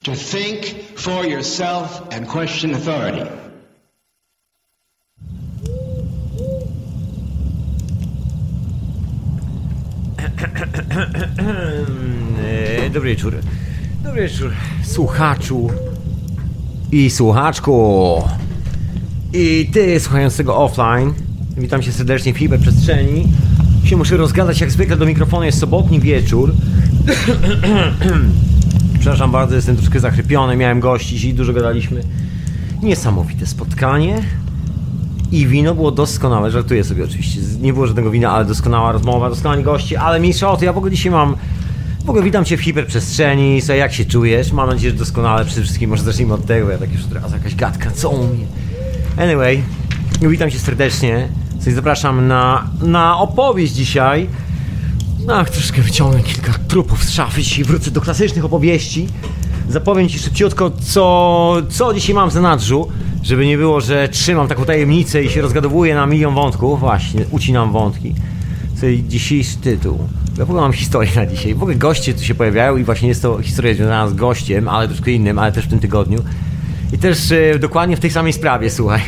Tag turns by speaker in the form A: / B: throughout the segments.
A: to think for yourself and question authority.
B: Dobry wieczór. Dobry wieczór, słuchaczu i słuchaczku. I ty słuchającego offline. Witam cię serdecznie w hiperprzestrzeni. Się muszę rozgadać jak zwykle do mikrofonu, jest sobotni wieczór. Przepraszam bardzo, jestem troszkę zachrypiony, miałem gości, dzisiaj dużo gadaliśmy. Niesamowite spotkanie. I wino było doskonałe, żartuję sobie oczywiście. Nie było żadnego wina, ale doskonała rozmowa, doskonali gości. Ale mniejsza o to, ja w ogóle dzisiaj mam... W ogóle witam cię w hiperprzestrzeni. Słuchaj, jak się czujesz? Mam nadzieję, że doskonale. Przede wszystkim może zacznijmy od tego, ja tak już teraz jakaś gadka, co u mnie. Anyway, witam cię serdecznie. Słuchaj, zapraszam na opowieść dzisiaj. Troszkę wyciągnę kilka trupów z szafy i wrócę do klasycznych opowieści. Zapowiem ci szybciutko, co dzisiaj mam w zanadrzu, żeby nie było, że trzymam taką tajemnicę i się rozgadowuję na milion wątków. Właśnie, ucinam wątki. Słuchaj, dzisiejszy tytuł. Ja w ogóle mam historię na dzisiaj. W ogóle goście tu się pojawiają i właśnie jest to historia związana z gościem, ale troszkę innym, ale też w tym tygodniu. I też dokładnie w tej samej sprawie, słuchaj.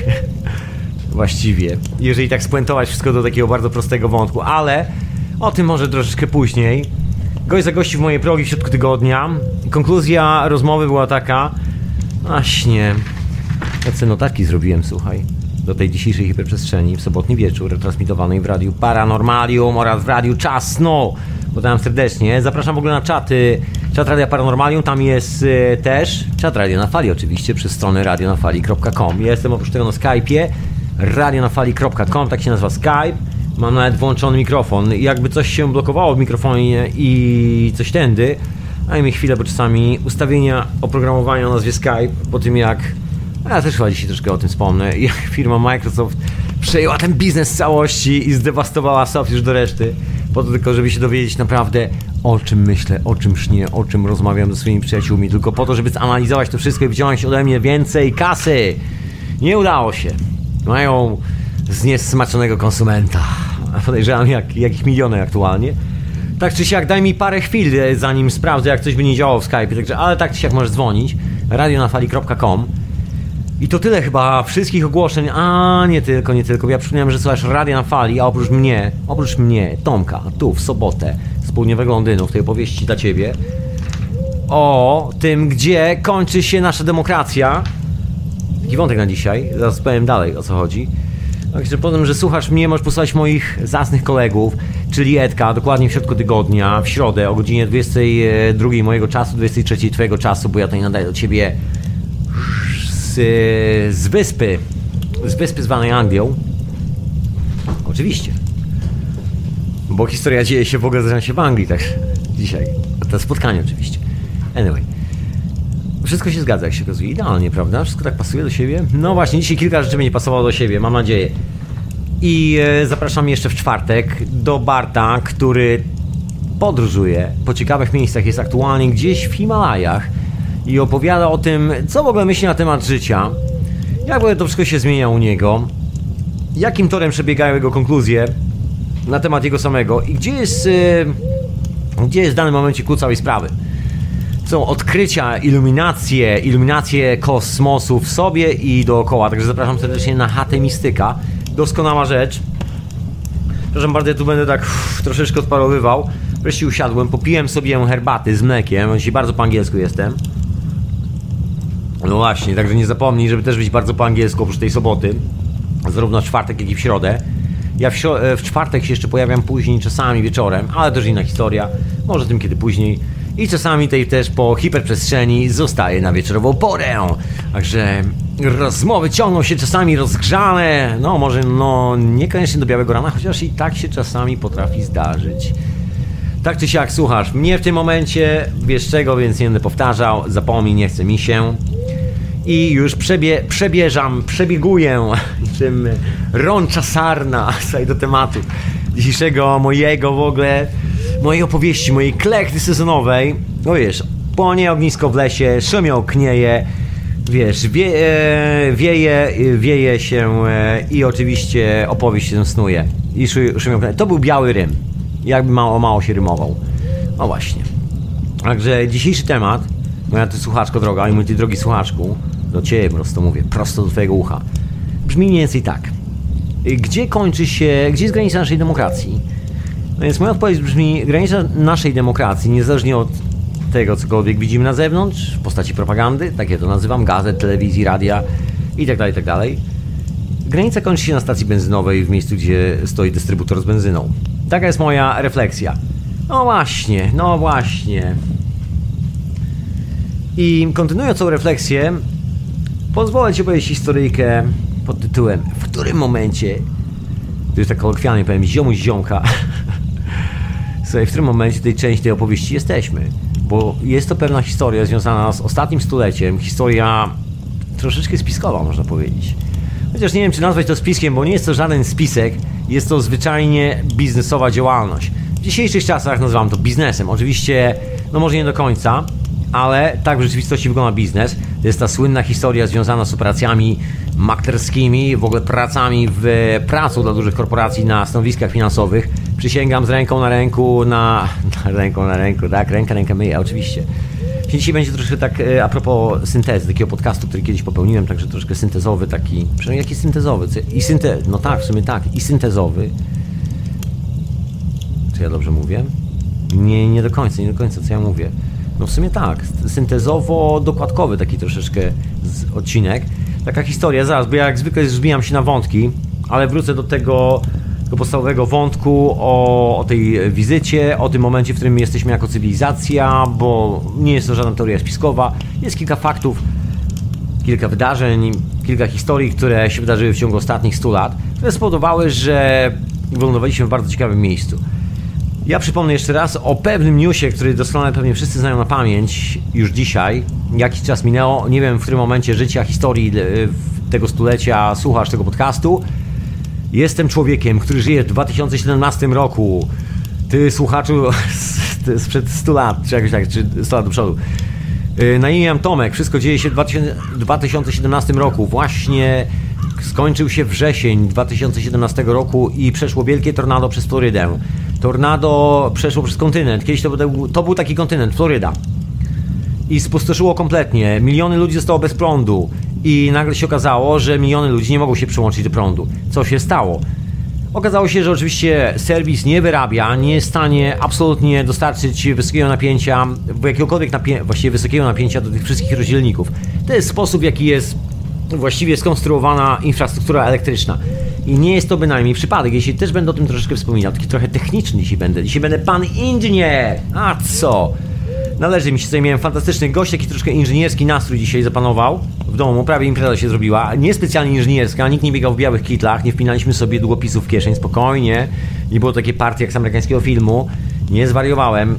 B: Właściwie, jeżeli tak spuentować wszystko do takiego bardzo prostego wątku, ale o tym może troszeczkę później. Gość zagościł w mojej progi w środku tygodnia. Konkluzja rozmowy była taka... Właśnie... Jakie notatki zrobiłem, słuchaj, do tej dzisiejszej hiperprzestrzeni w sobotni wieczór, transmitowanej w Radiu Paranormalium oraz w Radiu Czas Snu. Podałem serdecznie. Zapraszam w ogóle na czat Radia Paranormalium. Tam jest też czat Radio na Fali oczywiście, przez stronę radionafali.com. Ja jestem oprócz tego na Skype'ie, radionafali.com, tak się nazywa Skype. Mam nawet włączony mikrofon. Jakby coś się blokowało w mikrofonie i coś tędy, daj mi chwilę, bo czasami ustawienia oprogramowania o nazwie Skype, po tym jak... Ja też chyba dzisiaj troszkę o tym wspomnę. Jak firma Microsoft przejęła ten biznes z całości i zdewastowała soft już do reszty. Po to tylko, żeby się dowiedzieć naprawdę, o czym myślę, o czym śnię, o czym rozmawiam ze swoimi przyjaciółmi. Tylko po to, żeby zanalizować to wszystko i wyciągnąć ode mnie więcej kasy. Nie udało się. Mają zniesmaczonego konsumenta. Podejrzewam, jak ich miliony aktualnie. Tak czy siak, daj mi parę chwil, zanim sprawdzę, jak coś by nie działało w Skype'ie. Także, ale tak czy siak możesz dzwonić. radionafali.com. I to tyle chyba wszystkich ogłoszeń, nie tylko. Ja przypomniałem, że słuchasz Radia na Fali, a oprócz mnie, Tomka, tu w sobotę z południowego Londynu, w tej opowieści dla ciebie, o tym, gdzie kończy się nasza demokracja. Taki wątek na dzisiaj, zaraz powiem dalej, o co chodzi. Także potem, że słuchasz mnie, możesz posłuchać moich zacnych kolegów, czyli Edka, dokładnie w środku tygodnia, w środę o godzinie 22 mojego czasu, 23 twojego czasu, bo ja tutaj nadaję do ciebie z wyspy zwanej Anglią. Oczywiście. Bo historia dzieje się w ogóle, zaczyna się w Anglii, tak dzisiaj. To spotkanie oczywiście. Anyway. Wszystko się zgadza, jak się okazuje. Idealnie, prawda? Wszystko tak pasuje do siebie. No właśnie, dzisiaj kilka rzeczy będzie pasowało do siebie, mam nadzieję. I zapraszam jeszcze w czwartek do Barta, który podróżuje po ciekawych miejscach, jest aktualnie gdzieś w Himalajach i opowiada o tym, co w ogóle myśli na temat życia, jak w ogóle to wszystko się zmienia u niego, jakim torem przebiegają jego konkluzje na temat jego samego i gdzie jest w danym momencie klucz całej sprawy. Są odkrycia, iluminacje kosmosu w sobie i dookoła, także zapraszam serdecznie na Chatę Mistyka. Doskonała rzecz. Przepraszam bardzo, ja tu będę tak troszeczkę odparowywał. Wreszcie usiadłem, popiłem sobie herbaty z mlekiem, dzisiaj bardzo po angielsku jestem. No właśnie, także nie zapomnij, żeby też być bardzo po angielsku oprócz tej soboty, zarówno w czwartek, jak i w środę. Ja w czwartek się jeszcze pojawiam później, czasami wieczorem, ale też inna historia, może tym kiedy później. I czasami tej też po hiperprzestrzeni zostaje na wieczorową porę. Także rozmowy ciągną się czasami rozgrzane, może niekoniecznie do białego rana, chociaż i tak się czasami potrafi zdarzyć. Tak czy siak słuchasz mnie w tym momencie, wiesz czego, więc nie będę powtarzał, zapomnij, nie chce mi się. I już przebieguję czym rącza sarna do tematu dzisiejszego mojej opowieści, mojej klechty sezonowej. No wiesz, płonie ognisko w lesie, szumio knieje, wiesz, wieje się i oczywiście opowieść się snuje. I szumio knieje. To był biały rym, jakby mało się rymował. No właśnie. Także dzisiejszy temat moja ty słuchaczko droga i mój ty drogi słuchaczku, do ciebie prosto mówię, prosto do twojego ucha, brzmi mniej więcej tak. Gdzie jest granica naszej demokracji? No więc moja odpowiedź brzmi, granica naszej demokracji, niezależnie od tego, cokolwiek widzimy na zewnątrz, w postaci propagandy, tak ja to nazywam, gazet, telewizji, radia itd. Granica kończy się na stacji benzynowej w miejscu, gdzie stoi dystrybutor z benzyną. Taka jest moja refleksja. No właśnie. I kontynuując tą refleksję, pozwolę ci opowiedzieć historyjkę pod tytułem w którym momencie, to już tak kolokwialnie powiem, ziomuś ziomka, słuchaj, w którym momencie tej części tej opowieści jesteśmy. Bo jest to pewna historia związana z ostatnim stuleciem, historia troszeczkę spiskowa, można powiedzieć. Chociaż nie wiem, czy nazwać to spiskiem, bo nie jest to żaden spisek, jest to zwyczajnie biznesowa działalność. W dzisiejszych czasach nazywam to biznesem. Oczywiście, no może nie do końca, ale tak w rzeczywistości wygląda biznes. To jest ta słynna historia związana z operacjami maklerskimi, w ogóle pracą dla dużych korporacji na stanowiskach finansowych. Przysięgam z ręką na ręku, tak, rękę myję, oczywiście. Dzisiaj będzie troszkę tak a propos syntezy, takiego podcastu, który kiedyś popełniłem, także troszkę syntezowy taki, przynajmniej jakiś syntezowy, no tak, w sumie tak, i syntezowy. Czy ja dobrze mówię? Nie do końca, co ja mówię. No w sumie tak, syntezowo-dokładkowy taki troszeczkę odcinek. Taka historia, zaraz, bo ja jak zwykle zbijam się na wątki, ale wrócę do tego podstawowego wątku o tej wizycie, o tym momencie, w którym jesteśmy jako cywilizacja, bo nie jest to żadna teoria spiskowa. Jest kilka faktów, kilka wydarzeń, kilka historii, które się wydarzyły w ciągu ostatnich 100 lat, które spowodowały, że wylądowaliśmy w bardzo ciekawym miejscu. Ja przypomnę jeszcze raz o pewnym newsie, który doskonale pewnie wszyscy znają na pamięć już dzisiaj. Jakiś czas minęło, nie wiem w którym momencie życia, historii tego stulecia słuchasz tego podcastu. Jestem człowiekiem, który żyje w 2017 roku. Ty słuchaczu sprzed 100 lat, czy jakoś tak, czy 100 lat do przodu. Na imię mam Tomek, wszystko dzieje się w 2017 roku. Właśnie skończył się wrzesień 2017 roku i przeszło wielkie tornado przez Florydę. Tornado przeszło przez kontynent. Kiedyś to był taki kontynent, Floryda. I spustoszyło kompletnie. Miliony ludzi zostało bez prądu. I nagle się okazało, że miliony ludzi nie mogą się przyłączyć do prądu. Co się stało? Okazało się, że oczywiście serwis nie wyrabia, nie jest w stanie absolutnie dostarczyć wysokiego napięcia, właściwie wysokiego napięcia do tych wszystkich rozdzielników. To jest sposób, w jaki jest właściwie skonstruowana infrastruktura elektryczna. I nie jest to bynajmniej przypadek, jeśli też będę o tym troszeczkę wspominał, taki trochę techniczny dzisiaj będę pan inżynier. A co? Należy mi się, tutaj miałem fantastyczny gość, taki troszkę inżynierski nastrój dzisiaj zapanował w domu, prawie impreza się zrobiła, niespecjalnie inżynierska, nikt nie biegał w białych kitlach, nie wpinaliśmy sobie długopisów w kieszeń, spokojnie, nie było takiej partii jak z amerykańskiego filmu, nie zwariowałem,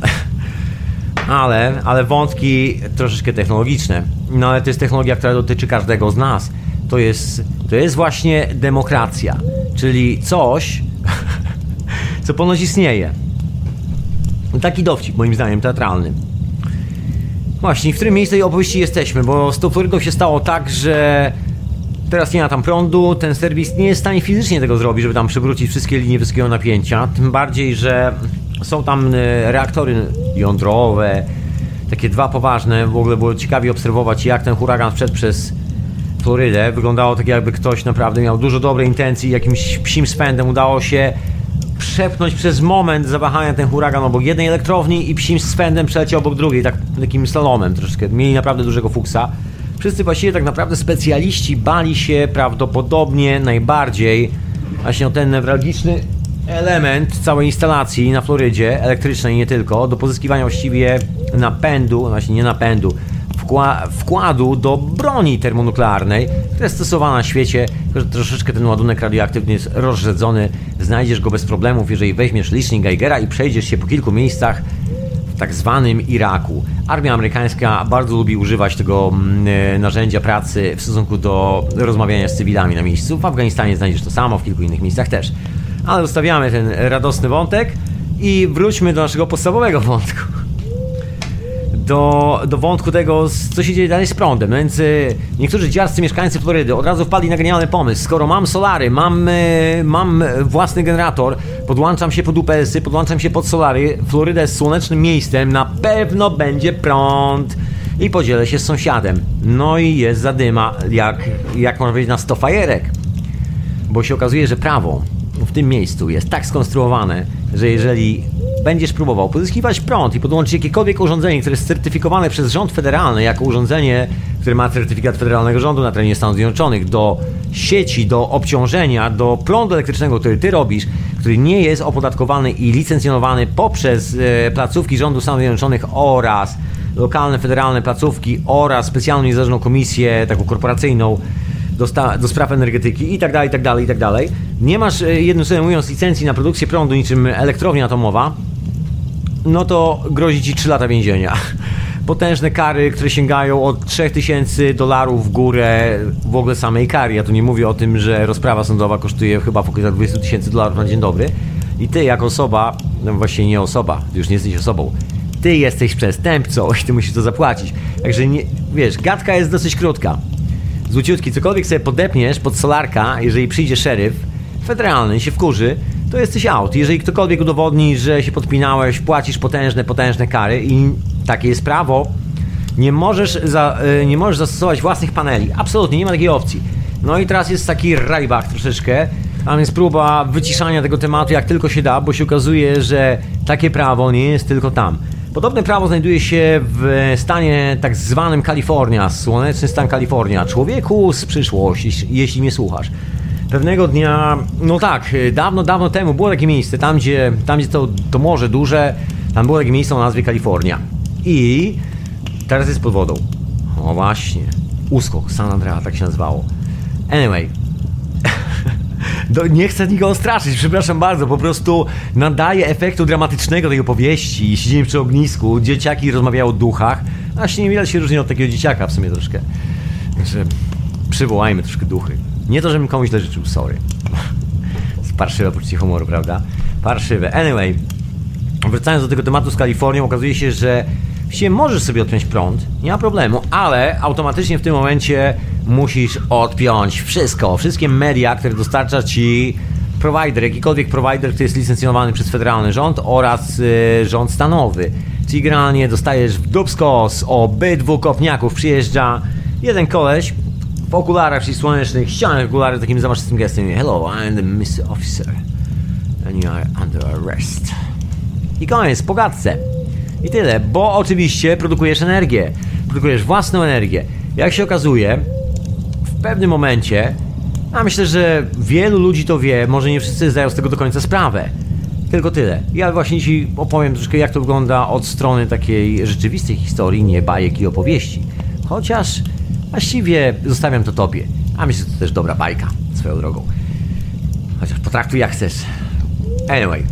B: ale wątki troszeczkę technologiczne, no ale to jest technologia, która dotyczy każdego z nas, to jest właśnie demokracja, czyli coś, co ponoć istnieje. Taki dowcip, moim zdaniem, teatralny. Właśnie, w którym miejscu tej opowieści jesteśmy, bo z tą Florydą się stało tak, że teraz nie ma tam prądu, ten serwis nie jest w stanie fizycznie tego zrobić, żeby tam przywrócić wszystkie linie wysokiego napięcia, tym bardziej, że są tam reaktory jądrowe, takie dwa poważne, w ogóle było ciekawie obserwować, jak ten huragan wszedł przez Florydę, wyglądało tak, jakby ktoś naprawdę miał dużo dobrej intencji, jakimś psim swędem udało się przepchnąć przez moment zawahania ten huragan obok jednej elektrowni i psim swędem przeleciał obok drugiej, takim slalomem troszeczkę. Mieli naprawdę dużego fuksa. Wszyscy właściwie tak naprawdę specjaliści bali się prawdopodobnie najbardziej właśnie o ten newralgiczny element całej instalacji na Florydzie, elektrycznej i nie tylko, do pozyskiwania właściwie napędu, właśnie nie napędu, wkładu do broni termonuklearnej, która jest stosowana na świecie, że troszeczkę ten ładunek radioaktywny jest rozrzedzony, znajdziesz go bez problemów, jeżeli weźmiesz licznik Geigera i przejdziesz się po kilku miejscach w tak zwanym Iraku. Armia amerykańska bardzo lubi używać tego narzędzia pracy w stosunku do rozmawiania z cywilami na miejscu. W Afganistanie znajdziesz to samo, w kilku innych miejscach też. Ale zostawiamy ten radosny wątek i wróćmy do naszego podstawowego wątku. Do wątku tego, co się dzieje dalej z prądem. No więc niektórzy dziarscy mieszkańcy Florydy od razu wpadli na genialny pomysł. Skoro mam solary, mam własny generator, podłączam się pod UPS-y, podłączam się pod solary, Floryda jest słonecznym miejscem, na pewno będzie prąd. i podzielę się z sąsiadem. No i jest zadyma, jak można powiedzieć, na 100 fajerek. Bo się okazuje, że prawo w tym miejscu jest tak skonstruowane, że jeżeli będziesz próbował pozyskiwać prąd i podłączyć jakiekolwiek urządzenie, które jest certyfikowane przez rząd federalny jako urządzenie, które ma certyfikat federalnego rządu na terenie Stanów Zjednoczonych, do sieci, do obciążenia, do prądu elektrycznego, który ty robisz, który nie jest opodatkowany i licencjonowany poprzez placówki rządu Stanów Zjednoczonych oraz lokalne, federalne placówki oraz specjalną niezależną komisję, taką korporacyjną do spraw energetyki i tak dalej. Nie masz, jednym słowem mówiąc, licencji na produkcję prądu niczym elektrownia atomowa, no to grozi ci 3 lata więzienia. Potężne kary, które sięgają od $3000 w górę w ogóle samej kary. Ja tu nie mówię o tym, że rozprawa sądowa kosztuje chyba w okolicach $20,000 na dzień dobry. I ty jako osoba, no właśnie nie osoba, ty już nie jesteś osobą, ty jesteś przestępcą i ty musisz to zapłacić. Także nie, wiesz, gadka jest dosyć krótka. Złociutki, cokolwiek sobie podepniesz pod solarka, jeżeli przyjdzie szeryf federalny i się wkurzy, to jesteś out. Jeżeli ktokolwiek udowodni, że się podpinałeś, płacisz potężne kary i takie jest prawo, nie możesz zastosować własnych paneli. Absolutnie, nie ma takiej opcji. No i teraz jest taki rajbach troszeczkę, a więc próba wyciszania tego tematu jak tylko się da, bo się okazuje, że takie prawo nie jest tylko tam. Podobne prawo znajduje się w stanie tak zwanym Kalifornia, słoneczny stan Kalifornia. Człowieku z przyszłości, jeśli mnie słuchasz. Pewnego dnia, no tak, dawno temu było takie miejsce, tam gdzie to morze duże, tam było takie miejsce o nazwie Kalifornia. I teraz jest pod wodą. O właśnie, Uskok, San Andreas, tak się nazywało. Anyway, nie chcę nikogo straszyć, przepraszam bardzo, po prostu nadaje efektu dramatycznego tej opowieści. Siedzimy przy ognisku, dzieciaki rozmawiają o duchach, a właśnie niewiele się różni od takiego dzieciaka w sumie troszkę. Także przywołajmy troszkę duchy. Nie to, żebym komuś źle życzył, sorry. Parszywe poczucie humoru, prawda? Parszywe. Anyway, wracając do tego tematu z Kalifornią, okazuje się, że właściwie możesz sobie odpiąć prąd, nie ma problemu, ale automatycznie w tym momencie musisz odpiąć wszystkie media, które dostarcza ci provider, jakikolwiek provider, który jest licencjonowany przez federalny rząd oraz rząd stanowy. Czyli generalnie dostajesz w dupsko z obydwu kopniaków. Przyjeżdża jeden koleś w okularach, czyli słonecznych, ścianych okularach, takim zamaszczystym gestem. Hello, I'm the Mr. Officer and you are under arrest. I koniec, po gadce. I tyle, bo oczywiście produkujesz energię. Produkujesz własną energię. Jak się okazuje, w pewnym momencie, a myślę, że wielu ludzi to wie, może nie wszyscy zdają z tego do końca sprawę. Tylko tyle. Ja właśnie dzisiaj opowiem troszkę, jak to wygląda od strony takiej rzeczywistej historii, nie bajek i opowieści. Chociaż właściwie zostawiam to tobie. A myślę, że to też dobra bajka, swoją drogą. Chociaż potraktuj jak chcesz. Anyway.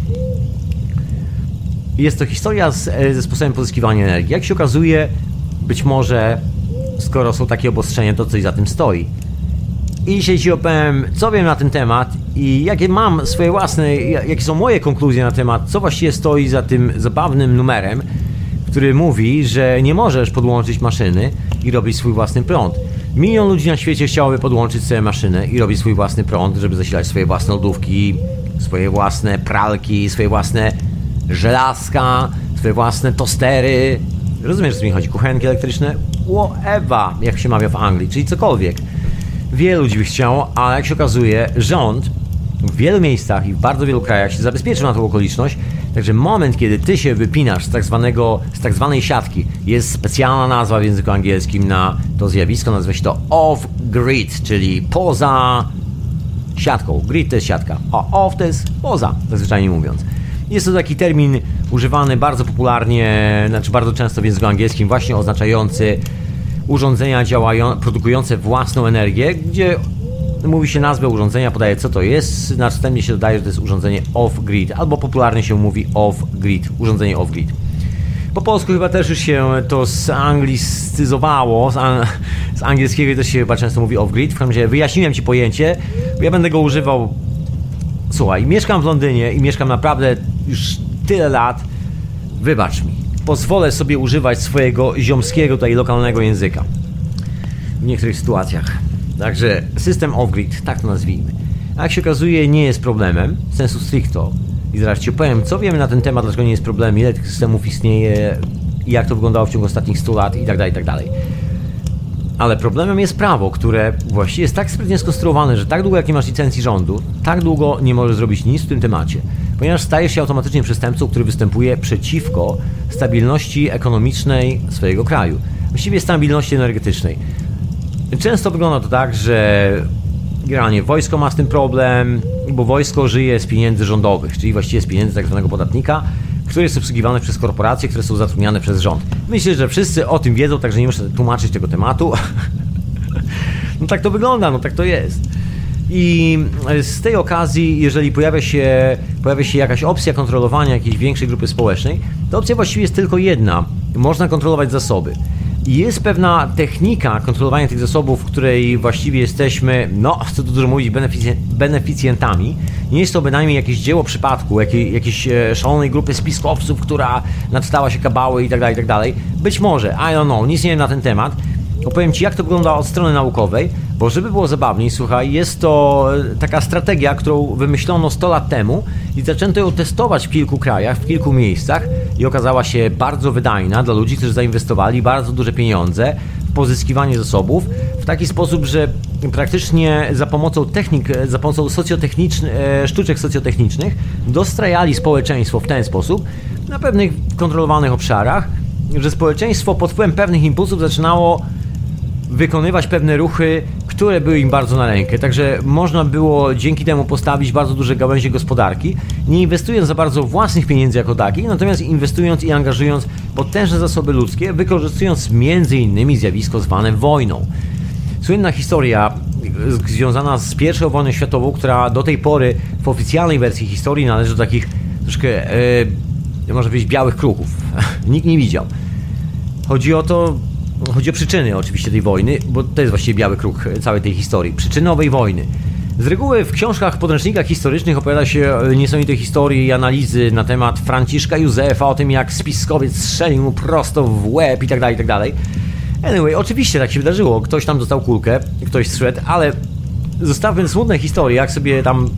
B: Jest to historia ze sposobem pozyskiwania energii. Jak się okazuje, być może, skoro są takie obostrzenia, to coś za tym stoi. I dzisiaj ci opowiem, co wiem na ten temat i jakie mam swoje własne, jakie są moje konkluzje na temat, co właściwie stoi za tym zabawnym numerem, który mówi, że nie możesz podłączyć maszyny i robić swój własny prąd. Milion ludzi na świecie chciałoby podłączyć sobie maszynę i robić swój własny prąd, żeby zasilać swoje własne lodówki, swoje własne pralki, swoje własne żelazka, swoje własne tostery. Rozumiesz, o co mi chodzi? Kuchenki elektryczne? Whatever, jak się mawia w Anglii, czyli cokolwiek. Wielu ludzi by chciało, ale jak się okazuje, rząd w wielu miejscach i w bardzo wielu krajach się zabezpieczył na tą okoliczność. Także moment, kiedy ty się wypinasz z tak zwanej siatki, jest specjalna nazwa w języku angielskim na to zjawisko, nazywa się to off-grid, czyli poza siatką. Grid to jest siatka, a off to jest poza, zwyczajnie mówiąc. Jest to taki termin używany bardzo popularnie, znaczy bardzo często w języku angielskim, właśnie oznaczający urządzenia produkujące własną energię, gdzie mówi się nazwę urządzenia, podaje co to jest, następnie się dodaje, że to jest urządzenie off-grid, albo popularnie się mówi off-grid, urządzenie off-grid. Po polsku chyba też już się to zanglicyzowało, z angielskiego też się chyba często mówi off-grid, w każdym razie wyjaśniłem ci pojęcie, bo ja będę go używał. Słuchaj, mieszkam w Londynie i mieszkam naprawdę już tyle lat, wybacz mi, pozwolę sobie używać swojego ziomskiego tutaj lokalnego języka w niektórych sytuacjach. Także system off-grid, tak to nazwijmy. A jak się okazuje, nie jest problemem, sensu stricto. I zaraz ci opowiem, co wiemy na ten temat, dlaczego nie jest problemem, ile tych systemów istnieje i jak to wyglądało w ciągu ostatnich 100 lat i tak dalej, i tak dalej. Ale problemem jest prawo, które właściwie jest tak sprytnie skonstruowane, że tak długo jak nie masz licencji rządu, tak długo nie możesz zrobić nic w tym temacie, ponieważ stajesz się automatycznie przestępcą, który występuje przeciwko stabilności ekonomicznej swojego kraju, właściwie stabilności energetycznej. Często wygląda to tak, że generalnie wojsko ma z tym problem, bo wojsko żyje z pieniędzy rządowych, czyli właściwie z pieniędzy tak zwanego podatnika, który jest obsługiwany przez korporacje, które są zatrudniane przez rząd. Myślę, że wszyscy o tym wiedzą, także nie muszę tłumaczyć tego tematu. No tak to wygląda, no tak to jest. I z tej okazji, jeżeli pojawia się jakaś opcja kontrolowania jakiejś większej grupy społecznej, to opcja właściwie jest tylko jedna. Można kontrolować zasoby. I jest pewna technika kontrolowania tych zasobów, w której właściwie jesteśmy, no, co tu dużo mówić, beneficjentami. Nie jest to bynajmniej jakieś dzieło przypadku, jakiejś szalonej grupy spiskowców, która nadstała się kabały i tak dalej. Być może, I don't know, nic nie wiem na ten temat. Opowiem Ci, jak to wygląda od strony naukowej, bo żeby było zabawniej, słuchaj, jest to taka strategia, którą wymyślono 100 lat temu i zaczęto ją testować w kilku krajach, w kilku miejscach i okazała się bardzo wydajna dla ludzi, którzy zainwestowali bardzo duże pieniądze w pozyskiwanie zasobów w taki sposób, że praktycznie za pomocą technik, za pomocą sztuczek socjotechnicznych dostrajali społeczeństwo w ten sposób na pewnych kontrolowanych obszarach, że społeczeństwo pod wpływem pewnych impulsów zaczynało wykonywać pewne ruchy, które były im bardzo na rękę. Także można było dzięki temu postawić bardzo duże gałęzie gospodarki, nie inwestując za bardzo własnych pieniędzy jako takich, natomiast inwestując i angażując potężne zasoby ludzkie, wykorzystując między innymi zjawisko zwane wojną. Słynna historia związana z I wojną światową, która do tej pory w oficjalnej wersji historii należy do takich troszkę, można powiedzieć, białych kruków. Nikt nie widział. Chodzi o przyczyny oczywiście tej wojny, bo to jest właściwie biały kruk całej tej historii. Przyczyny owej wojny. Z reguły w książkach, podręcznikach historycznych opowiada się niesamowite historie i analizy na temat Franciszka Józefa, o tym jak spiskowiec strzelił mu prosto w łeb i tak dalej. Anyway, oczywiście tak się wydarzyło. Ktoś tam dostał kulkę, ktoś zszedł, ale zostawmy smutne historie, jak sobie tam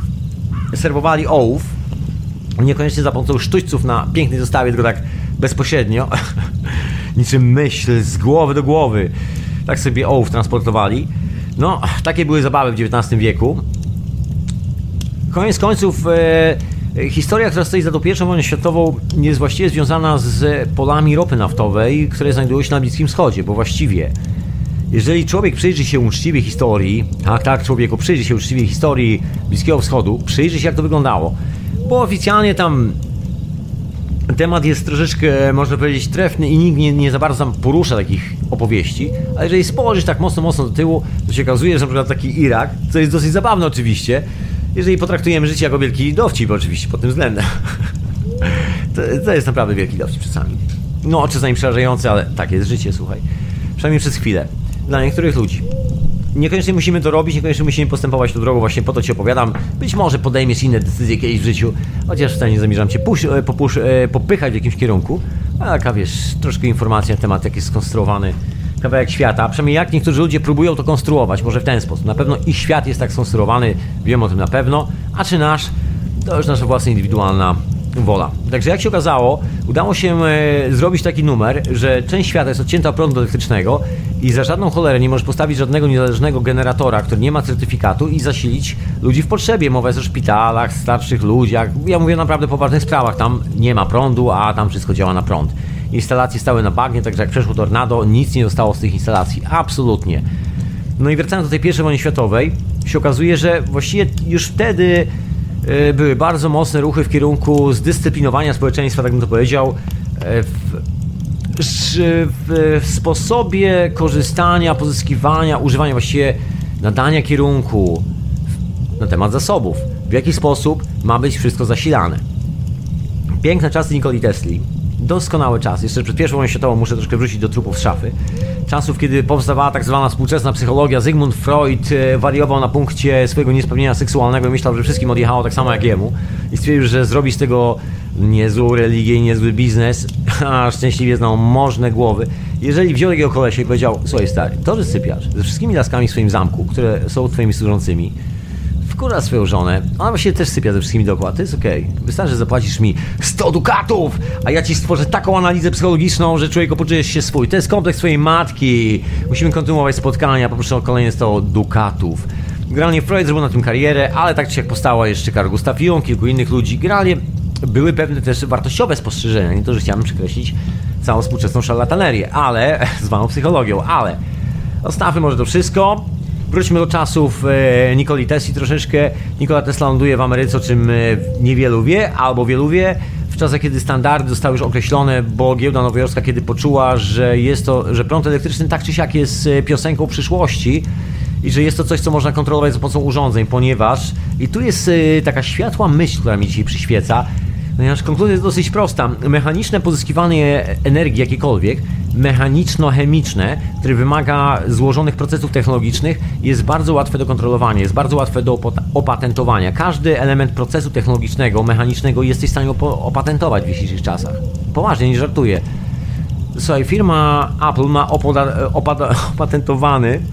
B: serwowali ołów, niekoniecznie za pomocą sztućców na pięknej zestawie, tylko tak bezpośrednio, niczym myśl z głowy do głowy, tak sobie ołów transportowali. No, takie były zabawy w XIX wieku. Koniec końców historia, która stoi za tą I wojną światową, jest właściwie związana z polami ropy naftowej, które znajdują się na Bliskim Wschodzie, bo właściwie jeżeli człowiek przyjrzy się uczciwie historii, tak człowieku, przyjrzy się uczciwie historii Bliskiego Wschodu, przyjrzy się jak to wyglądało, bo oficjalnie tam temat jest troszeczkę, można powiedzieć, trefny i nikt nie za bardzo tam porusza takich opowieści, ale jeżeli spojrzysz tak mocno do tyłu, to się okazuje, że na przykład taki Irak, co jest dosyć zabawne oczywiście, jeżeli potraktujemy życie jako wielki dowcip oczywiście pod tym względem. To jest naprawdę wielki dowcip czasami. No, czasami przerażający, ale tak jest życie, słuchaj. Przynajmniej przez chwilę. Dla niektórych ludzi. Niekoniecznie musimy to robić, niekoniecznie musimy postępować tą drogą, właśnie po to Ci opowiadam. Być może podejmiesz inne decyzje kiedyś w życiu, chociaż wcale nie zamierzam Cię popychać w jakimś kierunku. A taka, wiesz, troszkę informacja na temat, jak jest skonstruowany kawałek świata. Przynajmniej jak niektórzy ludzie próbują to konstruować, może w ten sposób. Na pewno ich świat jest tak skonstruowany, wiem o tym na pewno, a czy nasz, to już nasza własna indywidualna wola. Także jak się okazało, udało się zrobić taki numer, że część świata jest odcięta od prądu elektrycznego i za żadną cholerę nie możesz postawić żadnego niezależnego generatora, który nie ma certyfikatu i zasilić ludzi w potrzebie. Mowa jest o szpitalach, starszych ludziach. Ja mówię naprawdę o poważnych sprawach. Tam nie ma prądu, a tam wszystko działa na prąd. Instalacje stały na bagnie, także jak przeszło tornado, nic nie zostało z tych instalacji. Absolutnie. No i wracając do tej I wojny światowej, się okazuje, że właściwie już wtedy były bardzo mocne ruchy w kierunku zdyscyplinowania społeczeństwa, tak bym to powiedział, w sposobie korzystania, pozyskiwania, używania, właściwie nadania kierunku na temat zasobów. W jaki sposób ma być wszystko zasilane. Piękne czasy Nikoli Tesli. Doskonały czas. Jeszcze przed I wojną światową muszę troszkę wrócić do trupów z szafy. Czasów, kiedy powstawała tak zwana współczesna psychologia. Zygmunt Freud wariował na punkcie swojego niespełnienia seksualnego i myślał, że wszystkim odjechało tak samo jak jemu. I stwierdził, że zrobi z tego niezłą religię i niezły biznes, a szczęśliwie znał możne głowy. Jeżeli wziął takiego kolesia i powiedział: słuchaj stary, to, że sypiasz ze wszystkimi laskami w swoim zamku, które są twoimi służącymi, w wkurza swoją żonę, ona właściwie też sypia ze wszystkimi dookoła, to jest okej. Wystarczy, że zapłacisz mi 100 dukatów, a ja ci stworzę taką analizę psychologiczną, że człowieku poczujesz się swój. To jest kompleks twojej matki. Musimy kontynuować spotkania, poproszę o kolejne 100 dukatów. Generalnie Freud zrobił na tym karierę, ale tak czy jak powstała jeszcze Carl Gustav Jung, kilku innych ludzi. Generalnie były pewne też wartościowe spostrzeżenia, nie to, że chciałem przekreślić całą współczesną szarlatanerię, ale zwaną psychologią, ale zostawmy może to wszystko. Wróćmy do czasów Nikoli Tesli troszeczkę. Nikola Tesla ląduje w Ameryce, o czym niewielu wie, albo wielu wie, w czasach, kiedy standardy zostały już określone, bo giełda nowojorska, kiedy poczuła, że jest to, że prąd elektryczny tak czy siak jest piosenką przyszłości i że jest to coś, co można kontrolować za pomocą urządzeń, ponieważ, i tu jest taka światła myśl, która mi dzisiaj przyświeca, ponieważ konkluzja jest dosyć prosta. Mechaniczne pozyskiwanie energii jakiejkolwiek, mechaniczno-chemiczne, które wymaga złożonych procesów technologicznych, jest bardzo łatwe do kontrolowania, jest bardzo łatwe do opatentowania. Każdy element procesu technologicznego, mechanicznego jesteś w stanie opatentować w dzisiejszych czasach. Poważnie, nie żartuję. Słuchaj, firma Apple ma opatentowany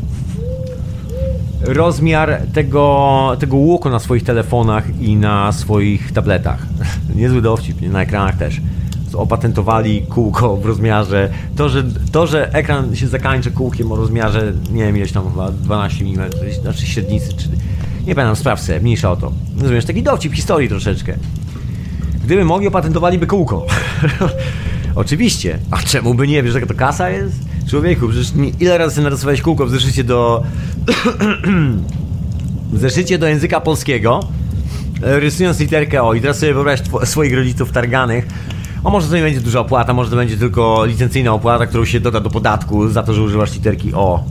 B: rozmiar tego łuku na swoich telefonach i na swoich tabletach. Niezły dowcip, na ekranach też. Opatentowali kółko w rozmiarze... To, że ekran się zakańczy kółkiem o rozmiarze, nie wiem, ileś tam chyba 12 mm, znaczy średnicy, czy... Nie pamiętam, sprawdź sobie, mniejsza o to. Rozumiesz, taki dowcip historii troszeczkę. Gdyby mogli, opatentowaliby kółko. Oczywiście. A czemu by nie? Wiesz, jaka to kasa jest? Człowieku, przecież ile razy narysowałeś kółko w zeszycie do... w zeszycie do języka polskiego, rysując literkę O, i teraz sobie wyobraź swoich rodziców targanych. O, może to nie będzie duża opłata, może to będzie tylko licencyjna opłata, którą się doda do podatku za to, że używasz literki O.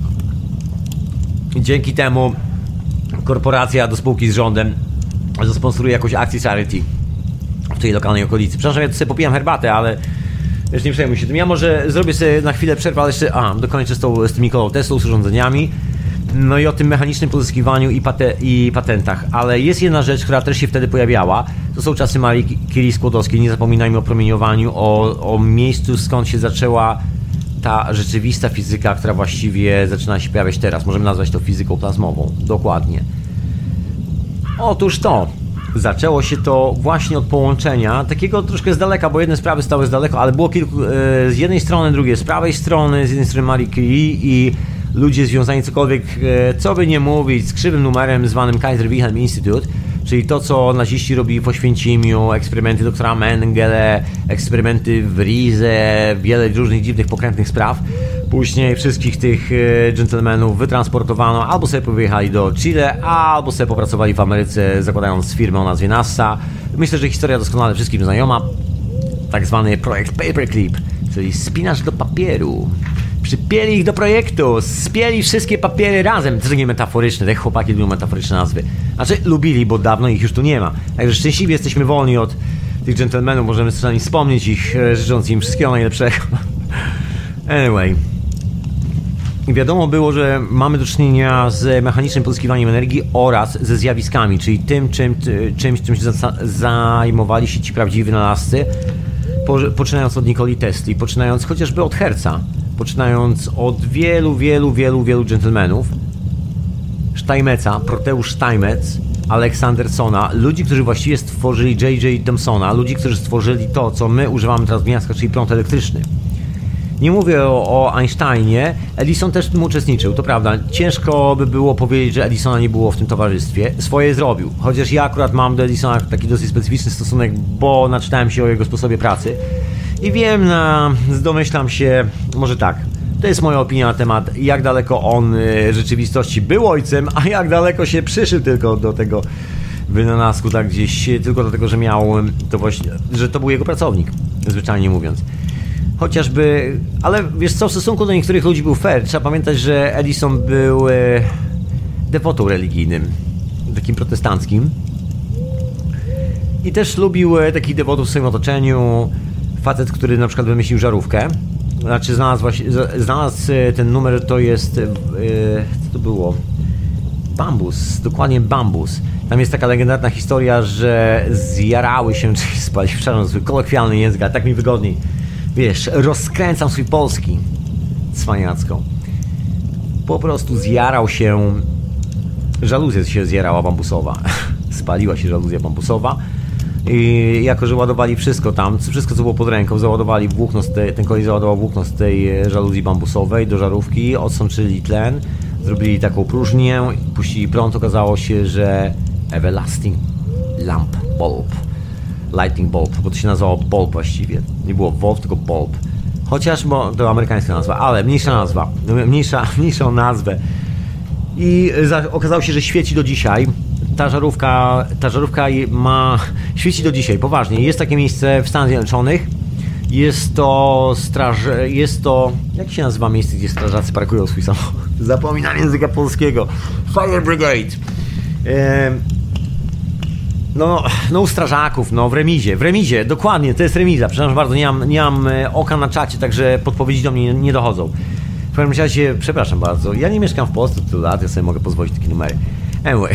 B: I dzięki temu korporacja do spółki z rządem zasponsoruje jakąś akcję charity w tej lokalnej okolicy. Przepraszam, ja tu sobie popijam herbatę, ale wiesz, nie przejmuj się tym. Ja może zrobię sobie na chwilę przerwę, ale jeszcze dokończę z tym Nikolą Teslą, z urządzeniami. No i o tym mechanicznym pozyskiwaniu i patentach. Ale jest jedna rzecz, która też się wtedy pojawiała. To są czasy Marii Curie-Skłodowskiej. Nie zapominajmy o promieniowaniu, o miejscu, skąd się zaczęła ta rzeczywista fizyka, która właściwie zaczyna się pojawiać teraz. Możemy nazwać to fizyką plazmową. Dokładnie. Otóż to. Zaczęło się to właśnie od połączenia, takiego troszkę z daleka, bo jedne sprawy stały z daleka, ale było kilku, z jednej strony, drugie z prawej strony, z jednej strony Marie Curie i ludzie związani cokolwiek, co by nie mówić, z krzywym numerem zwanym Kaiser Wilhelm Institute, czyli to, co naziści robili w Oświęcimiu, eksperymenty doktora Mengele, eksperymenty w Rize, wiele różnych dziwnych, pokrętnych spraw. Później wszystkich tych dżentelmenów wytransportowano, albo sobie wyjechali do Chile, albo sobie popracowali w Ameryce, zakładając firmę o nazwie NASA. Myślę, że historia doskonale wszystkim znajoma. Tak zwany projekt Paperclip, czyli spinacz do papieru. Przypięli ich do projektu, spięli wszystkie papiery razem. To takie metaforyczne, te chłopaki lubią metaforyczne nazwy. Znaczy lubili, bo dawno ich już tu nie ma. Także szczęśliwie jesteśmy wolni od tych dżentelmenów, możemy przynajmniej wspomnieć ich, życząc im wszystkiego najlepszego. Anyway. I wiadomo było, że mamy do czynienia z mechanicznym pozyskiwaniem energii oraz ze zjawiskami, czyli tym, czym się zajmowali się ci prawdziwi wynalazcy, poczynając od Nikoli Tesli, poczynając chociażby od Herca, poczynając od wielu dżentelmenów, Steinmetza, Proteusz Steinmetz, Aleksandersona, ludzi, którzy właściwie stworzyli J.J. Thomsona, ludzi, którzy stworzyli to, co my używamy teraz w gniazdkach, czyli prąd elektryczny. Nie mówię o Einsteinie, Edison też w tym uczestniczył, to prawda. Ciężko by było powiedzieć, że Edisona nie było w tym towarzystwie. Swoje zrobił, chociaż ja akurat mam do Edisona taki dosyć specyficzny stosunek, bo naczytałem się o jego sposobie pracy i wiem, domyślam się, może tak, to jest moja opinia na temat, jak daleko on w rzeczywistości był ojcem, a jak daleko się przyszył tylko do tego wynalazku, tak gdzieś, tylko dlatego, że miał to właśnie, że to był jego pracownik, zwyczajnie mówiąc. Chociażby, ale wiesz co, w stosunku do niektórych ludzi był fair. Trzeba pamiętać, że Edison był dewotą religijnym, takim protestanckim. I też lubił takich dewotów w swoim otoczeniu. Facet, który na przykład wymyślił żarówkę. Znaczy znalazł ten numer, to jest, co to było? Bambus, dokładnie bambus. Tam jest taka legendarna historia, że zjarały się, czyli spalić w czarno, swój kolokwialny język, ale tak mi wygodniej. Wiesz, rozkręcam swój polski cwaniacko. Po prostu zjarał się żaluzja się zjerała bambusowa. Spaliła się żaluzja bambusowa. I jako, że ładowali wszystko tam, wszystko co było pod ręką, załadowali włókno ten koleś załadował włókno z tej żaluzji bambusowej do żarówki, odsączyli tlen, zrobili taką próżnię, puścili prąd, okazało się, że everlasting lamp bulb, lightning bulb, bo to się nazywało bulb właściwie, nie było bulb, tylko bulb, chociaż, bo to amerykańska nazwa, ale mniejsza nazwa, mniejszą nazwę i okazało się, że świeci do dzisiaj. Ta żarówka świeci do dzisiaj, poważnie. Jest takie miejsce w Stanach Zjednoczonych. Jest to, jak się nazywa miejsce, gdzie strażacy parkują swój samochód? Zapominam języka polskiego. Fire Brigade. U strażaków, w remizie, dokładnie, to jest remiza. Przepraszam bardzo, nie mam oka na czacie, także podpowiedzi do mnie nie dochodzą. W każdym razie, przepraszam bardzo, ja nie mieszkam w Polsce od tylu lat, ja sobie mogę pozwolić takie numery. Anyway.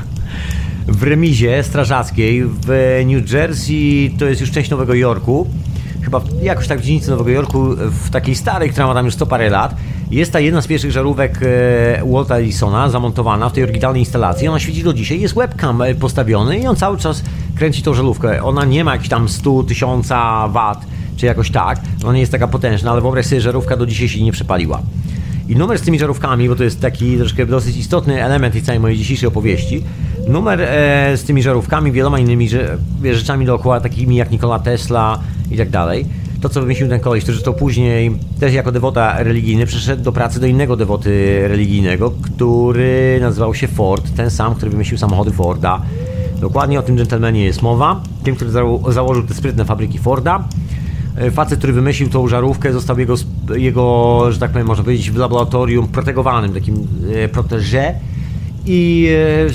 B: W remizie strażackiej w New Jersey, to jest już część Nowego Jorku, chyba jakoś tak w dzielnicy Nowego Jorku, w takiej starej, która ma tam już 100 parę lat, jest ta jedna z pierwszych żarówek Walta Edisona zamontowana w tej oryginalnej instalacji. Ona świeci do dzisiaj, jest webcam postawiony i on cały czas kręci tą żarówkę. Ona nie ma jakichś tam 100 000 wat, czy jakoś tak, ona nie jest taka potężna, ale wyobraź sobie, żarówka do dzisiaj się nie przepaliła. I numer z tymi żarówkami, bo to jest taki troszkę dosyć istotny element tej całej mojej dzisiejszej opowieści, numer z tymi żarówkami, wieloma innymi rzeczami dookoła, takimi jak Nikola Tesla i tak dalej. To, co wymyślił ten koleś, który został później też jako dewota religijny, przeszedł do pracy do innego dewoty religijnego, który nazywał się Ford, ten sam, który wymyślił samochody Forda. Dokładnie o tym dżentelmenie jest mowa, tym, który założył te sprytne fabryki Forda. Facet, który wymyślił tą żarówkę, został jego, że tak powiem, można powiedzieć, w laboratorium protegowanym, takim protégé. I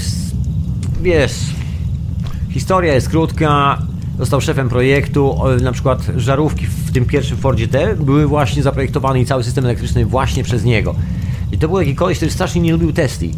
B: wiesz, historia jest krótka, został szefem projektu, na przykład żarówki w tym pierwszym Fordzie T były właśnie zaprojektowane i cały system elektryczny właśnie przez niego. I to był taki koleś, który strasznie nie lubił Tesli.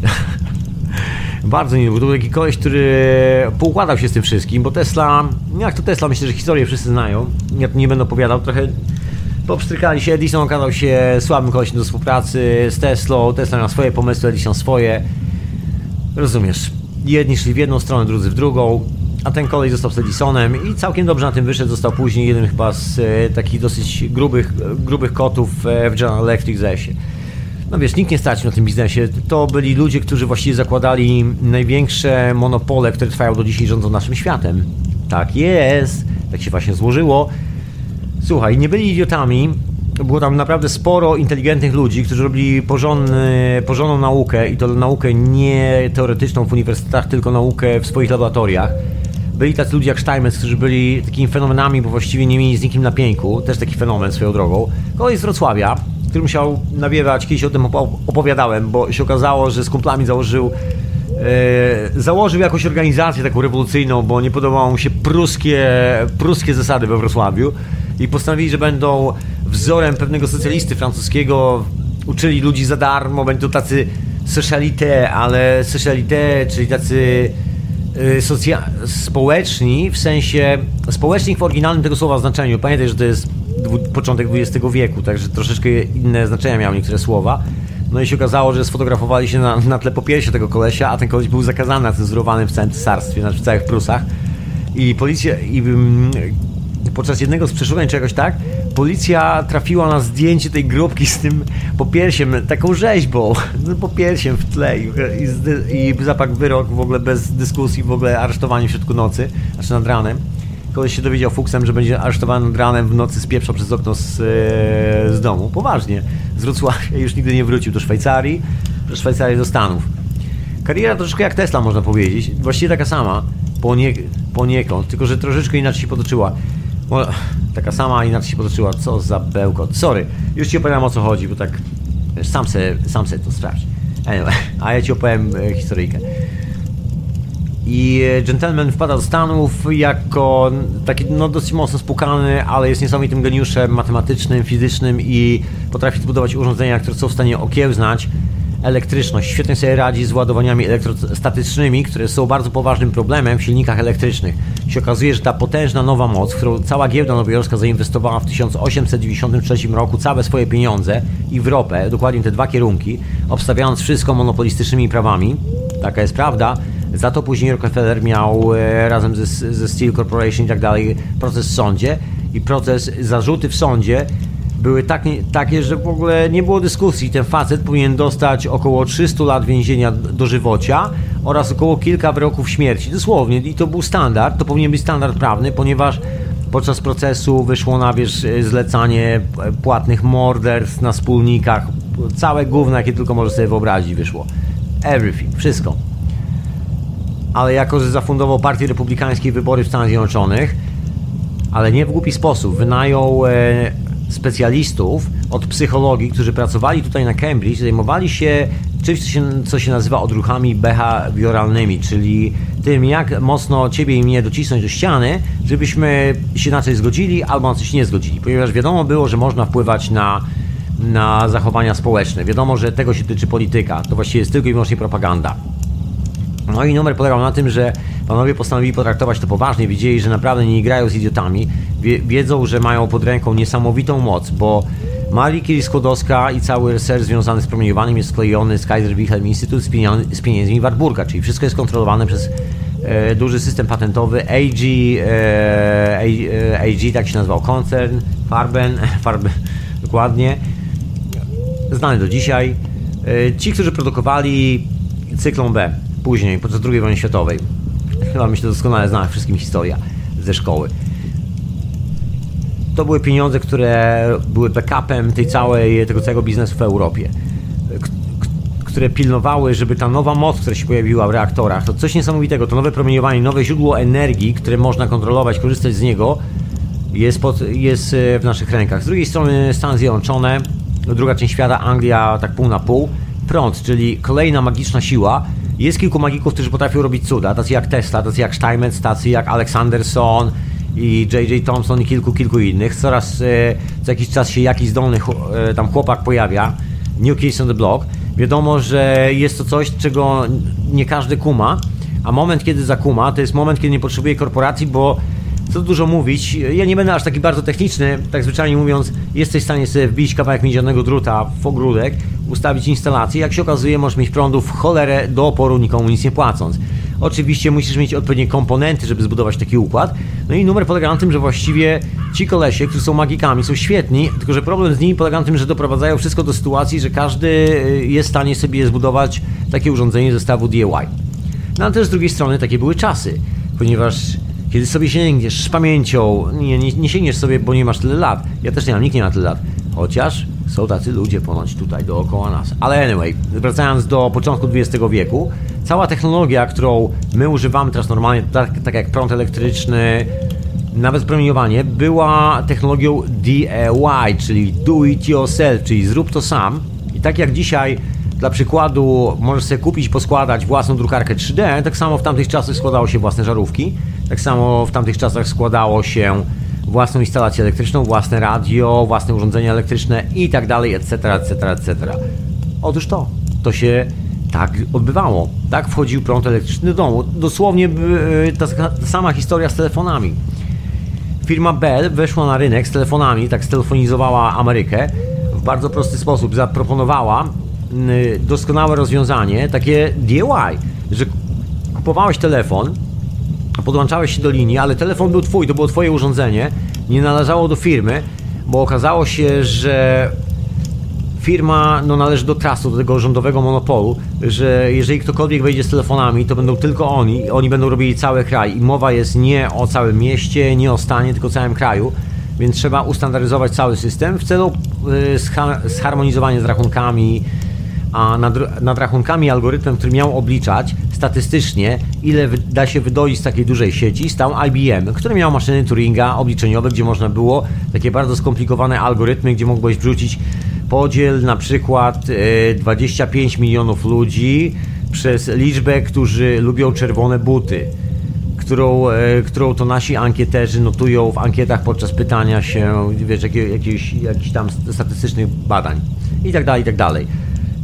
B: Bardzo nie lubił. To był taki koleś, który poukładał się z tym wszystkim, bo Tesla, jak to Tesla, myślę, że historię wszyscy znają. Ja tu nie będę opowiadał, trochę popstrykali się. Edison okazał się słabym kolesiem do współpracy z Teslą. Tesla miał swoje pomysły, Edison swoje. Rozumiesz, jedni szli w jedną stronę, drudzy w drugą, a ten kolej został z Edisonem i całkiem dobrze na tym wyszedł. Został później jeden chyba z takich dosyć grubych kotów w General Electric ZS-ie. No wiesz, nikt nie stracił na tym biznesie. To byli ludzie, którzy właściwie zakładali największe monopole, które trwają do dzisiaj, rządzą naszym światem. Tak jest, tak się właśnie złożyło. Słuchaj, nie byli idiotami. Było tam naprawdę sporo inteligentnych ludzi, którzy robili porządną naukę i to naukę nie teoretyczną w uniwersytetach, tylko naukę w swoich laboratoriach. Byli tacy ludzie jak Steinmetz, którzy byli takimi fenomenami, bo właściwie nie mieli z nikim na pięku. Też taki fenomen swoją drogą. Kolej z Wrocławia, który musiał nawiewać, kiedyś o tym opowiadałem, bo się okazało, że z kumplami założył jakąś organizację taką rewolucyjną, bo nie podobało mu się pruskie zasady we Wrocławiu i postanowili, że będą wzorem pewnego socjalisty francuskiego, uczyli ludzi za darmo, będą tacy socialité, czyli tacy społeczni, w sensie społecznik w oryginalnym tego słowa znaczeniu. Pamiętaj, że to jest początek XX wieku, także troszeczkę inne znaczenia miały niektóre słowa. No i się okazało, że sfotografowali się na tle popiersia tego kolesia, a ten koleś był zakazany, cenzurowany w całym cesarstwie, znaczy w całych Prusach. I policja, podczas jednego z przeszukań czy jakoś tak, policja trafiła na zdjęcie tej grupki z tym popiersiem, taką rzeźbą, popiersiem w tle i zapadł wyrok w ogóle bez dyskusji, w ogóle aresztowanie w środku nocy, znaczy nad ranem. Koleś się dowiedział fuksem, że będzie aresztowany nad ranem w nocy, spieprzał przez okno z domu. Poważnie. Z Wrocławia już nigdy nie wrócił do Szwajcarii, do Stanów. Kariera troszeczkę jak Tesla, można powiedzieć. Właściwie taka sama, poniekąd, tylko że troszeczkę inaczej się potoczyła. Taka sama, inaczej się potoczyła. Co za bełkot. Sorry, już ci opowiadam, o co chodzi, bo tak sam se to sprawdź. Anyway, a ja ci opowiem historyjkę. I gentleman wpada do Stanów jako taki dosyć mocno spłukany, ale jest niesamowitym geniuszem matematycznym, fizycznym i potrafi zbudować urządzenia, które są w stanie okiełznać elektryczność świetnie sobie radzi z ładowaniami elektrostatycznymi, które są bardzo poważnym problemem w silnikach elektrycznych. Się okazuje, że ta potężna nowa moc, w którą cała giełda nowojorska zainwestowała w 1893 roku całe swoje pieniądze i w ropę, dokładnie te dwa kierunki, obstawiając wszystko monopolistycznymi prawami, taka jest prawda. Za to później Rockefeller miał razem ze Steel Corporation i tak dalej proces w sądzie i zarzuty w sądzie były takie, że w ogóle nie było dyskusji. Ten facet powinien dostać około 300 lat więzienia dożywocia oraz około kilka wyroków śmierci. Dosłownie. I to był standard, to powinien być standard prawny, ponieważ podczas procesu wyszło na wierzch zlecanie płatnych morderstw na wspólnikach. Całe gówno, jakie tylko może sobie wyobrazić, wyszło. Everything. Wszystko. Ale jako, że zafundował Partii Republikańskiej wybory w Stanach Zjednoczonych, ale nie w głupi sposób, wynajął specjalistów od psychologii, którzy pracowali tutaj na Cambridge, zajmowali się czymś, co się nazywa odruchami behawioralnymi, czyli tym, jak mocno ciebie i mnie docisnąć do ściany, żebyśmy się na coś zgodzili albo na coś nie zgodzili, ponieważ wiadomo było, że można wpływać na zachowania społeczne. Wiadomo, że tego się tyczy polityka. To właściwie jest tylko i wyłącznie propaganda. No i numer polegał na tym, że panowie postanowili potraktować to poważnie, wiedzieli, że naprawdę nie grają z idiotami, wiedzą, że mają pod ręką niesamowitą moc, bo Marie Curie-Skłodowska i cały research związany z promieniowaniem jest sklejony z Kaiser Wilhelm Institute z pieniędzmi Wartburga, czyli wszystko jest kontrolowane przez duży system patentowy AG, tak się nazywał koncern, Farben, dokładnie, znany do dzisiaj. Ci, którzy produkowali cyklon B później, podczas II wojny światowej. Chyba myślę, doskonale znana wszystkim historia ze szkoły. To były pieniądze, które były backupem tego całego biznesu w Europie, które pilnowały, żeby ta nowa moc, która się pojawiła w reaktorach, to coś niesamowitego, to nowe promieniowanie, nowe źródło energii, które można kontrolować, korzystać z niego, jest w naszych rękach. Z drugiej strony Stany Zjednoczone, druga część świata, Anglia tak pół na pół, prąd, czyli kolejna magiczna siła. Jest kilku magików, którzy potrafią robić cuda, tacy jak Tesla, tacy jak Steinmetz, tacy jak Alexanderson i J.J. Thomson i kilku innych. Co jakiś czas się jakiś zdolny tam chłopak pojawia, New Kids on the Block. Wiadomo, że jest to coś, czego nie każdy kuma, a moment, kiedy zakuma, to jest moment, kiedy nie potrzebuje korporacji, bo co dużo mówić, ja nie będę aż taki bardzo techniczny, tak zwyczajnie mówiąc, jesteś w stanie sobie wbić kawałek miedzianego druta w ogródek, ustawić instalację, jak się okazuje, możesz mieć prądu w cholerę do oporu, nikomu nic nie płacąc. Oczywiście musisz mieć odpowiednie komponenty, żeby zbudować taki układ. No i numer polega na tym, że właściwie ci kolesie, którzy są magikami, są świetni, tylko że problem z nimi polega na tym, że doprowadzają wszystko do sytuacji, że każdy jest w stanie sobie zbudować takie urządzenie zestawu DIY. No ale też z drugiej strony takie były czasy, ponieważ kiedy sobie sięgniesz z pamięcią, nie sięgniesz sobie, bo nie masz tyle lat. Ja też nie mam, nikt nie ma tyle lat. Chociaż są tacy ludzie ponoć tutaj dookoła nas. Ale anyway, wracając do początku XX wieku, cała technologia, którą my używamy teraz normalnie, tak jak prąd elektryczny, nawet promieniowanie, była technologią DIY, czyli do it yourself, czyli zrób to sam. I tak jak dzisiaj, dla przykładu, możesz sobie kupić, poskładać własną drukarkę 3D, tak samo w tamtych czasach składało się własne żarówki, tak samo w tamtych czasach składało się własną instalację elektryczną, własne radio, własne urządzenia elektryczne i tak dalej, etc., etc., etc. Otóż to się tak odbywało. Tak wchodził prąd elektryczny do domu. Dosłownie ta sama historia z telefonami. Firma Bell weszła na rynek z telefonami, tak stelefonizowała Amerykę w bardzo prosty sposób. Zaproponowała doskonałe rozwiązanie, takie DIY, że kupowałeś telefon, podłączałeś się do linii, ale telefon był twój, to było twoje urządzenie, nie należało do firmy, bo okazało się, że firma należy do trustu, do tego rządowego monopolu, że jeżeli ktokolwiek wejdzie z telefonami, to będą tylko oni będą robili cały kraj i mowa jest nie o całym mieście, nie o stanie, tylko o całym kraju, więc trzeba ustandaryzować cały system w celu zharmonizowania z rachunkami, a nad rachunkami algorytmem, który miał obliczać statystycznie, ile da się wydoić z takiej dużej sieci, stał IBM, który miał maszyny Turinga obliczeniowe, gdzie można było takie bardzo skomplikowane algorytmy, gdzie mógłbyś wrzucić podziel na przykład 25 milionów ludzi przez liczbę, którzy lubią czerwone buty, którą to nasi ankieterzy notują w ankietach podczas pytania się, wiesz, jakichś tam statystycznych badań i tak dalej, i tak dalej.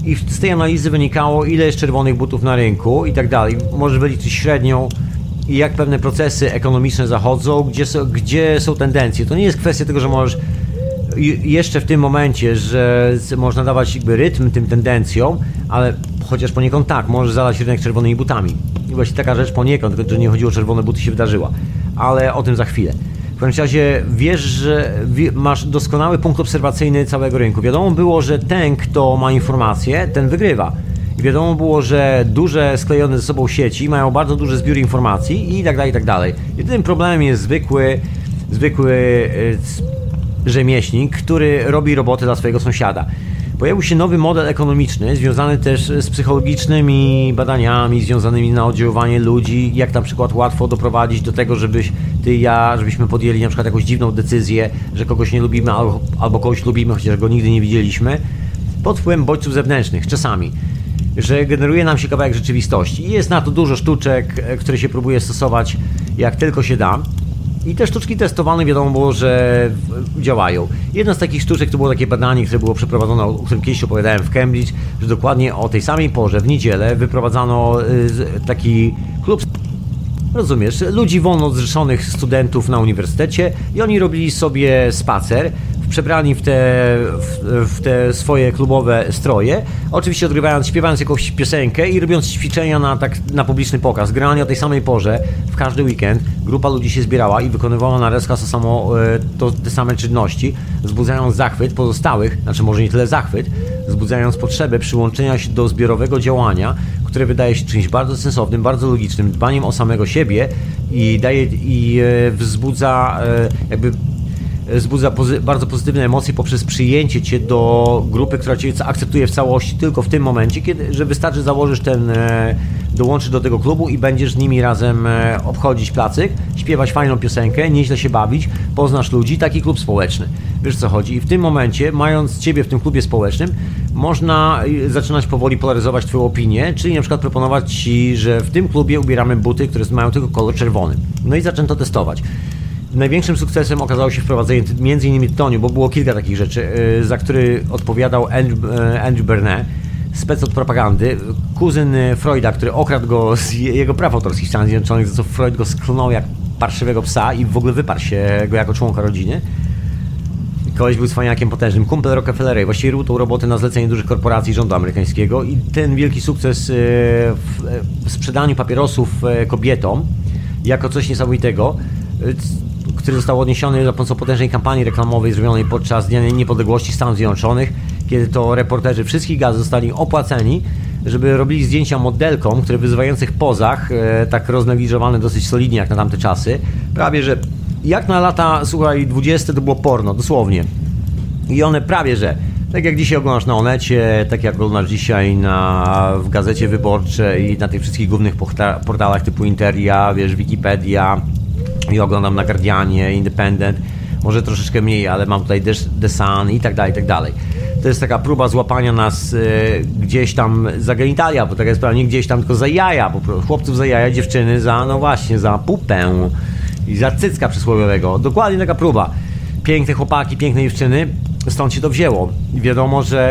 B: i z tej analizy wynikało, ile jest czerwonych butów na rynku i tak dalej. Możesz wyliczyć średnią i jak pewne procesy ekonomiczne zachodzą, gdzie są tendencje. To nie jest kwestia tego, że możesz jeszcze w tym momencie, że można dawać jakby rytm tym tendencjom, ale chociaż poniekąd tak, możesz zalać rynek czerwonymi butami. I właśnie taka rzecz poniekąd, tylko że nie chodziło o czerwone buty, się wydarzyła. Ale o tym za chwilę. W każdym razie wiesz, że masz doskonały punkt obserwacyjny całego rynku. Wiadomo było, że ten, kto ma informacje, ten wygrywa. I wiadomo było, że duże sklejone ze sobą sieci mają bardzo duży zbiór informacji i tak dalej, i tak dalej. Jedynym problemem jest zwykły rzemieślnik, który robi roboty dla swojego sąsiada. Pojawił się nowy model ekonomiczny, związany też z psychologicznymi badaniami, związanymi na oddziaływanie ludzi, jak na przykład łatwo doprowadzić do tego, żebyś ty i ja, żebyśmy podjęli na przykład jakąś dziwną decyzję, że kogoś nie lubimy albo kogoś lubimy, chociaż go nigdy nie widzieliśmy, pod wpływem bodźców zewnętrznych, czasami, że generuje nam się kawałek rzeczywistości. I jest na to dużo sztuczek, które się próbuje stosować jak tylko się da. I te sztuczki testowane wiadomo było, że działają. Jedna z takich sztuczek to było takie badanie, które było przeprowadzone, o którym kiedyś opowiadałem w Cambridge, że dokładnie o tej samej porze, w niedzielę, wyprowadzano taki klub, rozumiesz, ludzi wolno zrzeszonych studentów na uniwersytecie i oni robili sobie spacer, przebrani w te swoje klubowe stroje, oczywiście śpiewając jakąś piosenkę i robiąc ćwiczenia na publiczny pokaz. Generalnie o tej samej porze, w każdy weekend, grupa ludzi się zbierała i wykonywała na rozkaz te same czynności, wzbudzając zachwyt pozostałych, znaczy może nie tyle zachwyt, wzbudzając potrzebę przyłączenia się do zbiorowego działania, które wydaje się czymś bardzo sensownym, bardzo logicznym, dbaniem o samego siebie i wzbudza bardzo pozytywne emocje poprzez przyjęcie cię do grupy, która cię akceptuje w całości tylko w tym momencie, że wystarczy założysz dołączysz do tego klubu i będziesz z nimi razem obchodzić placyk, śpiewać fajną piosenkę, nieźle się bawić, poznasz ludzi, taki klub społeczny. Wiesz o co chodzi? I w tym momencie, mając ciebie w tym klubie społecznym, można zaczynać powoli polaryzować twoją opinię, czyli na przykład proponować ci, że w tym klubie ubieramy buty, które mają tylko kolor czerwony. No i zaczęto testować. Największym sukcesem okazało się wprowadzenie m.in. tytoniu, bo było kilka takich rzeczy, za który odpowiadał Andrew Bernet, spec od propagandy, kuzyn Freuda, który okradł go z jego praw autorskich w Stanach Zjednoczonych, za co Freud go sklonął jak parszywego psa i w ogóle wyparł się go jako członka rodziny. Koleś był cwaniakiem potężnym, kumpel Rockefellera i właściwie robił tą robotę na zlecenie dużych korporacji rządu amerykańskiego i ten wielki sukces w sprzedaniu papierosów kobietom jako coś niesamowitego, który został odniesiony za pomocą potężnej kampanii reklamowej zrobionej podczas Dnia Niepodległości Stanów Zjednoczonych, kiedy to reporterzy wszystkich gazet zostali opłaceni, żeby robili zdjęcia modelkom, które w wyzywających pozach, tak roznegliżowane dosyć solidnie jak na tamte czasy, prawie że jak na lata, słuchaj, 20 to było porno, dosłownie. I one prawie że, tak jak dzisiaj oglądasz na Onecie, tak jak oglądasz dzisiaj w Gazecie Wyborczej i na tych wszystkich głównych portalach typu Interia, wiesz, Wikipedia, i oglądam na Guardianie, Independent, może troszeczkę mniej, ale mam tutaj The Sun i tak dalej, i tak dalej. To jest taka próba złapania nas gdzieś tam za genitalia, bo taka jest sprawa, nie gdzieś tam, tylko za jaja, po prostu chłopców za jaja, dziewczyny za, no właśnie, za pupę i za cycka przysłowiowego. Dokładnie taka próba. Piękne chłopaki, piękne dziewczyny, stąd się to wzięło. I wiadomo, że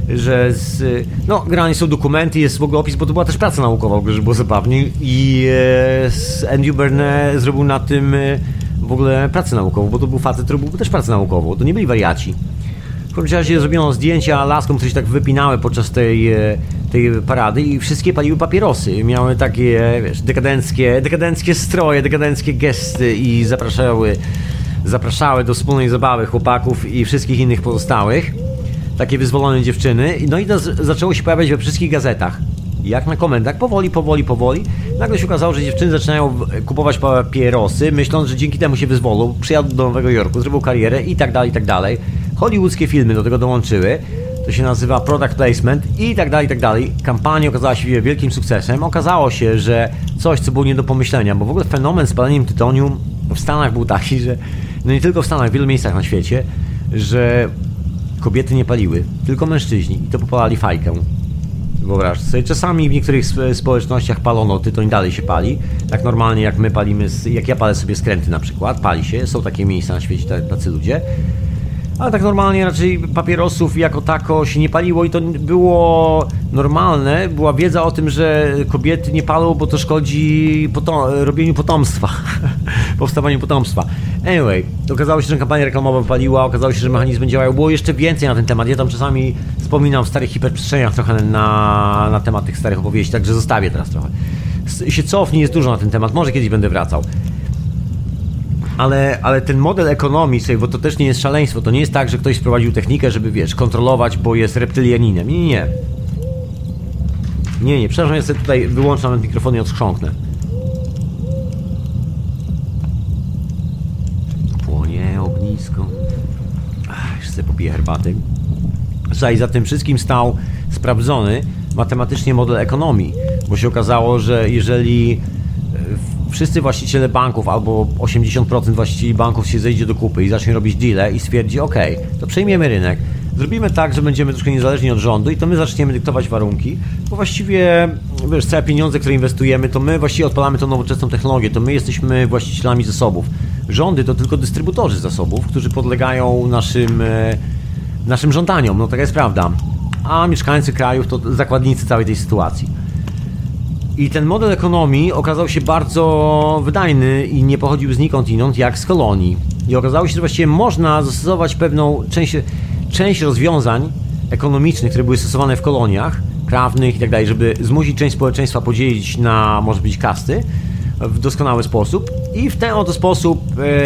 B: generalnie są dokumenty, jest w ogóle opis, bo to była też praca naukowa, żeby było zabawnie i Andrew Bernet zrobił na tym w ogóle pracę naukową, bo to był facet, który robił też pracę naukową, to nie byli wariaci. W każdym razie zrobiono zdjęcia laskom, które się tak wypinały podczas tej parady i wszystkie paliły papierosy. Miały takie, wiesz, dekadenckie stroje, dekadenckie gesty i zapraszały do wspólnej zabawy chłopaków i wszystkich innych pozostałych. Takie wyzwolone dziewczyny. No i to zaczęło się pojawiać we wszystkich gazetach. Jak na komendach, powoli. Nagle się okazało, że dziewczyny zaczynają kupować papierosy, myśląc, że dzięki temu się wyzwolą, przyjadą do Nowego Jorku, zrobią karierę i tak dalej. Hollywoodzkie filmy do tego dołączyły. To się nazywa product placement i tak dalej. Kampania okazała się wielkim sukcesem. Okazało się, że coś, co było nie do pomyślenia, bo w ogóle fenomen z paleniem tytoniu w Stanach był taki, że no nie tylko w Stanach, w wielu miejscach na świecie, że kobiety nie paliły, tylko mężczyźni i to popalali fajkę. Wyobraź sobie, czasami w niektórych społecznościach palono tytoń, dalej się pali. Tak normalnie jak my palimy, jak ja palę sobie skręty na przykład, pali się, są takie miejsca na świecie, tacy ludzie. Ale tak normalnie raczej papierosów jako tako się nie paliło i to było normalne. Była wiedza o tym, że kobiety nie palą, bo to szkodzi robieniu potomstwa, powstawaniu potomstwa. Anyway, okazało się, że kampania reklamowa paliła, okazało się, że mechanizmy działają. Było jeszcze więcej na ten temat. Ja tam czasami wspominam w starych hiperprzestrzeniach trochę na temat tych starych opowieści, także zostawię teraz trochę. Się cofnie, jest dużo na ten temat, może kiedyś będę wracał. Ale ten model ekonomii, sobie, bo to też nie jest szaleństwo, to nie jest tak, że ktoś sprowadził technikę, żeby, wiesz, kontrolować, bo jest reptylianinem. Nie. Przepraszam, ja sobie tutaj wyłączę nawet mikrofon i odchrząknę. Płonie ognisko. Jeszcze sobie popiję herbaty. Słuchaj, za tym wszystkim stał sprawdzony matematycznie model ekonomii, bo się okazało, że jeżeli wszyscy właściciele banków albo 80% właścicieli banków się zejdzie do kupy i zacznie robić deale i stwierdzi, ok, to przejmiemy rynek, zrobimy tak, że będziemy troszkę niezależni od rządu i to my zaczniemy dyktować warunki, bo właściwie, wiesz, całe pieniądze, które inwestujemy, to my właściwie odpalamy tą nowoczesną technologię, to my jesteśmy właścicielami zasobów. Rządy to tylko dystrybutorzy zasobów, którzy podlegają naszym żądaniom, no taka jest prawda, a mieszkańcy krajów to zakładnicy całej tej sytuacji. I ten model ekonomii okazał się bardzo wydajny i nie pochodził znikąd inąd jak z kolonii. I okazało się, że właściwie można zastosować pewną część rozwiązań ekonomicznych, które były stosowane w koloniach prawnych i tak dalej, żeby zmusić część społeczeństwa podzielić na, może być, kasty w doskonały sposób i w ten oto sposób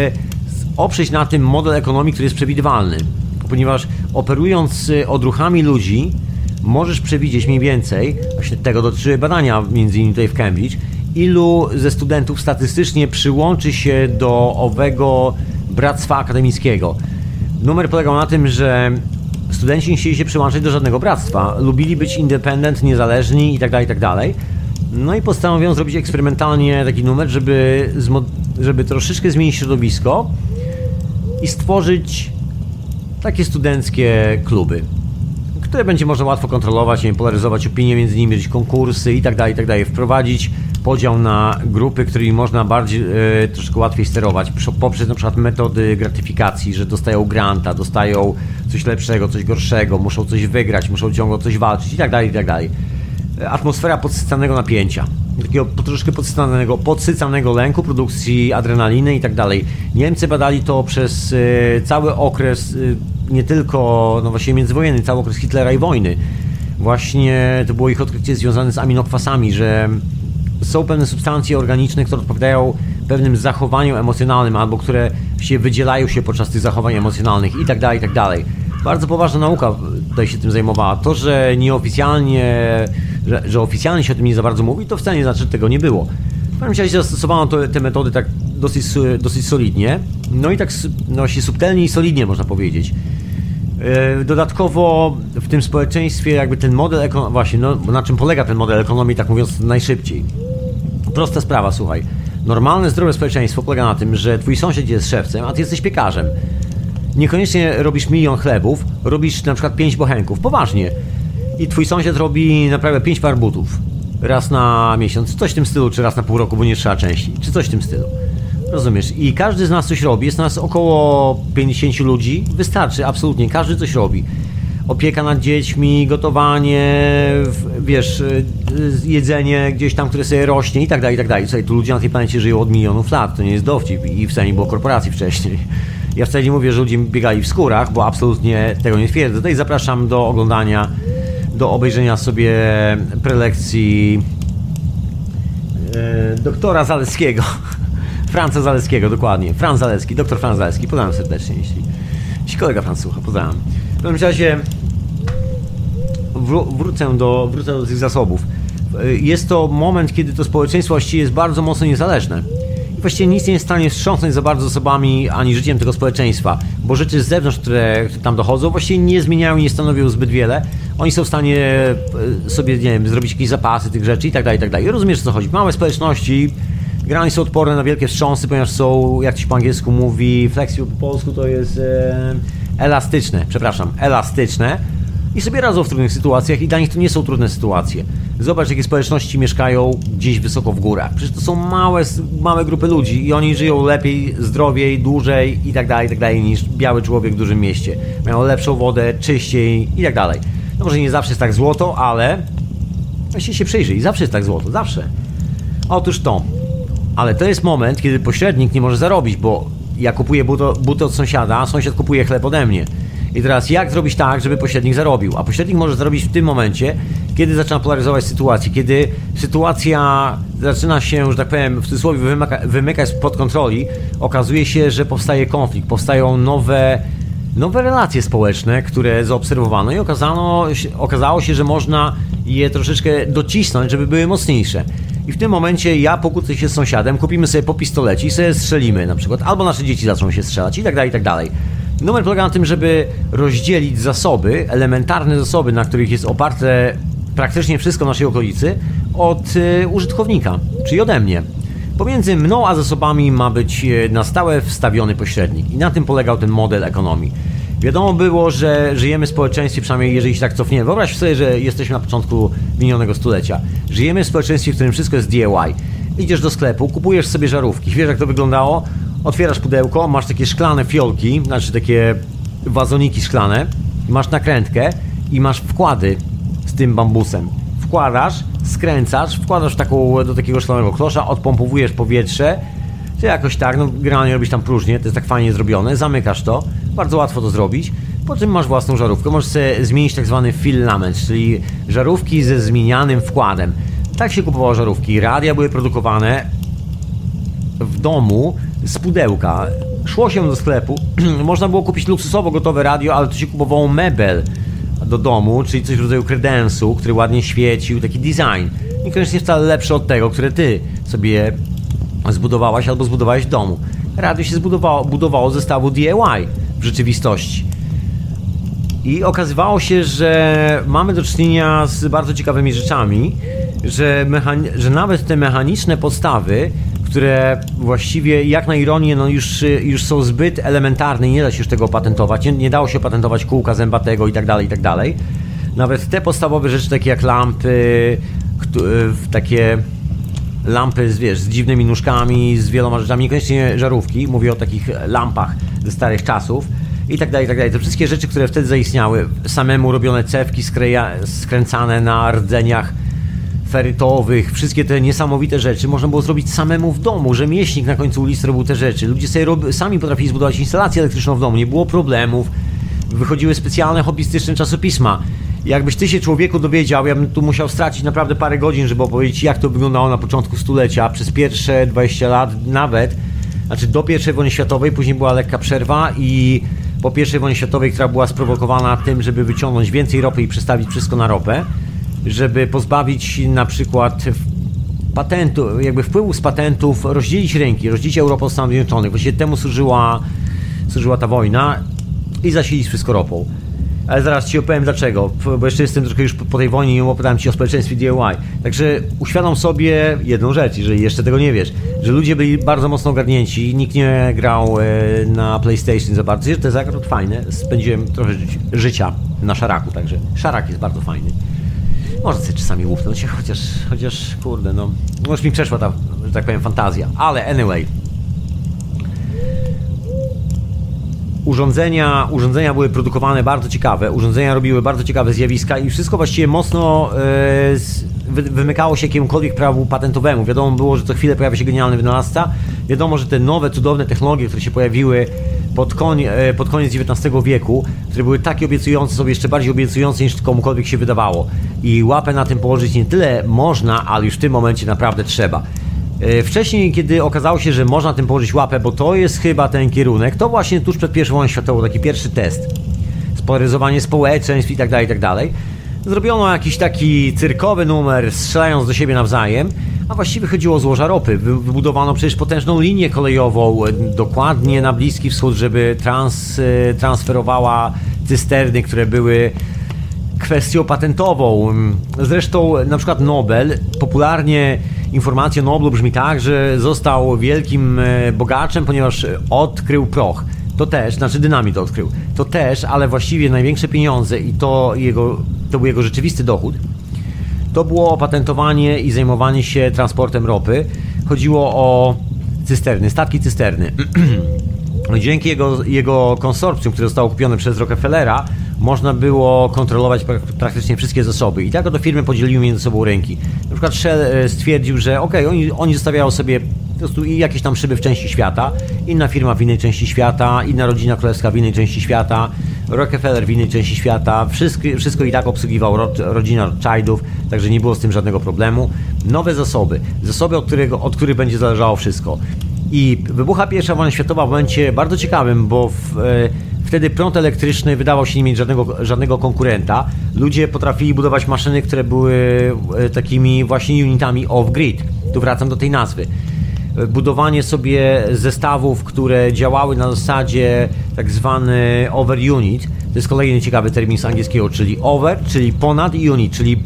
B: oprzeć na tym model ekonomii, który jest przewidywalny. Ponieważ operując odruchami ludzi, możesz przewidzieć mniej więcej, właśnie tego dotyczyły badania między innymi tutaj w Cambridge, ilu ze studentów statystycznie przyłączy się do owego bractwa akademickiego. Numer polegał na tym, że studenci nie chcieli się przyłączać do żadnego bractwa, lubili być independent, niezależni itd. No i postanowiono zrobić eksperymentalnie taki numer, żeby troszeczkę zmienić środowisko i stworzyć takie studenckie kluby, które będzie można łatwo kontrolować, nie wiem, polaryzować opinie między nimi, mieć konkursy itd., wprowadzić podział na grupy, którymi można bardziej, troszkę łatwiej sterować, poprzez na przykład metody gratyfikacji, że dostają granta, dostają coś lepszego, coś gorszego, muszą coś wygrać, muszą ciągle coś walczyć itd. Atmosfera podsycanego napięcia, takiego troszkę podsycanego lęku, produkcji adrenaliny itd. Niemcy badali to przez cały okres, nie tylko, no właśnie międzywojenny, cały okres Hitlera i wojny. Właśnie to było ich odkrycie związane z aminokwasami, że są pewne substancje organiczne, które odpowiadają pewnym zachowaniom emocjonalnym albo które się wydzielają się podczas tych zachowań emocjonalnych itd. Bardzo poważna nauka tutaj się tym zajmowała. To, że nieoficjalnie, że oficjalnie się o tym nie za bardzo mówi, to wcale nie znaczy, że tego nie było. W pewnym razie zastosowano te metody tak dosyć solidnie, no i tak no, się subtelnie i solidnie można powiedzieć. Dodatkowo w tym społeczeństwie jakby ten model właśnie, no, na czym polega ten model ekonomii, tak mówiąc najszybciej. Prosta sprawa, słuchaj. Normalne, zdrowe społeczeństwo polega na tym, że twój sąsiad jest szewcem, a ty jesteś piekarzem. Niekoniecznie robisz 1 000 000 chlebów, robisz na przykład 5 bochenków, poważnie. I twój sąsiad robi naprawdę 5 par butów. Raz na miesiąc, coś w tym stylu, czy raz na pół roku, bo nie trzeba częściej, czy coś w tym stylu. Rozumiesz? I każdy z nas coś robi, jest nas około 50 ludzi, wystarczy, absolutnie, każdy coś robi. Opieka nad dziećmi, gotowanie, wiesz, jedzenie gdzieś tam, które sobie rośnie i tak dalej. Słuchaj, tu ludzie na tej planecie żyją od milionów lat, to nie jest dowcip i wcale nie było korporacji wcześniej. Ja wcale nie mówię, że ludzie biegali w skórach, bo absolutnie tego nie twierdzę. Tutaj zapraszam do oglądania, do obejrzenia sobie prelekcji doktora Zaleskiego. Franca Zaleskiego, dokładnie. Franz Zaleski, doktor Franz Zaleski. Pozdrawiam serdecznie, jeśli kolega Franz słucha, pozdrawiam. W każdym razie wrócę do tych zasobów. Jest to moment, kiedy to społeczeństwo właściwie jest bardzo mocno niezależne. I właściwie nic nie jest w stanie wstrząsnąć za bardzo zasobami ani życiem tego społeczeństwa, bo rzeczy z zewnątrz, które tam dochodzą, właściwie nie zmieniają i nie stanowią zbyt wiele. Oni są w stanie sobie, nie wiem, zrobić jakieś zapasy tych rzeczy i tak dalej. Rozumiesz, o co chodzi. Małe społeczności generalnie są odporne na wielkie wstrząsy, ponieważ są, jak się po angielsku mówi, flexible, po polsku to jest elastyczne. i sobie radzą w trudnych sytuacjach i dla nich to nie są trudne sytuacje. Zobacz, jakie społeczności mieszkają gdzieś wysoko w górach. Przecież to są małe grupy ludzi i oni żyją lepiej, zdrowiej, dłużej i tak dalej niż biały człowiek w dużym mieście. Mają lepszą wodę, czyściej i tak dalej. No może nie zawsze jest tak złoto, ale właśnie się przyjrzyj, zawsze jest tak złoto, zawsze. Otóż to. Ale to jest moment, kiedy pośrednik nie może zarobić, bo ja kupuję buty od sąsiada, a sąsiad kupuje chleb ode mnie. I teraz jak zrobić tak, żeby pośrednik zarobił? A pośrednik może zarobić w tym momencie, kiedy zaczyna polaryzować sytuację, kiedy sytuacja zaczyna się, że tak powiem, w cudzysłowie wymykać spod kontroli, okazuje się, że powstaje konflikt, powstają nowe relacje społeczne, które zaobserwowano i okazało się, że można je troszeczkę docisnąć, żeby były mocniejsze. I w tym momencie ja pokłócę się z sąsiadem, kupimy sobie po pistolecie i sobie strzelimy na przykład, albo nasze dzieci zaczną się strzelać i tak dalej. Numer polega na tym, żeby rozdzielić zasoby, elementarne zasoby, na których jest oparte praktycznie wszystko w naszej okolicy, od użytkownika, czyli ode mnie. Pomiędzy mną a zasobami ma być na stałe wstawiony pośrednik i na tym polegał ten model ekonomii. Wiadomo było, że żyjemy w społeczeństwie, przynajmniej jeżeli się tak cofniemy. Wyobraź sobie, że jesteśmy na początku minionego stulecia. Żyjemy w społeczeństwie, w którym wszystko jest DIY. Idziesz do sklepu, kupujesz sobie żarówki. Wiesz, jak to wyglądało? Otwierasz pudełko, masz takie szklane fiolki, znaczy takie wazoniki szklane, masz nakrętkę i masz wkłady z tym bambusem. Wkładasz, skręcasz, wkładasz do takiego szklanego klosza, odpompowujesz powietrze, czy jakoś tak, no generalnie robisz tam próżnię, to jest tak fajnie zrobione, zamykasz to, bardzo łatwo to zrobić, po czym masz własną żarówkę, możesz sobie zmienić tak zwany filament, czyli żarówki ze zmienianym wkładem. Tak się kupowało żarówki, radia były produkowane w domu z pudełka, szło się do sklepu, można było kupić luksusowo gotowe radio, ale to się kupowało mebel do domu, czyli coś w rodzaju kredensu, który ładnie świecił, taki design, niekoniecznie wcale lepszy od tego, które ty sobie zbudowałaś albo zbudowałeś w domu. Radio się budowało z zestawu DIY w rzeczywistości. I okazywało się, że mamy do czynienia z bardzo ciekawymi rzeczami, że nawet te mechaniczne podstawy, które właściwie jak na ironię już są zbyt elementarne i nie da się już tego opatentować, nie dało się opatentować kółka zębatego i tak dalej. Nawet te podstawowe rzeczy, takie jak lampy, takie lampy z dziwnymi nóżkami, z wieloma rzeczami, niekoniecznie żarówki, mówię o takich lampach ze starych czasów i tak dalej. Te wszystkie rzeczy, które wtedy zaistniały, samemu robione cewki skręcane na rdzeniach ferytowych, wszystkie te niesamowite rzeczy można było zrobić samemu w domu. Rzemieślnik na końcu ulicy robił te rzeczy. Ludzie sobie sami potrafili zbudować instalację elektryczną w domu, nie było problemów. Wychodziły specjalne, hobbystyczne czasopisma. Jakbyś ty się, człowieku, dowiedział, ja bym tu musiał stracić naprawdę parę godzin, żeby opowiedzieć, jak to wyglądało na początku stulecia, przez pierwsze 20 lat nawet, znaczy do I wojny światowej, później była lekka przerwa i po I wojnie światowej, która była sprowokowana tym, żeby wyciągnąć więcej ropy i przestawić wszystko na ropę, żeby pozbawić na przykład patentu, jakby wpływu z patentów, rozdzielić rynki, rozdzielić Europę od Stanów Zjednoczonych. Właściwie temu służyła ta wojna i zasilić wszystko ropą. Ale zaraz ci opowiem dlaczego, bo jeszcze jestem troszkę już po tej wojnie i opowiadałem ci o społeczeństwie DIY. Także uświadom sobie jedną rzecz, jeżeli jeszcze tego nie wiesz, że ludzie byli bardzo mocno ogarnięci, nikt nie grał na PlayStation za bardzo. To jest akurat fajne, spędziłem trochę życia na szaraku, także szarak jest bardzo fajny. Może sobie czasami łupnąć się, chociaż kurde, no już mi przeszła ta, że tak powiem, fantazja, ale anyway. Urządzenia były produkowane bardzo ciekawe, urządzenia robiły bardzo ciekawe zjawiska i wszystko właściwie mocno wymykało się jakiemukolwiek prawu patentowemu. Wiadomo było, że co chwilę pojawia się genialny wynalazca. Wiadomo, że te nowe, cudowne technologie, które się pojawiły pod koniec XIX wieku, które były takie obiecujące, sobie jeszcze bardziej obiecujące niż komukolwiek się wydawało. I łapę na tym położyć nie tyle można, ale już w tym momencie naprawdę trzeba. Wcześniej, kiedy okazało się, że można tym położyć łapę, bo to jest chyba ten kierunek, to właśnie tuż przed I wojną światową, taki pierwszy test. Spolaryzowanie społeczeństw i tak dalej. Zrobiono jakiś taki cyrkowy numer, strzelając do siebie nawzajem, a właściwie chodziło o złoża ropy. Wybudowano przecież potężną linię kolejową dokładnie na Bliski Wschód, żeby transferowała cysterny, które były kwestią patentową. Zresztą na przykład Nobel, popularnie informacja o Noblu brzmi tak, że został wielkim bogaczem, ponieważ odkrył proch. to też, znaczy dynamit to odkrył, to też, ale właściwie największe pieniądze i to był jego rzeczywisty dochód, to było opatentowanie i zajmowanie się transportem ropy. Chodziło o cysterny, statki cysterny. Dzięki jego konsorcjum, które zostało kupione przez Rockefellera, można było kontrolować praktycznie wszystkie zasoby. I tak oto firmy podzieliły między sobą rynki. Na przykład Shell stwierdził, że oni zostawiają sobie po prostu jakieś tam szyby w części świata, inna firma w innej części świata, inna rodzina królewska w innej części świata, Rockefeller w innej części świata, wszystko i tak obsługiwał rodzina Rothschildów, także nie było z tym żadnego problemu. Nowe zasoby, od których będzie zależało wszystko. I wybucha I wojna światowa w momencie bardzo ciekawym, bo wtedy prąd elektryczny wydawał się nie mieć żadnego konkurenta. Ludzie potrafili budować maszyny, które były takimi właśnie unitami off-grid. Tu wracam do tej nazwy. Budowanie sobie zestawów, które działały na zasadzie tak zwany over unit. To jest kolejny ciekawy termin z angielskiego, czyli over, czyli ponad i unit, czyli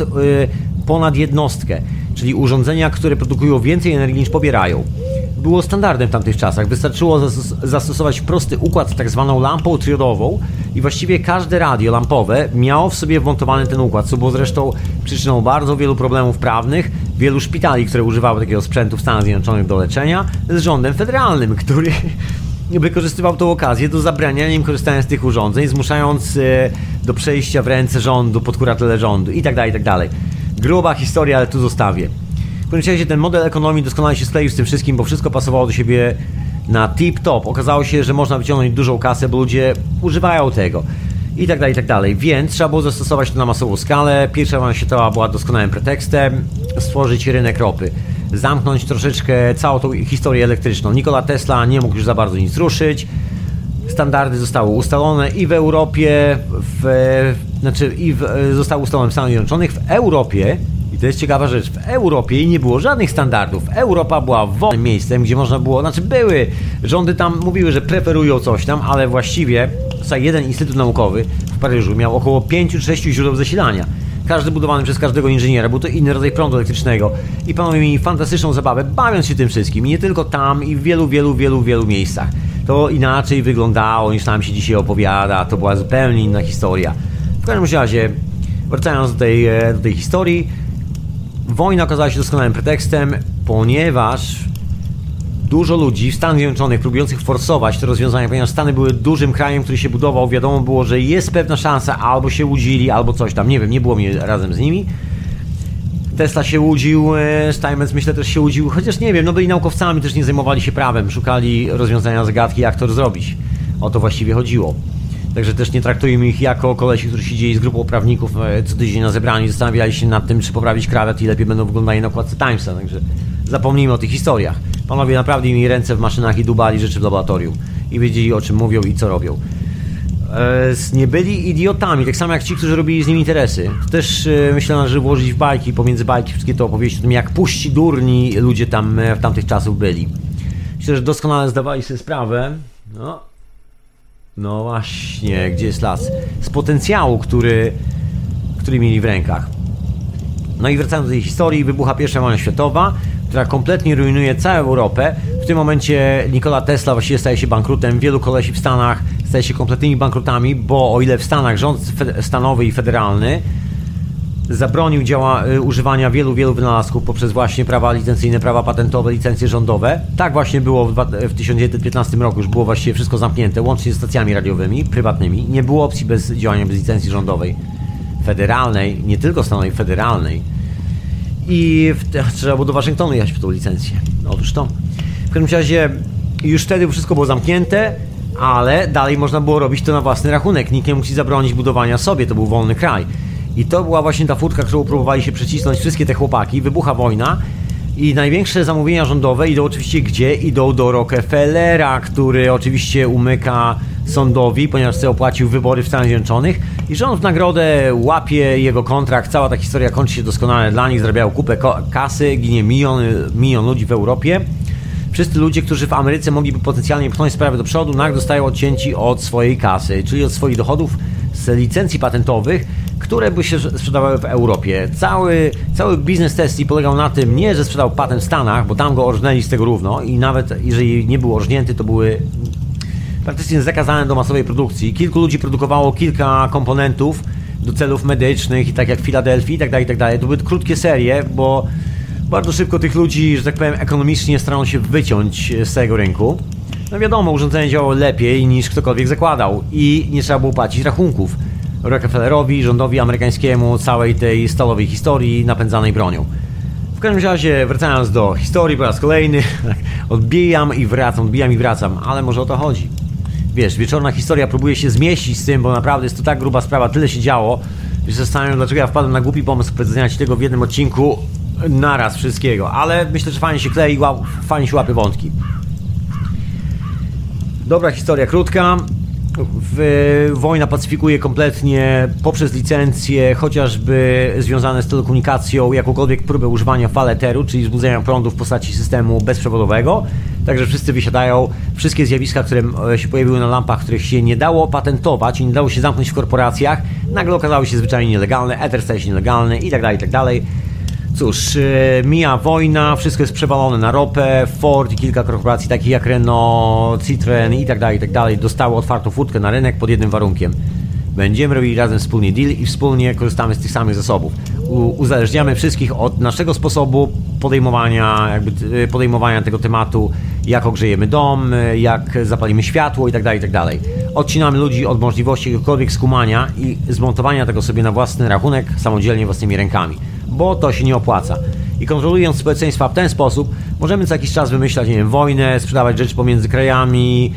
B: ponad jednostkę. Czyli urządzenia, które produkują więcej energii niż pobierają. Było standardem w tamtych czasach. Wystarczyło zastosować prosty układ z tak zwaną lampą triodową i właściwie każde radio lampowe miało w sobie wmontowany ten układ, co było zresztą przyczyną bardzo wielu problemów prawnych, wielu szpitali, które używały takiego sprzętu w Stanach Zjednoczonych do leczenia, z rządem federalnym, który wykorzystywał tę okazję do zabraniania im korzystania z tych urządzeń, zmuszając do przejścia w ręce rządu, pod kuratele rządu itd., itd. Gruba historia, ale tu zostawię. W każdym razie ten model ekonomii doskonale się skleił z tym wszystkim, bo wszystko pasowało do siebie na tip-top. Okazało się, że można wyciągnąć dużą kasę, bo ludzie używają tego i tak dalej. Więc trzeba było zastosować to na masową skalę. I wojna światowa była doskonałym pretekstem, stworzyć rynek ropy, zamknąć troszeczkę całą tą historię elektryczną. Nikola Tesla nie mógł już za bardzo nic ruszyć. Standardy zostały ustalone i w Europie, zostały ustalone w Stanach Zjednoczonych, w Europie. I to jest ciekawa rzecz, w Europie nie było żadnych standardów. Europa była wolnym miejscem, gdzie można było, były, rządy tam mówiły, że preferują coś tam, ale właściwie jeden instytut naukowy w Paryżu miał około 5 czy 6 źródeł zasilania. Każdy budowany przez każdego inżyniera, był to inny rodzaj prądu elektrycznego. I panowie mieli fantastyczną zabawę, bawiąc się tym wszystkim. I nie tylko tam, i w wielu miejscach. To inaczej wyglądało, niż nam się dzisiaj opowiada, to była zupełnie inna historia. W każdym razie, wracając do tej historii, wojna okazała się doskonałym pretekstem, ponieważ dużo ludzi w Stanach Zjednoczonych próbujących forsować te rozwiązania, ponieważ Stany były dużym krajem, który się budował, wiadomo było, że jest pewna szansa, albo się łudzili, albo coś tam, nie wiem, nie było mnie razem z nimi. Tesla się łudził, Steinmetz myślę też się łudził, chociaż nie wiem, byli naukowcami, też nie zajmowali się prawem, szukali rozwiązania zagadki, jak to zrobić. O to właściwie chodziło. Także też nie traktujemy ich jako kolesi, którzy siedzieli z grupą prawników co tydzień na zebraniu i zastanawiali się nad tym, czy poprawić krawat i lepiej będą wyglądali na okładce Timesa. Także zapomnijmy o tych historiach. Panowie naprawdę mieli ręce w maszynach i dubali rzeczy w laboratorium. I wiedzieli, o czym mówią i co robią. Nie byli idiotami, tak samo jak ci, którzy robili z nimi interesy. To też myślę, należy włożyć w bajki, pomiędzy bajki wszystkie te opowieści o tym, jak puści durni ludzie tam w tamtych czasów byli. Myślę, że doskonale zdawali sobie sprawę. No właśnie, gdzie jest las? Z potencjału, który mieli w rękach. No i wracając do tej historii, wybucha I wojna światowa, która kompletnie rujnuje całą Europę. W tym momencie Nikola Tesla właściwie staje się bankrutem. Wielu kolesi w Stanach staje się kompletnymi bankrutami, bo o ile w Stanach rząd stanowy i federalny zabronił używania wielu wynalazków poprzez właśnie prawa licencyjne, prawa patentowe, licencje rządowe. Tak właśnie było w 1915 roku, już było właściwie wszystko zamknięte, łącznie z stacjami radiowymi, prywatnymi. Nie było opcji bez działania bez licencji rządowej, federalnej, nie tylko stanowej, federalnej. I trzeba było do Waszyngtonu jechać po tą licencję. Otóż to. W każdym razie już wtedy wszystko było zamknięte, ale dalej można było robić to na własny rachunek. Nikt nie mógł ci zabronić budowania sobie, to był wolny kraj. I to była właśnie ta furtka, którą próbowali się przycisnąć wszystkie te chłopaki. Wybucha wojna i największe zamówienia rządowe idą oczywiście gdzie? Idą do Rockefellera, który oczywiście umyka sądowi, ponieważ sobie opłacił wybory w Stanach Zjednoczonych i rząd w nagrodę łapie jego kontrakt. Cała ta historia kończy się doskonale dla nich, zarabiają kupę kasy, ginie milion ludzi w Europie. Wszyscy ludzie, którzy w Ameryce mogliby potencjalnie pchnąć sprawę do przodu, nagle zostają odcięci od swojej kasy, czyli od swoich dochodów z licencji patentowych, które by się sprzedawały w Europie. Cały biznes Tesli polegał na tym, nie, że sprzedał patent w Stanach, bo tam go orżnęli z tego równo i nawet jeżeli nie był orżnięty, to praktycznie zakazane do masowej produkcji. Kilku ludzi produkowało kilka komponentów do celów medycznych i tak jak w Filadelfii i tak dalej. To były krótkie serie, bo bardzo szybko tych ludzi, że tak powiem, ekonomicznie starają się wyciąć z całego rynku. No wiadomo, urządzenie działało lepiej niż ktokolwiek zakładał i nie trzeba było płacić rachunków Rockefellerowi, rządowi amerykańskiemu, całej tej stalowej historii napędzanej bronią. W każdym razie, wracając do historii po raz kolejny, odbijam i wracam, ale może o to chodzi. Wiesz, wieczorna historia próbuje się zmieścić z tym, bo naprawdę jest to tak gruba sprawa, tyle się działo, że się zastanawiam, dlaczego ja wpadłem na głupi pomysł przedstawienia ci tego w jednym odcinku naraz wszystkiego, ale myślę, że fajnie się klei, fajnie się łapie wątki. Dobra historia krótka. Wojna pacyfikuje kompletnie poprzez licencje, chociażby związane z telekomunikacją, jakąkolwiek próbę używania fal eteru, czyli wzbudzenia prądu w postaci systemu bezprzewodowego. Także wszyscy wysiadają. Wszystkie zjawiska, które się pojawiły na lampach, których się nie dało patentować i nie dało się zamknąć w korporacjach, nagle okazały się zwyczajnie nielegalne, eter staje się nielegalny i tak dalej. Cóż, mija wojna, wszystko jest przewalone na ropę, Ford i kilka korporacji takich jak Renault, Citroen i tak dalej dostały otwartą furtkę na rynek pod jednym warunkiem. Będziemy robili razem wspólnie deal i wspólnie korzystamy z tych samych zasobów. Uzależniamy wszystkich od naszego sposobu podejmowania tego tematu, jak ogrzejemy dom, jak zapalimy światło i tak dalej. Odcinamy ludzi od możliwości jakiegokolwiek skumania i zmontowania tego sobie na własny rachunek samodzielnie własnymi rękami, bo to się nie opłaca. I kontrolując społeczeństwa w ten sposób, możemy co jakiś czas wymyślać, nie wiem, wojnę, sprzedawać rzeczy pomiędzy krajami.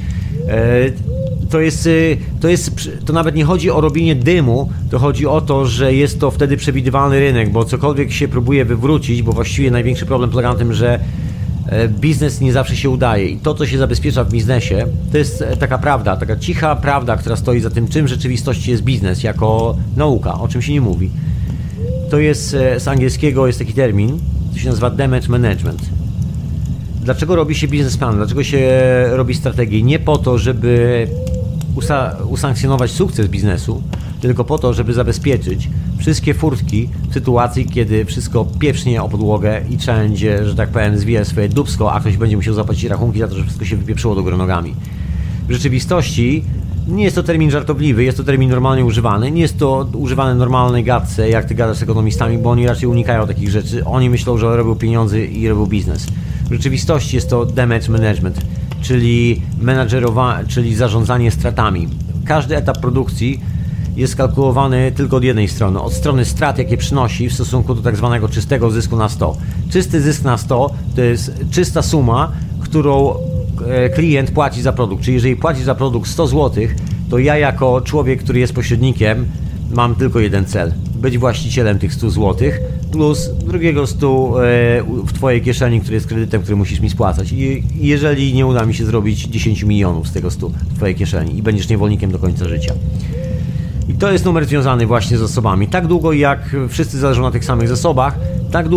B: To nawet nie chodzi o robienie dymu, to chodzi o to, że jest to wtedy przewidywalny rynek, bo cokolwiek się próbuje wywrócić, bo właściwie największy problem polega na tym, że biznes nie zawsze się udaje i to, co się zabezpiecza w biznesie, to jest taka prawda, taka cicha prawda, która stoi za tym, czym w rzeczywistości jest biznes jako nauka, o czym się nie mówi. To jest z angielskiego, jest taki termin, to się nazywa damage management. Dlaczego robi się biznesplan? Dlaczego się robi strategię? Nie po to, żeby usankcjonować sukces biznesu, tylko po to, żeby zabezpieczyć wszystkie furtki w sytuacji, kiedy wszystko pieprznie o podłogę i trzeba będzie, że tak powiem, zwijać swoje dupsko, a ktoś będzie musiał zapłacić rachunki za to, że wszystko się wypieprzyło do góry nogami. W rzeczywistości nie jest to termin żartobliwy, jest to termin normalnie używany. Nie jest to używane w normalnej gadce, jak ty gadasz z ekonomistami, bo oni raczej unikają takich rzeczy. Oni myślą, że robią pieniądze i robią biznes. W rzeczywistości jest to damage management, czyli zarządzanie stratami. Każdy etap produkcji jest kalkulowany tylko od jednej strony. Od strony strat, jakie przynosi w stosunku do tak zwanego czystego zysku na 100. Czysty zysk na 100 to jest czysta suma, którą klient płaci za produkt. Czyli jeżeli płaci za produkt 100 zł, to ja jako człowiek, który jest pośrednikiem, mam tylko jeden cel. Być właścicielem tych 100 zł plus drugiego 100 w twojej kieszeni, który jest kredytem, który musisz mi spłacać. I jeżeli nie uda mi się zrobić 10 milionów z tego 100 w twojej kieszeni i będziesz niewolnikiem do końca życia. I to jest numer związany właśnie z zasobami. Tak długo jak wszyscy zależą na tych samych zasobach, tak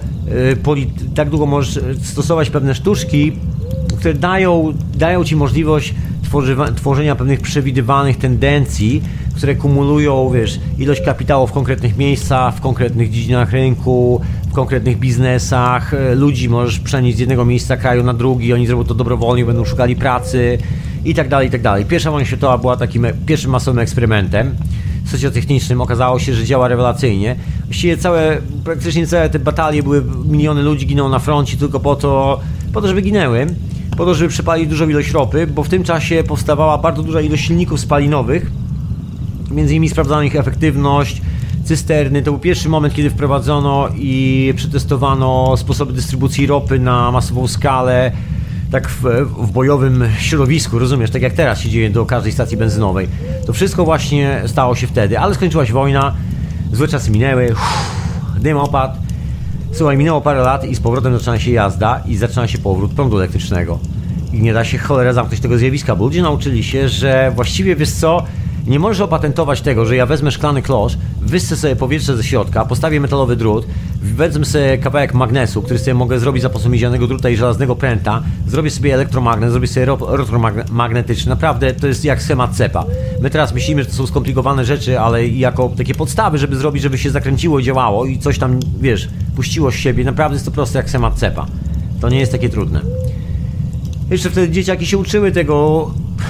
B: długo możesz stosować pewne sztuczki, które dają ci możliwość tworzenia pewnych przewidywalnych tendencji, które kumulują, wiesz, ilość kapitału w konkretnych miejscach, w konkretnych dziedzinach rynku, w konkretnych biznesach. Ludzi możesz przenieść z jednego miejsca kraju na drugi, oni zrobią to dobrowolnie, będą szukali pracy i tak dalej. Pierwsza wojna światowa była takim pierwszym masowym eksperymentem socjotechnicznym. Okazało się, że działa rewelacyjnie. Właściwie praktycznie całe te batalie były, miliony ludzi ginęło na froncie tylko po to, żeby ginęły. Po to, żeby przepalić dużą ilość ropy, bo w tym czasie powstawała bardzo duża ilość silników spalinowych, między innymi sprawdzano ich efektywność, cysterny. To był pierwszy moment, kiedy wprowadzono i przetestowano sposoby dystrybucji ropy na masową skalę, tak w bojowym środowisku, rozumiesz, tak jak teraz się dzieje do każdej stacji benzynowej. To wszystko właśnie stało się wtedy, ale skończyła się wojna, złe czasy minęły, dym opadł. Słuchaj, minęło parę lat i z powrotem zaczyna się jazda i zaczyna się powrót prądu elektrycznego. I nie da się cholera zamknąć tego zjawiska, bo ludzie nauczyli się, że właściwie, wiesz co, nie możesz opatentować tego, że ja wezmę szklany klosz, wyssę sobie powietrze ze środka, postawię metalowy drut, wezmę sobie kawałek magnesu, który sobie mogę zrobić za pomocą miedzianego druta i żelaznego pręta, zrobię sobie elektromagnes, zrobię sobie rotor magnetyczny. Naprawdę to jest jak schemat cepa. My teraz myślimy, że to są skomplikowane rzeczy, ale jako takie podstawy, żeby zrobić, żeby się zakręciło i działało i coś tam, wiesz, puściło z siebie. Naprawdę jest to proste jak schemat cepa. To nie jest takie trudne. Jeszcze wtedy dzieciaki się uczyły tego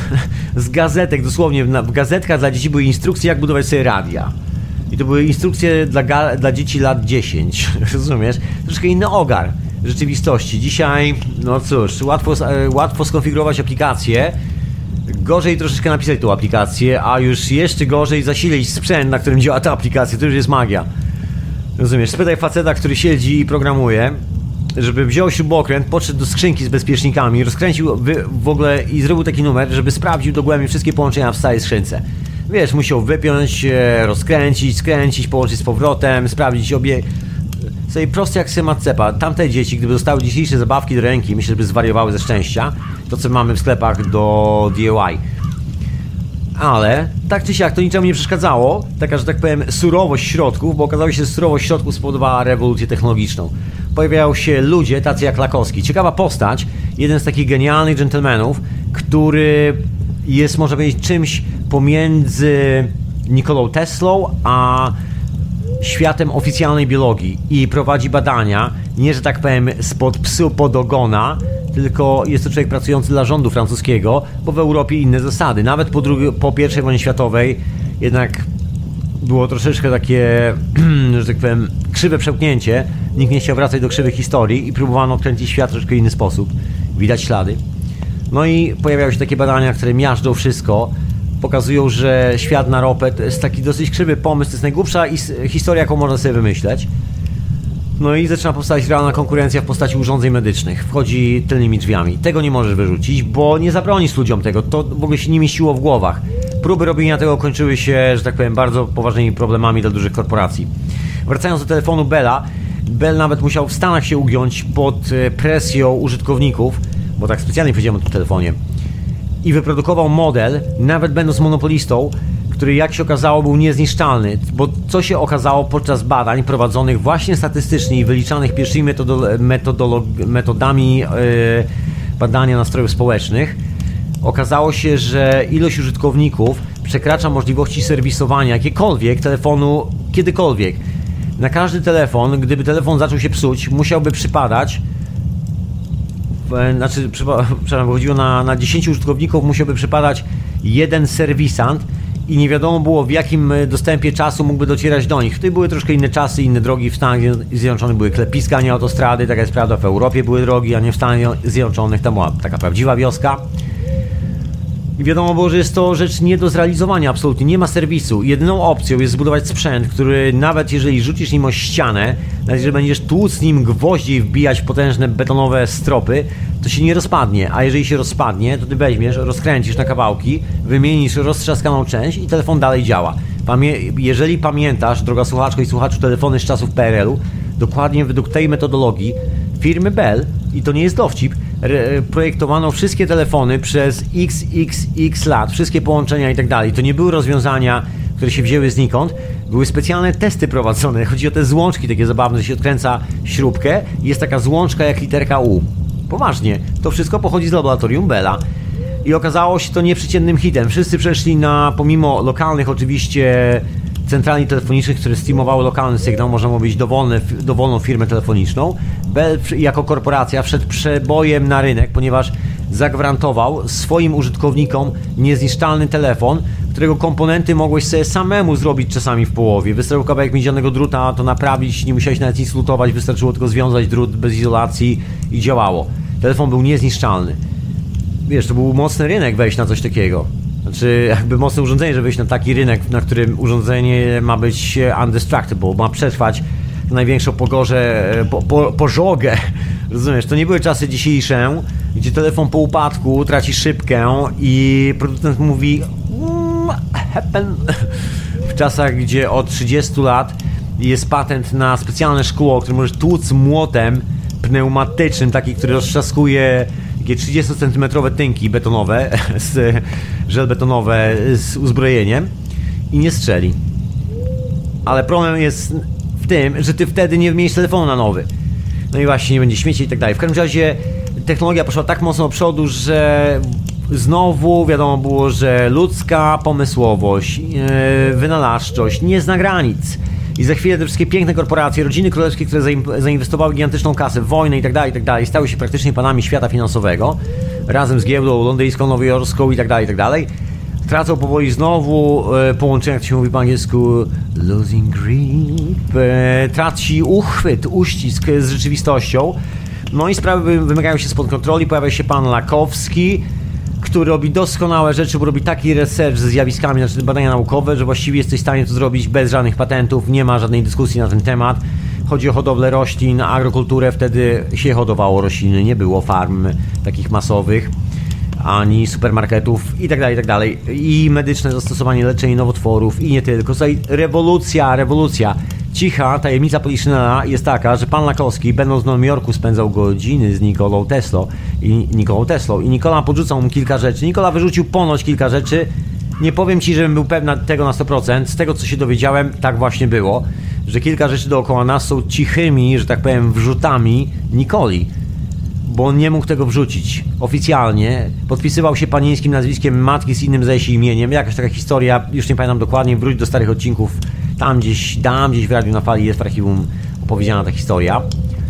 B: z gazetek, dosłownie w gazetkach dla dzieci były instrukcje, jak budować sobie radia. I to były instrukcje dla dzieci lat 10, rozumiesz? Troszkę inny ogar rzeczywistości. Dzisiaj, no cóż, łatwo skonfigurować aplikację, gorzej troszeczkę napisać tą aplikację, a już jeszcze gorzej zasilić sprzęt, na którym działa ta aplikacja, to już jest magia. Rozumiesz? Spytaj faceta, który siedzi i programuje, żeby wziął śrubokręt, podszedł do skrzynki z bezpiecznikami, rozkręcił w ogóle i zrobił taki numer, żeby sprawdził dogłębnie wszystkie połączenia w stałej skrzynce. Wiesz, musiał wypiąć, rozkręcić, skręcić, połączyć z powrotem, sprawdzić obie... Sobie prosty jak schemat cepa. Tamte dzieci, gdyby dostały dzisiejsze zabawki do ręki, myślę, żeby zwariowały ze szczęścia. To, co mamy w sklepach do DIY. Ale tak czy siak to niczemu nie przeszkadzało. Taka, że tak powiem, surowość środków, bo okazało się, że surowość środków spowodowała rewolucję technologiczną. Pojawiają się ludzie tacy jak Lakowski. Ciekawa postać, jeden z takich genialnych dżentelmenów, który jest, można powiedzieć, czymś pomiędzy Nikolą Teslą a światem oficjalnej biologii i prowadzi badania, nie, że tak powiem, spod psu pod ogona, tylko jest to człowiek pracujący dla rządu francuskiego, bo w Europie inne zasady. Nawet po I wojnie światowej jednak było troszeczkę takie, że tak powiem, krzywe przełknięcie. Nikt nie chciał wracać do krzywych historii i próbowano odkręcić świat w troszkę inny sposób. Widać ślady. No i pojawiały się takie badania, które miażdżą wszystko. Pokazują, że świat na ropę to jest taki dosyć krzywy pomysł, to jest najgłupsza historia, jaką można sobie wymyśleć. No i zaczyna powstać realna konkurencja w postaci urządzeń medycznych. Wchodzi tylnymi drzwiami. Tego nie możesz wyrzucić, bo nie zabronisz ludziom tego. To w ogóle się nie mieściło w głowach. Próby robienia tego kończyły się, że tak powiem, bardzo poważnymi problemami dla dużych korporacji. Wracając do telefonu Bella, Bell nawet musiał w Stanach się ugiąć pod presją użytkowników, bo tak specjalnie powiedziałem o tym telefonie. I wyprodukował model, nawet będąc monopolistą, który, jak się okazało, był niezniszczalny, bo co się okazało podczas badań prowadzonych właśnie statystycznie i wyliczanych pierwszymi metodami badania nastrojów społecznych, okazało się, że ilość użytkowników przekracza możliwości serwisowania jakiegokolwiek telefonu kiedykolwiek. Na każdy telefon, gdyby telefon zaczął się psuć, musiałby przypadać, przepraszam, bo chodziło na 10 użytkowników, musiałby przypadać jeden serwisant i nie wiadomo było, w jakim dostępie czasu mógłby docierać do nich. Wtedy były troszkę inne czasy, inne drogi. W Stanach Zjednoczonych były klepiska, a nie autostrady. Taka jest prawda, w Europie były drogi, a nie w Stanach Zjednoczonych. Tam była taka prawdziwa wioska. I wiadomo było, że jest to rzecz nie do zrealizowania absolutnie. Nie ma serwisu. Jedyną opcją jest zbudować sprzęt, który nawet jeżeli rzucisz nim o ścianę, nawet jeżeli będziesz tłuc nim gwoździe i wbijać w potężne betonowe stropy, to się nie rozpadnie. A jeżeli się rozpadnie, to ty weźmiesz, rozkręcisz na kawałki, wymienisz roztrzaskaną część i telefon dalej działa. Jeżeli pamiętasz, droga słuchaczko i słuchaczu, telefony z czasów PRL-u, dokładnie według tej metodologii firmy Bell, i to nie jest dowcip, projektowano wszystkie telefony przez xxx lat, wszystkie połączenia i tak dalej. To nie były rozwiązania, które się wzięły znikąd, były specjalne testy prowadzone. Chodzi o te złączki takie zabawne, że się odkręca śrubkę i jest taka złączka jak literka U. Poważnie, to wszystko pochodzi z laboratorium Bella. I okazało się to nieprzeciętnym hitem. Wszyscy przeszli na, pomimo lokalnych oczywiście centrali telefonicznych, które streamowały lokalny sygnał, można mówić dowolną firmę telefoniczną. Bell jako korporacja wszedł przebojem na rynek, ponieważ zagwarantował swoim użytkownikom niezniszczalny telefon, którego komponenty mogłeś sobie samemu zrobić czasami w połowie. Wystarczył kawałek miedzianego druta, to naprawić, nie musiałeś nawet nic lutować, wystarczyło tylko związać drut bez izolacji i działało. Telefon był niezniszczalny. Wiesz, to był mocny rynek wejść na coś takiego. Znaczy, jakby mocne urządzenie, żeby wejść na taki rynek, na którym urządzenie ma być undestructible, ma przetrwać największą pożogę. Rozumiesz, to nie były czasy dzisiejsze, gdzie telefon po upadku traci szybkę i producent mówi happen. W czasach, gdzie od 30 lat jest patent na specjalne szkło, które możesz tłuc młotem pneumatycznym, taki, który roztrzaskuje takie 30-centymetrowe tynki betonowe, żelbetonowe z uzbrojeniem i nie strzeli. Ale problem jest w tym, że ty wtedy nie wymienisz telefonu na nowy. No i właśnie nie będzie śmieci i tak dalej. W każdym razie technologia poszła tak mocno do przodu, że znowu wiadomo było, że ludzka pomysłowość, wynalazczość nie zna granic. I za chwilę te wszystkie piękne korporacje, rodziny królewskie, które zainwestowały gigantyczną kasę w wojnę i tak dalej, stały się praktycznie panami świata finansowego, razem z giełdą londyńską, nowojorską i tak dalej, tracą powoli znowu połączenie, jak to się mówi po angielsku, losing grip, traci uchwyt, uścisk z rzeczywistością. No i sprawy wymagają się spod kontroli, pojawia się pan Lakowski, który robi doskonałe rzeczy, bo robi taki research ze zjawiskami, znaczy badania naukowe, że właściwie jesteś w stanie to zrobić bez żadnych patentów, nie ma żadnej dyskusji na ten temat. Chodzi o hodowlę roślin, agrokulturę, wtedy się hodowało rośliny, nie było farm takich masowych, ani supermarketów i tak dalej. I medyczne zastosowanie leczenia nowotworów i nie tylko. Tutaj rewolucja. Cicha tajemnica Poliszynela jest taka, że pan Lakowski, będąc w Nowym Jorku, spędzał godziny z Nikolą Teslą i Nikola podrzucał mu kilka rzeczy. Nikola wyrzucił ponoć kilka rzeczy. Nie powiem ci, żebym był pewna tego na 100%. Z tego, co się dowiedziałem, tak właśnie było, że kilka rzeczy dookoła nas są cichymi, że tak powiem, wrzutami Nikoli, bo on nie mógł tego wrzucić oficjalnie. Podpisywał się panieńskim nazwiskiem matki z innym zdaje się imieniem. Jakaś taka historia, już nie pamiętam dokładnie, wróć do starych odcinków. Tam gdzieś w Radiu na Fali jest w archiwum opowiedziana ta historia.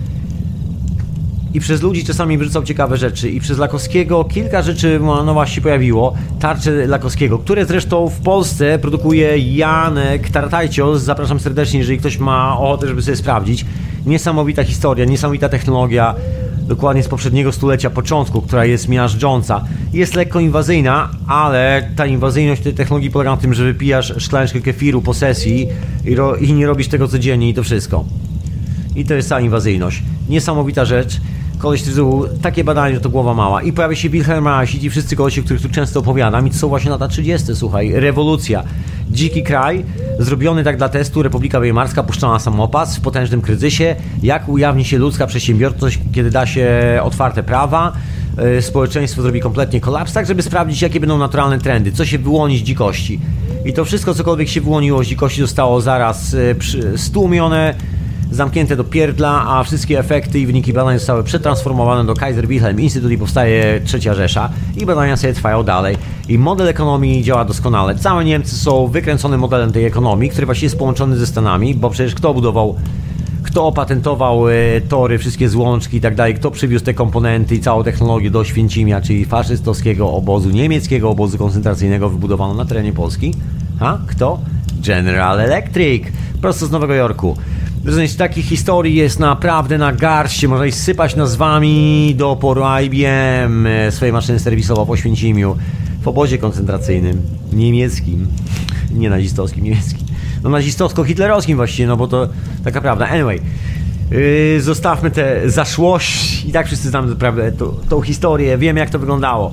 B: I przez ludzi czasami wyrzucał ciekawe rzeczy. I przez Lakowskiego kilka rzeczy no właśnie pojawiło. Tarcze Lakowskiego, które zresztą w Polsce produkuje Janek Tartajcios. Zapraszam serdecznie, jeżeli ktoś ma ochotę, żeby sobie sprawdzić. Niesamowita historia, niesamowita technologia. Dokładnie z poprzedniego stulecia początku, która jest miażdżąca. Jest lekko inwazyjna, ale ta inwazyjność tej technologii polega na tym, że wypijasz szklaneczkę kefiru po sesji i nie robisz tego codziennie i to wszystko. I to jest cała inwazyjność. Niesamowita rzecz. Koleś zrobił takie badanie, że to głowa mała. I pojawia się Wilhelm Reich i ci wszyscy kolesie, o których tu często opowiadam. I to są właśnie lata 30. Słuchaj, rewolucja. Dziki kraj, zrobiony tak dla testu, Republika Weimarska puszczona na samopas w potężnym kryzysie. Jak ujawni się ludzka przedsiębiorczość, kiedy da się otwarte prawa. Społeczeństwo zrobi kompletnie kolaps, tak żeby sprawdzić, jakie będą naturalne trendy, co się wyłoni z dzikości. I to wszystko, cokolwiek się wyłoniło z dzikości, zostało zaraz stłumione, zamknięte do pierdla, a wszystkie efekty i wyniki badań zostały przetransformowane do Kaiser Wilhelm Instytut i powstaje Trzecia Rzesza i badania sobie trwają dalej. I model ekonomii działa doskonale. Całe Niemcy są wykręconym modelem tej ekonomii, który właściwie jest połączony ze Stanami, bo przecież kto opatentował tory, wszystkie złączki i tak dalej, kto przywiózł te komponenty i całą technologię do Święcimia, czyli faszystowskiego obozu, niemieckiego obozu koncentracyjnego wybudowano na terenie Polski? Kto? General Electric, prosto z Nowego Jorku. Więc takich historii jest naprawdę na garści. Można ich sypać nazwami do oporu. IBM swoje maszyny serwisowe w Oświęcimiu, w obozie koncentracyjnym niemieckim, nie nazistowskim, niemieckim. No nazistowsko-hitlerowskim właściwie, no bo to taka prawda. Anyway, zostawmy te zaszłości. I tak wszyscy znamy naprawdę tą historię, wiemy jak to wyglądało.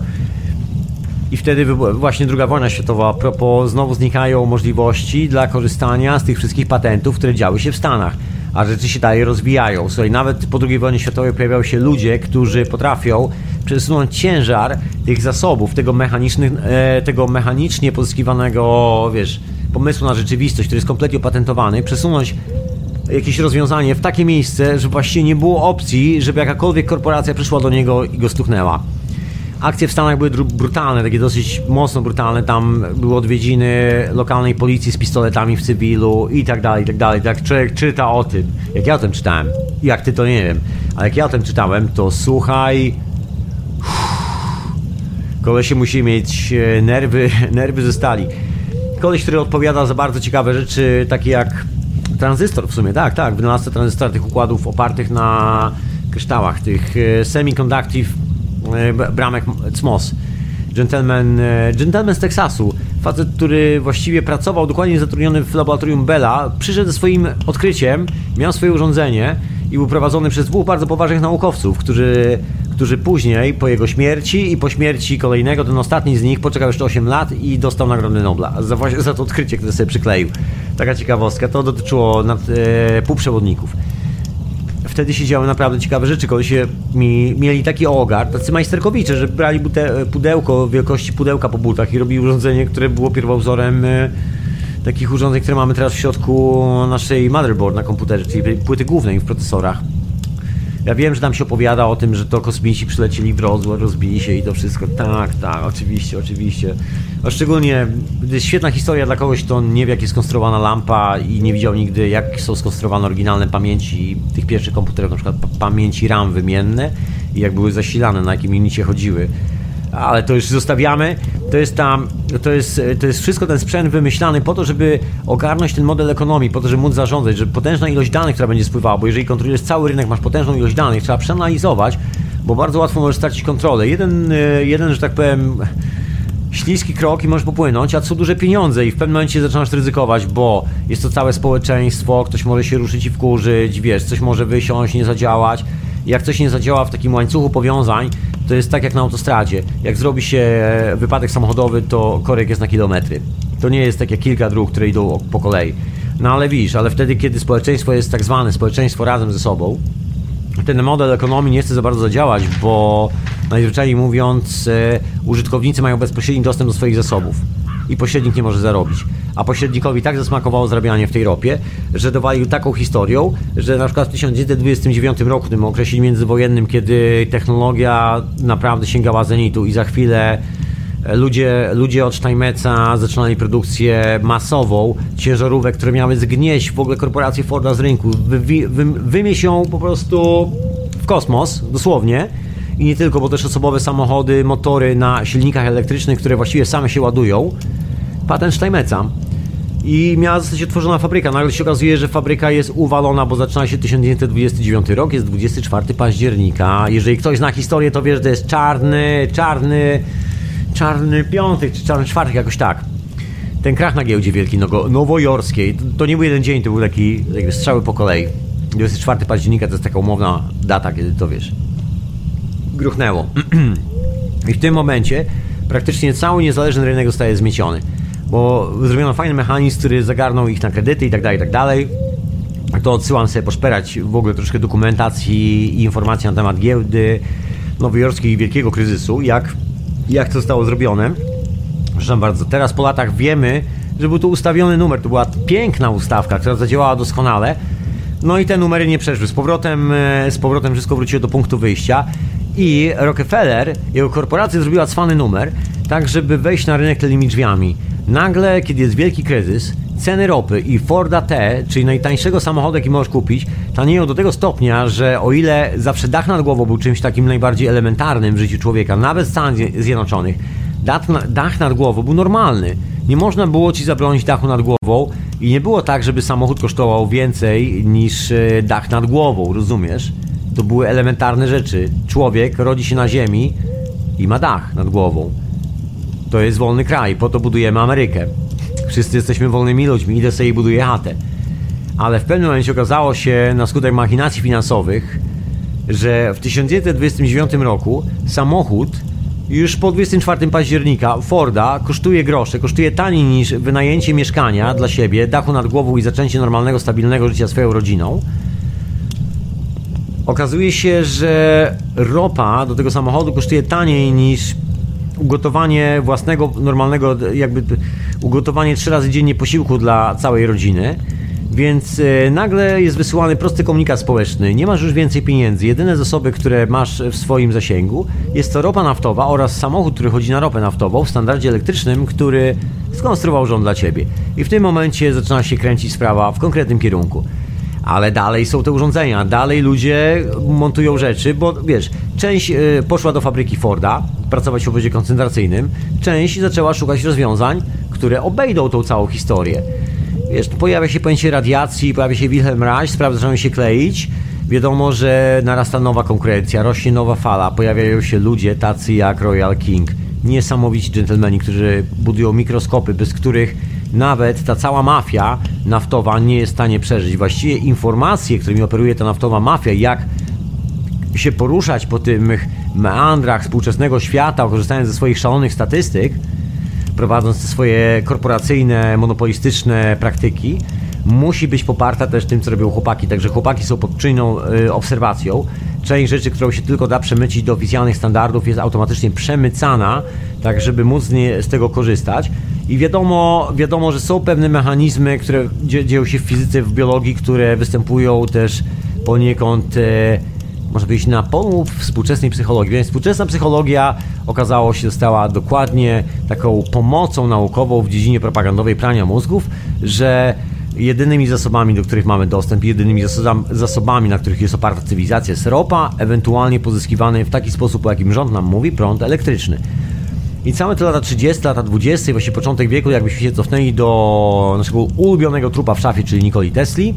B: I wtedy właśnie II wojna światowa, a propos, znowu znikają możliwości dla korzystania z tych wszystkich patentów, które działy się w Stanach, a rzeczy się dalej rozwijają. Słuchaj, nawet po II wojnie światowej pojawiają się ludzie, którzy potrafią przesunąć ciężar tych zasobów, tego mechanicznie pozyskiwanego, pomysłu na rzeczywistość, który jest kompletnie opatentowany, przesunąć jakieś rozwiązanie w takie miejsce, że właściwie nie było opcji, żeby jakakolwiek korporacja przyszła do niego i go stuknęła. Akcje w Stanach były brutalne, takie dosyć mocno brutalne. Tam były odwiedziny lokalnej policji z pistoletami w cywilu i tak dalej, i tak dalej. Tak człowiek czyta o tym. Jak ja o tym czytałem, jak ty to nie wiem, ale jak ja o tym czytałem, to słuchaj... Kolesie musi mieć nerwy ze stali. Koleś, który odpowiada za bardzo ciekawe rzeczy, takie jak tranzystor w sumie, tak, wynalazca tranzystora, tych układów opartych na kryształach, tych semiconductive bramek CMOS. Gentleman z Teksasu, facet, który właściwie pracował, dokładnie zatrudniony w laboratorium Bella, przyszedł ze swoim odkryciem, miał swoje urządzenie i był prowadzony przez dwóch bardzo poważnych naukowców, którzy później, po jego śmierci i po śmierci kolejnego, ten ostatni z nich poczekał jeszcze 8 lat i dostał Nagrodę Nobla za to odkrycie, które sobie przykleił. Taka ciekawostka, to dotyczyło półprzewodników. Wtedy się działy naprawdę ciekawe rzeczy. Kolesie mieli taki ogar, tacy majsterkowicze, że brali pudełko wielkości pudełka po butach i robili urządzenie, które było pierwowzorem takich urządzeń, które mamy teraz w środku naszej motherboard na komputerze, czyli płyty głównej w procesorach. Ja wiem, że tam się opowiada o tym, że to kosmici przylecieli w Roswell, rozbili się i to wszystko. Tak, oczywiście. A szczególnie, to jest świetna historia dla kogoś, kto nie wie, jak jest skonstruowana lampa i nie widział nigdy, jak są skonstruowane oryginalne pamięci tych pierwszych komputerów, na przykład pamięci RAM wymienne i jak były zasilane, na jakim unicie chodziły. Ale to już zostawiamy. To jest wszystko ten sprzęt wymyślany po to, żeby ogarnąć ten model ekonomii, po to, żeby móc zarządzać, że potężna ilość danych, która będzie spływała, bo jeżeli kontrolujesz cały rynek, masz potężną ilość danych, trzeba przeanalizować, bo bardzo łatwo możesz stracić kontrolę. Jeden, że tak powiem, śliski krok i możesz popłynąć, a to są duże pieniądze i w pewnym momencie zaczynasz ryzykować, bo jest to całe społeczeństwo, ktoś może się ruszyć i wkurzyć, wiesz, coś może wysiąść, nie zadziałać. Jak coś nie zadziała w takim łańcuchu powiązań, to jest tak jak na autostradzie. Jak zrobi się wypadek samochodowy, to korek jest na kilometry. To nie jest takie kilka dróg, które idą po kolei. No ale widzisz, ale wtedy, kiedy społeczeństwo jest tak zwane społeczeństwo razem ze sobą, ten model ekonomii nie chce za bardzo zadziałać, bo najzwyczajniej mówiąc użytkownicy mają bezpośredni dostęp do swoich zasobów i pośrednik nie może zarobić. A pośrednikowi tak zasmakowało zarabianie w tej ropie, że dowalił taką historią, że na przykład w 1929 roku, w tym okresie międzywojennym, kiedy technologia naprawdę sięgała zenitu i za chwilę ludzie od Steinmetza zaczynali produkcję masową ciężarówek, które miały zgnieść w ogóle korporację Forda z rynku, wymieść ją po prostu w kosmos, dosłownie. I nie tylko, bo też osobowe samochody, motory na silnikach elektrycznych, które właściwie same się ładują. Patent Steinmetza. I miała zostać otworzona fabryka. Nagle się okazuje, że fabryka jest uwalona, bo zaczyna się 1929 rok, jest 24 października. Jeżeli ktoś zna historię, to wie, że to jest czarny piątek, czy czarny czwartek, jakoś tak. Ten krach na giełdzie wielkiej nowojorskiej, to nie był jeden dzień, to był taki strzały po kolei. 24 października to jest taka umowna data, kiedy to wiesz, gruchnęło. I w tym momencie praktycznie cały niezależny rynek zostaje zmieciony, bo zrobiono fajny mechanizm, który zagarnął ich na kredyty i tak dalej. To odsyłam sobie poszperać w ogóle troszkę dokumentacji i informacji na temat giełdy nowojorskiej i wielkiego kryzysu, jak to zostało zrobione. Przepraszam bardzo, teraz po latach wiemy, że był to ustawiony numer, to była piękna ustawka, która zadziałała doskonale. No i te numery nie przeszły. Z powrotem wszystko wróciło do punktu wyjścia i Rockefeller, jego korporacja zrobiła cwany numer, tak żeby wejść na rynek tylnymi drzwiami. Nagle, kiedy jest wielki kryzys, ceny ropy i Forda T, czyli najtańszego samochodu, jaki możesz kupić, tanieją do tego stopnia, że o ile zawsze dach nad głową był czymś takim najbardziej elementarnym w życiu człowieka, nawet w Stanach Zjednoczonych, dach nad głową był normalny. Nie można było ci zabronić dachu nad głową i nie było tak, żeby samochód kosztował więcej niż dach nad głową, rozumiesz? To były elementarne rzeczy. Człowiek rodzi się na ziemi i ma dach nad głową. To jest wolny kraj, po to budujemy Amerykę. Wszyscy jesteśmy wolnymi ludźmi, idę sobie i buduję chatę. Ale w pewnym momencie okazało się, na skutek machinacji finansowych, że w 1929 roku samochód już po 24 października Forda kosztuje grosze, kosztuje taniej niż wynajęcie mieszkania dla siebie, dachu nad głową i zaczęcie normalnego, stabilnego życia swoją rodziną. Okazuje się, że ropa do tego samochodu kosztuje taniej niż ugotowanie własnego, normalnego, ugotowanie 3 razy dziennie posiłku dla całej rodziny. Więc nagle jest wysyłany prosty komunikat społeczny. Nie masz już więcej pieniędzy. Jedyne zasoby, które masz w swoim zasięgu, jest to ropa naftowa oraz samochód, który chodzi na ropę naftową w standardzie elektrycznym, który skonstruował rząd dla ciebie. I w tym momencie zaczyna się kręcić sprawa w konkretnym kierunku. Ale dalej są te urządzenia, dalej ludzie montują rzeczy, bo wiesz, część poszła do fabryki Forda, pracować w obozie koncentracyjnym, część zaczęła szukać rozwiązań, które obejdą tą całą historię. Wiesz, pojawia się pojęcie radiacji, pojawia się Wilhelm Reich, sprawy zaczynają się kleić. Wiadomo, że narasta nowa konkurencja, rośnie nowa fala, pojawiają się ludzie tacy jak Royal King, niesamowici dżentelmeni, którzy budują mikroskopy, bez których nawet ta cała mafia naftowa nie jest w stanie przeżyć. Właściwie informacje, którymi operuje ta naftowa mafia, jak się poruszać po tych meandrach współczesnego świata, korzystając ze swoich szalonych statystyk, prowadząc te swoje korporacyjne, monopolistyczne praktyki, musi być poparta też tym, co robią chłopaki. Także chłopaki są pod czujną obserwacją. Część rzeczy, którą się tylko da przemycić do oficjalnych standardów, jest automatycznie przemycana, tak żeby móc z tego korzystać. I wiadomo, że są pewne mechanizmy, które dzieją się w fizyce, w biologii, które występują też poniekąd można powiedzieć, na pomób współczesnej psychologii. Więc współczesna psychologia, okazało się, została dokładnie taką pomocą naukową w dziedzinie propagandowej prania mózgów, że jedynymi zasobami, do których mamy dostęp, jedynymi zasobami, na których jest oparta cywilizacja, jest ropa, ewentualnie pozyskiwany w taki sposób, o jakim rząd nam mówi, prąd elektryczny. I całe te lata 30, lata 20, właśnie początek wieku, jakbyśmy się cofnęli do naszego ulubionego trupa w szafie, czyli Nikoli Tesli,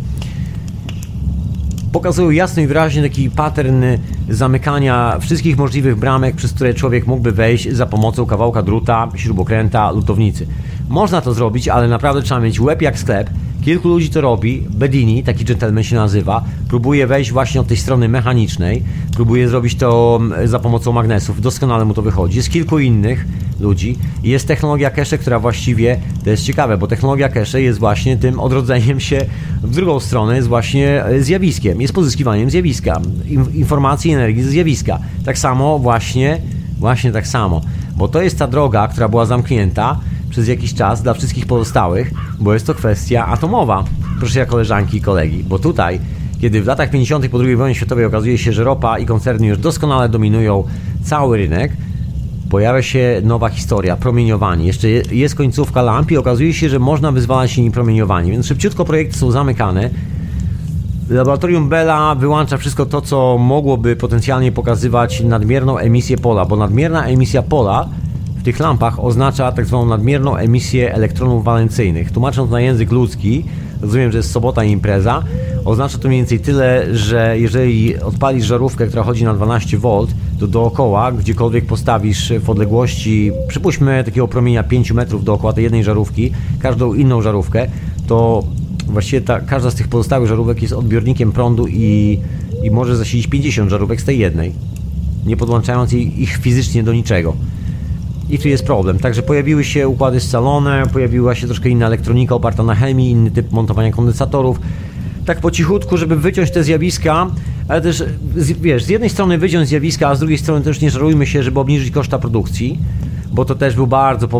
B: pokazują jasno i wyraźnie taki pattern zamykania wszystkich możliwych bramek, przez które człowiek mógłby wejść za pomocą kawałka druta, śrubokręta, lutownicy. Można to zrobić, ale naprawdę trzeba mieć łeb jak sklep. Kilku ludzi to robi. Bedini, taki gentleman się nazywa, próbuje wejść właśnie od tej strony mechanicznej, próbuje zrobić to za pomocą magnesów, doskonale mu to wychodzi. Jest kilku innych ludzi i jest technologia cache, która właściwie, to jest ciekawe, bo technologia cache jest właśnie tym odrodzeniem się w drugą stronę, jest właśnie zjawiskiem, jest pozyskiwaniem zjawiska, informacji i energii ze zjawiska. Tak samo właśnie tak samo, bo to jest ta droga, która była zamknięta przez jakiś czas dla wszystkich pozostałych, bo jest to kwestia atomowa, proszę ja koleżanki i kolegi, bo tutaj, kiedy w latach 50. po II wojnie światowej okazuje się, że ropa i koncerny już doskonale dominują cały rynek, pojawia się nowa historia, promieniowanie. Jeszcze jest końcówka lamp i okazuje się, że można wyzwalać nimi promieniowanie, więc szybciutko projekty są zamykane. Laboratorium Bella wyłącza wszystko to, co mogłoby potencjalnie pokazywać nadmierną emisję pola, bo nadmierna emisja pola w tych lampach oznacza tak zwaną nadmierną emisję elektronów walencyjnych. Tłumacząc na język ludzki, rozumiem, że jest sobota i impreza, oznacza to mniej więcej tyle, że jeżeli odpalisz żarówkę, która chodzi na 12V, to dookoła, gdziekolwiek postawisz w odległości, przypuśćmy takiego promienia 5 metrów dookoła tej jednej żarówki, każdą inną żarówkę, to właściwie każda z tych pozostałych żarówek jest odbiornikiem prądu i może zasilić 50 żarówek z tej jednej, nie podłączając ich fizycznie do niczego. I tu jest problem. Także pojawiły się układy scalone, pojawiła się troszkę inna elektronika oparta na chemii, inny typ montowania kondensatorów. Tak po cichutku, żeby wyciąć te zjawiska, ale też, wiesz, z jednej strony wyciąć zjawiska, a z drugiej strony też nie żarujmy się, żeby obniżyć koszta produkcji, bo to też był bardzo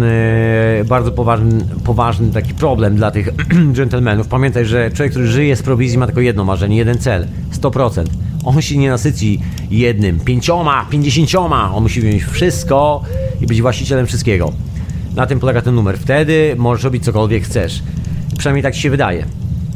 B: poważny taki problem dla tych dżentelmenów. Pamiętaj, że człowiek, który żyje z prowizji, ma tylko jedno marzenie, jeden cel, 100%. On się nie nasyci jednym, 5, 50, on musi mieć wszystko i być właścicielem wszystkiego. Na tym polega ten numer. Wtedy możesz robić cokolwiek chcesz. Przynajmniej tak ci się wydaje.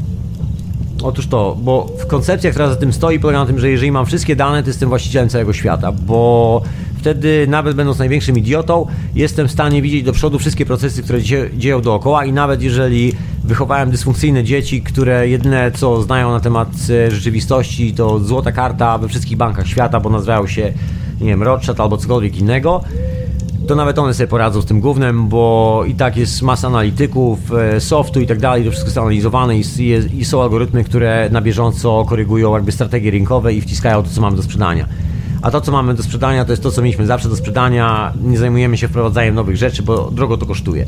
B: Otóż to, bo koncepcja, która za tym stoi, polega na tym, że jeżeli mam wszystkie dane, to jestem właścicielem całego świata, bo wtedy nawet będąc największym idiotą, jestem w stanie widzieć do przodu wszystkie procesy, które dzieją dookoła i nawet jeżeli wychowałem dysfunkcyjne dzieci, które jedyne co znają na temat rzeczywistości to złota karta we wszystkich bankach świata, bo nazywają się, nie wiem, Rothschild albo cokolwiek innego, to nawet one sobie poradzą z tym gównem, bo i tak jest masa analityków, softu i tak dalej, to wszystko jest analizowane i są algorytmy, które na bieżąco korygują jakby strategie rynkowe i wciskają to, co mamy do sprzedania. A to, co mamy do sprzedania, to jest to, co mieliśmy zawsze do sprzedania, nie zajmujemy się wprowadzaniem nowych rzeczy, bo drogo to kosztuje.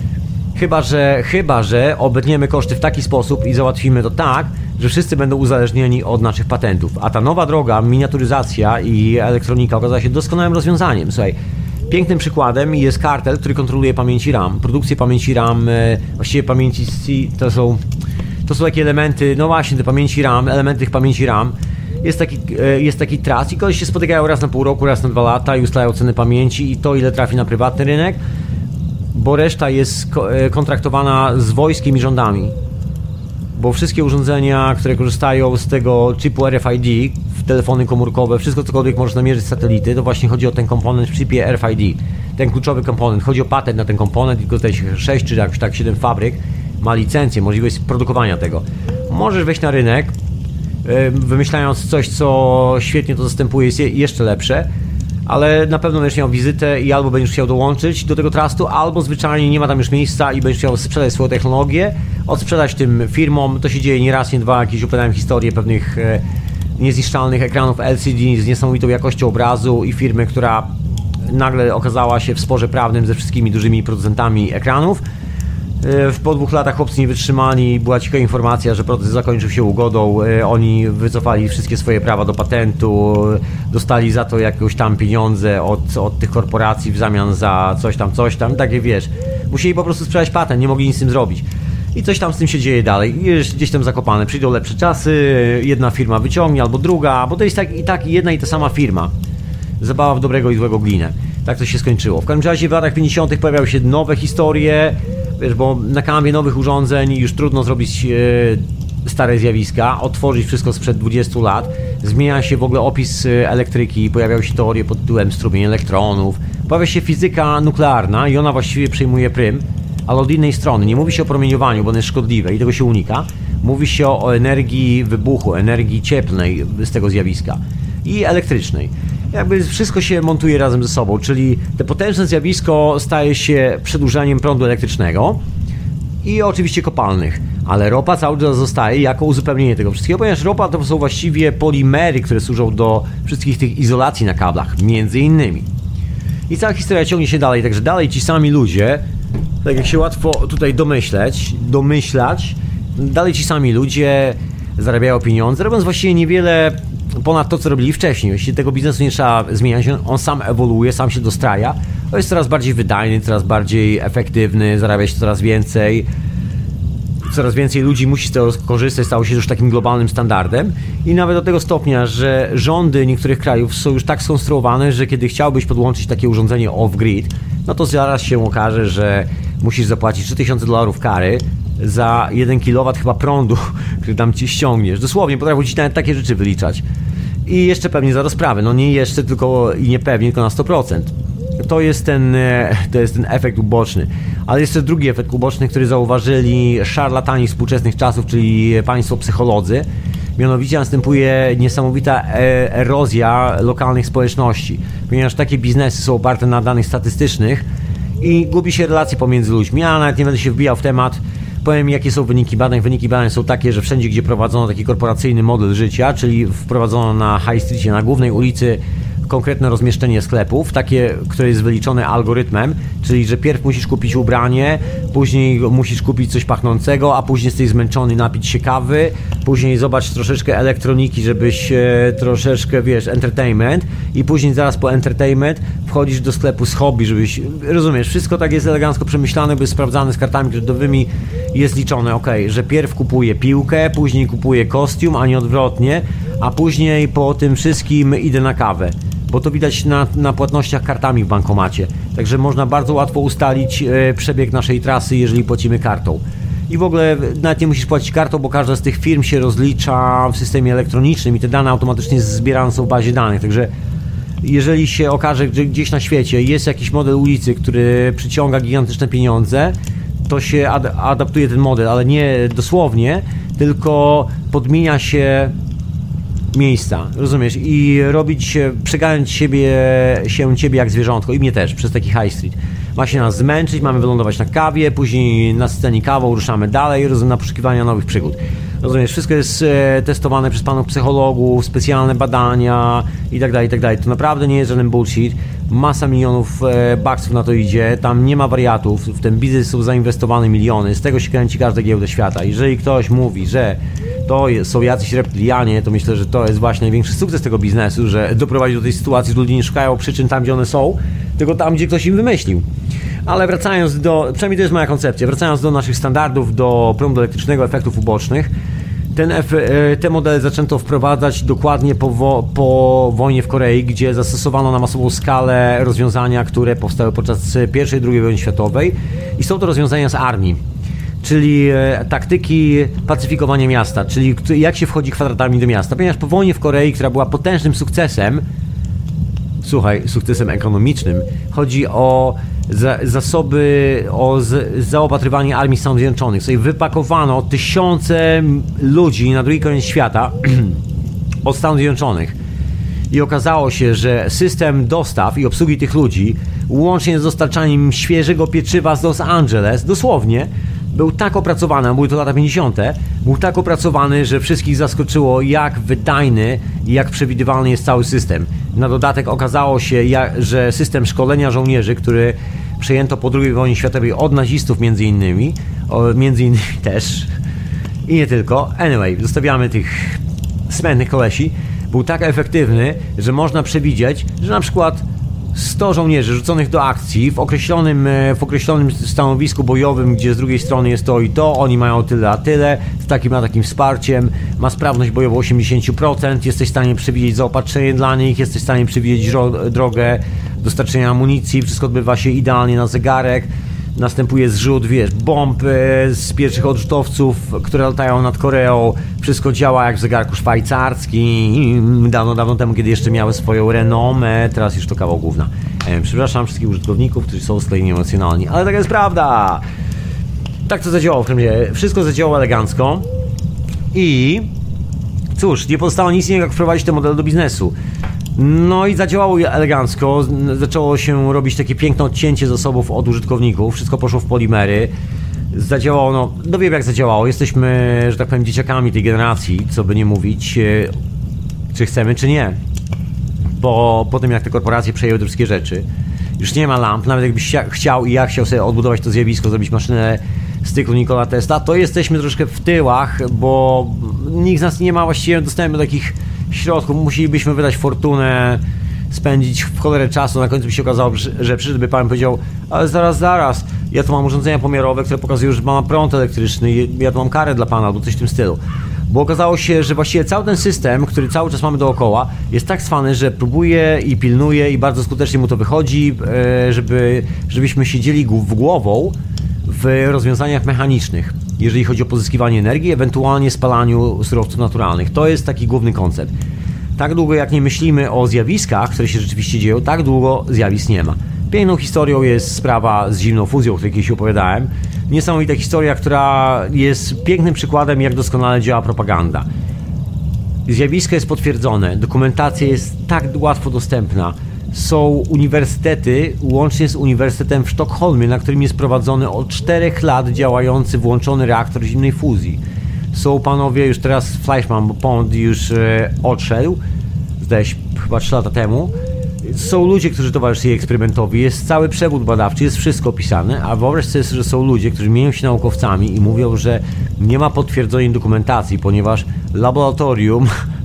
B: Chyba że obetniemy koszty w taki sposób i załatwimy to tak, że wszyscy będą uzależnieni od naszych patentów. A ta nowa droga, miniaturyzacja i elektronika okazała się doskonałym rozwiązaniem. Słuchaj, pięknym przykładem jest kartel, który kontroluje pamięci RAM. Produkcję pamięci RAM, właściwie pamięci C, to są takie elementy, no właśnie te pamięci RAM, elementy tych pamięci RAM. Jest taki trust i koleś się spotykają raz na pół roku, raz na 2 lata i ustalają ceny pamięci i to, ile trafi na prywatny rynek, bo reszta jest kontraktowana z wojskiem i rządami. Bo wszystkie urządzenia, które korzystają z tego chipu RFID, telefony komórkowe, wszystko cokolwiek możesz namierzyć z satelity, to właśnie chodzi o ten komponent w chipie RFID. Ten kluczowy komponent, chodzi o patent na ten komponent, tylko tutaj 6 czy jakoś tak 7 fabryk ma licencję, możliwość produkowania tego. Możesz wejść na rynek, wymyślając coś, co świetnie to zastępuje, jest jeszcze lepsze, ale na pewno będziesz miał wizytę i albo będziesz chciał dołączyć do tego trustu, albo zwyczajnie nie ma tam już miejsca i będziesz chciał sprzedać swoją technologię, odsprzedać tym firmom. To się dzieje nie raz, nie dwa, jakieś opowiadałem historię pewnych niezniszczalnych ekranów LCD z niesamowitą jakością obrazu i firmy, która nagle okazała się w sporze prawnym ze wszystkimi dużymi producentami ekranów. Po 2 latach chłopcy nie wytrzymali, była ciekawa informacja, że proces zakończył się ugodą, oni wycofali wszystkie swoje prawa do patentu, dostali za to jakieś tam pieniądze od tych korporacji w zamian za coś tam, takie wiesz, musieli po prostu sprzedać patent, nie mogli nic z tym zrobić. I coś tam z tym się dzieje dalej. Jest gdzieś tam zakopane. Przyjdą lepsze czasy, jedna firma wyciągnie albo druga, bo to jest tak jedna i ta sama firma. Zabawa w dobrego i złego glinę. Tak to się skończyło. W każdym razie w latach 50. pojawiały się nowe historie, wiesz, bo na kanwie nowych urządzeń już trudno zrobić stare zjawiska, otworzyć wszystko sprzed 20 lat. Zmienia się w ogóle opis elektryki, pojawiają się teorie pod tytułem strumień elektronów, pojawia się fizyka nuklearna i ona właściwie przejmuje prym, ale od innej strony. Nie mówi się o promieniowaniu, bo ono jest szkodliwe i tego się unika. Mówi się o energii wybuchu, energii cieplnej z tego zjawiska i elektrycznej. Jakby wszystko się montuje razem ze sobą, czyli to potężne zjawisko staje się przedłużeniem prądu elektrycznego i oczywiście kopalnych, ale ropa cały czas zostaje jako uzupełnienie tego wszystkiego, ponieważ ropa to są właściwie polimery, które służą do wszystkich tych izolacji na kablach, między innymi. I cała historia ciągnie się dalej, także dalej ci sami ludzie, tak jak się łatwo tutaj domyślać, dalej ci sami ludzie zarabiają pieniądze, robiąc właściwie niewiele ponad to, co robili wcześniej. Jeśli tego biznesu nie trzeba zmieniać, on sam ewoluuje, sam się dostraja. On jest coraz bardziej wydajny, coraz bardziej efektywny, zarabia się coraz więcej. Coraz więcej ludzi musi z tego korzystać, stało się już takim globalnym standardem. I nawet do tego stopnia, że rządy niektórych krajów są już tak skonstruowane, że kiedy chciałbyś podłączyć takie urządzenie off-grid, no to zaraz się okaże, że musisz zapłacić $3000 kary za 1 kW chyba prądu, który tam ci ściągniesz. Dosłownie potrafią ci nawet takie rzeczy wyliczać. I jeszcze pewnie za rozprawy. No nie jeszcze, tylko i nie pewnie, tylko na 100%. To jest ten efekt uboczny. Ale jest też drugi efekt uboczny, który zauważyli szarlatani współczesnych czasów, czyli państwo psycholodzy. Mianowicie następuje niesamowita erozja lokalnych społeczności, ponieważ takie biznesy są oparte na danych statystycznych i gubi się relacje pomiędzy ludźmi. Ja nawet nie będę się wbijał w temat. Powiem, jakie są wyniki badań. Wyniki badań są takie, że wszędzie, gdzie prowadzono taki korporacyjny model życia, czyli wprowadzono na High Streetie, na głównej ulicy, konkretne rozmieszczenie sklepów, takie, które jest wyliczone algorytmem, czyli że pierw musisz kupić ubranie, później musisz kupić coś pachnącego, a później jesteś zmęczony, napić się kawy, później zobacz troszeczkę elektroniki, żebyś troszeczkę, wiesz, entertainment i później zaraz po entertainment wchodzisz do sklepu z hobby, żebyś, rozumiesz, wszystko tak jest elegancko przemyślane, by sprawdzane z kartami kredytowymi, jest liczone, że pierw kupuję piłkę, później kupuję kostium, a nie odwrotnie, a później po tym wszystkim idę na kawę. Bo to widać na płatnościach kartami w bankomacie. Także można bardzo łatwo ustalić przebieg naszej trasy, jeżeli płacimy kartą. I w ogóle nawet nie musisz płacić kartą, bo każda z tych firm się rozlicza w systemie elektronicznym i te dane automatycznie zbierane są w bazie danych. Także jeżeli się okaże, że gdzieś na świecie jest jakiś model ulicy, który przyciąga gigantyczne pieniądze, to się adaptuje ten model, ale nie dosłownie, tylko podmienia się miejsca, rozumiesz? I robić, przeganiać ciebie jak zwierzątko i mnie też, przez taki high street. Ma się nas zmęczyć, mamy wylądować na kawie, później na scenie kawą ruszamy dalej, na poszukiwania nowych przygód. Rozumiesz? Wszystko jest testowane przez panów psychologów, specjalne badania i tak dalej. To naprawdę nie jest żaden bullshit. Masa milionów baksów na to idzie, tam nie ma wariatów, w ten biznes są zainwestowane miliony, z tego się kręci każda giełda świata. Jeżeli ktoś mówi, że to są jacyś reptilianie, to myślę, że to jest właśnie największy sukces tego biznesu, że doprowadzi do tej sytuacji, że ludzie nie szukają przyczyn tam, gdzie one są, tylko tam, gdzie ktoś im wymyślił. Ale wracając przynajmniej to jest moja koncepcja, wracając do naszych standardów, do prądu elektrycznego, efektów ubocznych, te modele zaczęto wprowadzać dokładnie po wojnie w Korei, gdzie zastosowano na masową skalę rozwiązania, które powstały podczas I i II wojny światowej i są to rozwiązania z armii, czyli taktyki pacyfikowania miasta, czyli jak się wchodzi kwadratami do miasta, ponieważ po wojnie w Korei, która była potężnym sukcesem, sukcesem ekonomicznym, chodzi o zasoby, o zaopatrywanie Armii Stanów Zjednoczonych. Sobie wypakowano tysiące ludzi na drugi koniec świata od Stanów Zjednoczonych. I okazało się, że system dostaw i obsługi tych ludzi, łącznie z dostarczaniem świeżego pieczywa z Los Angeles, dosłownie, był tak opracowany, były to lata 50., był tak opracowany, że wszystkich zaskoczyło, jak wydajny i jak przewidywalny jest cały system. Na dodatek okazało się, że system szkolenia żołnierzy, który przejęto po II wojnie światowej od nazistów między innymi też i nie tylko, anyway, zostawiamy tych smętnych kolesi, był tak efektywny, że można przewidzieć, że na przykład 100 żołnierzy rzuconych do akcji w określonym stanowisku bojowym, gdzie z drugiej strony jest to i to, oni mają tyle a tyle, z takim wsparciem, ma sprawność bojową 80%, jesteś w stanie przewidzieć zaopatrzenie dla nich, jesteś w stanie przewidzieć drogę dostarczenia amunicji, wszystko odbywa się idealnie na zegarek. Następuje zrzut, bomb z pierwszych odrzutowców, które latają nad Koreą. Wszystko działa jak w zegarku szwajcarskim. Dawno temu, kiedy jeszcze miały swoją renomę. Teraz już to kawał gówna. Przepraszam wszystkich użytkowników, którzy są sklejeni emocjonalni, ale taka jest prawda. Tak to zadziałało w Kremlie. Wszystko zadziałało elegancko. I cóż, nie pozostało nic innego, jak wprowadzić ten model do biznesu. No i zadziałało elegancko, zaczęło się robić takie piękne odcięcie zasobów od użytkowników, wszystko poszło w polimery, zadziałało, no wiem jak zadziałało, jesteśmy, że tak powiem, dzieciakami tej generacji, co by nie mówić, czy chcemy, czy nie, bo po tym jak te korporacje przejęły te wszystkie rzeczy, już nie ma lamp, nawet jakbyś chciał i ja chciał sobie odbudować to zjawisko, zrobić maszynę z cyklu Nikola Tesla, to jesteśmy troszkę w tyłach, bo nikt z nas nie ma właściwie dostępu do takich środków, musielibyśmy wydać fortunę, spędzić w cholerę czasu, na końcu by się okazało, że przyszedłby pan i powiedział, ale zaraz, ja tu mam urządzenia pomiarowe, które pokazują, że mam prąd elektryczny, ja tu mam karę dla pana, albo coś w tym stylu. Bo okazało się, że właściwie cały ten system, który cały czas mamy dookoła, jest tak zwany, że próbuje i pilnuje i bardzo skutecznie mu to wychodzi, żebyśmy siedzieli głową w rozwiązaniach mechanicznych, jeżeli chodzi o pozyskiwanie energii, ewentualnie spalaniu surowców naturalnych. To jest taki główny koncept. Tak długo jak nie myślimy o zjawiskach, które się rzeczywiście dzieją, tak długo zjawisk nie ma. Piękną historią jest sprawa z zimną fuzją, o której kiedyś opowiadałem. Niesamowita historia, która jest pięknym przykładem, jak doskonale działa propaganda. Zjawisko jest potwierdzone, dokumentacja jest tak łatwo dostępna. Są uniwersytety, łącznie z Uniwersytetem w Sztokholmie, na którym jest prowadzony od 4 lat działający włączony reaktor zimnej fuzji. Są panowie, już teraz Fleischmann, bo Pond już odszedł, zdaje się chyba 3 lata temu. Są ludzie, którzy towarzyszyli eksperymentowi, jest cały przewód badawczy, jest wszystko opisane, a wyobraź sobie, że są ludzie, którzy mienią się naukowcami i mówią, że nie ma potwierdzonej dokumentacji, ponieważ laboratorium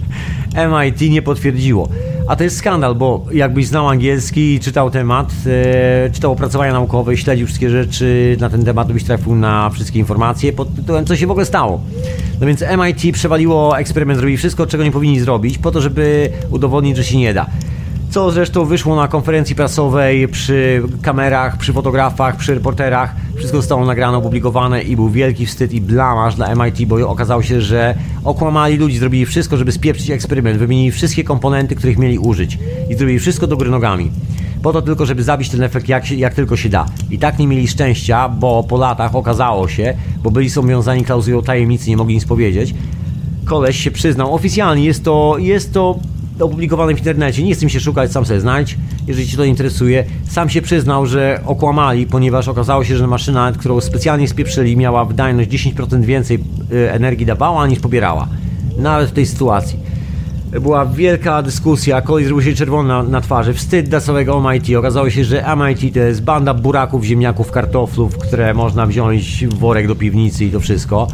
B: MIT nie potwierdziło. A to jest skandal, bo jakbyś znał angielski i czytał temat, czytał opracowania naukowe i śledził wszystkie rzeczy na ten temat, to byś trafił na wszystkie informacje pod tytułem, co się w ogóle stało. No więc MIT przewaliło eksperyment, zrobili wszystko, czego nie powinni zrobić, po to, żeby udowodnić, że się nie da. Co zresztą wyszło na konferencji prasowej, przy kamerach, przy fotografach, przy reporterach. Wszystko zostało nagrane, opublikowane i był wielki wstyd i blamaż dla MIT, bo okazało się, że okłamali ludzi, zrobili wszystko, żeby spieprzyć eksperyment, wymienili wszystkie komponenty, których mieli użyć i zrobili wszystko do góry nogami. Po to tylko, żeby zabić ten efekt jak tylko się da. I tak nie mieli szczęścia, bo po latach okazało się, bo byli zobowiązani klauzulą tajemnicy, nie mogli nic powiedzieć. Koleś się przyznał, oficjalnie jest to opublikowane w internecie, nie chcę mi się szukać, sam sobie znajdź, jeżeli Cię to interesuje. Sam się przyznał, że okłamali, ponieważ okazało się, że maszyna, którą specjalnie spieprzyli, miała wydajność 10% więcej energii dawała niż pobierała. Nawet w tej sytuacji. Była wielka dyskusja, koleś zrobił się czerwony na twarzy, wstyd dla całego MIT. Okazało się, że MIT to jest banda buraków, ziemniaków, kartoflów, które można wziąć w worek do piwnicy i to wszystko.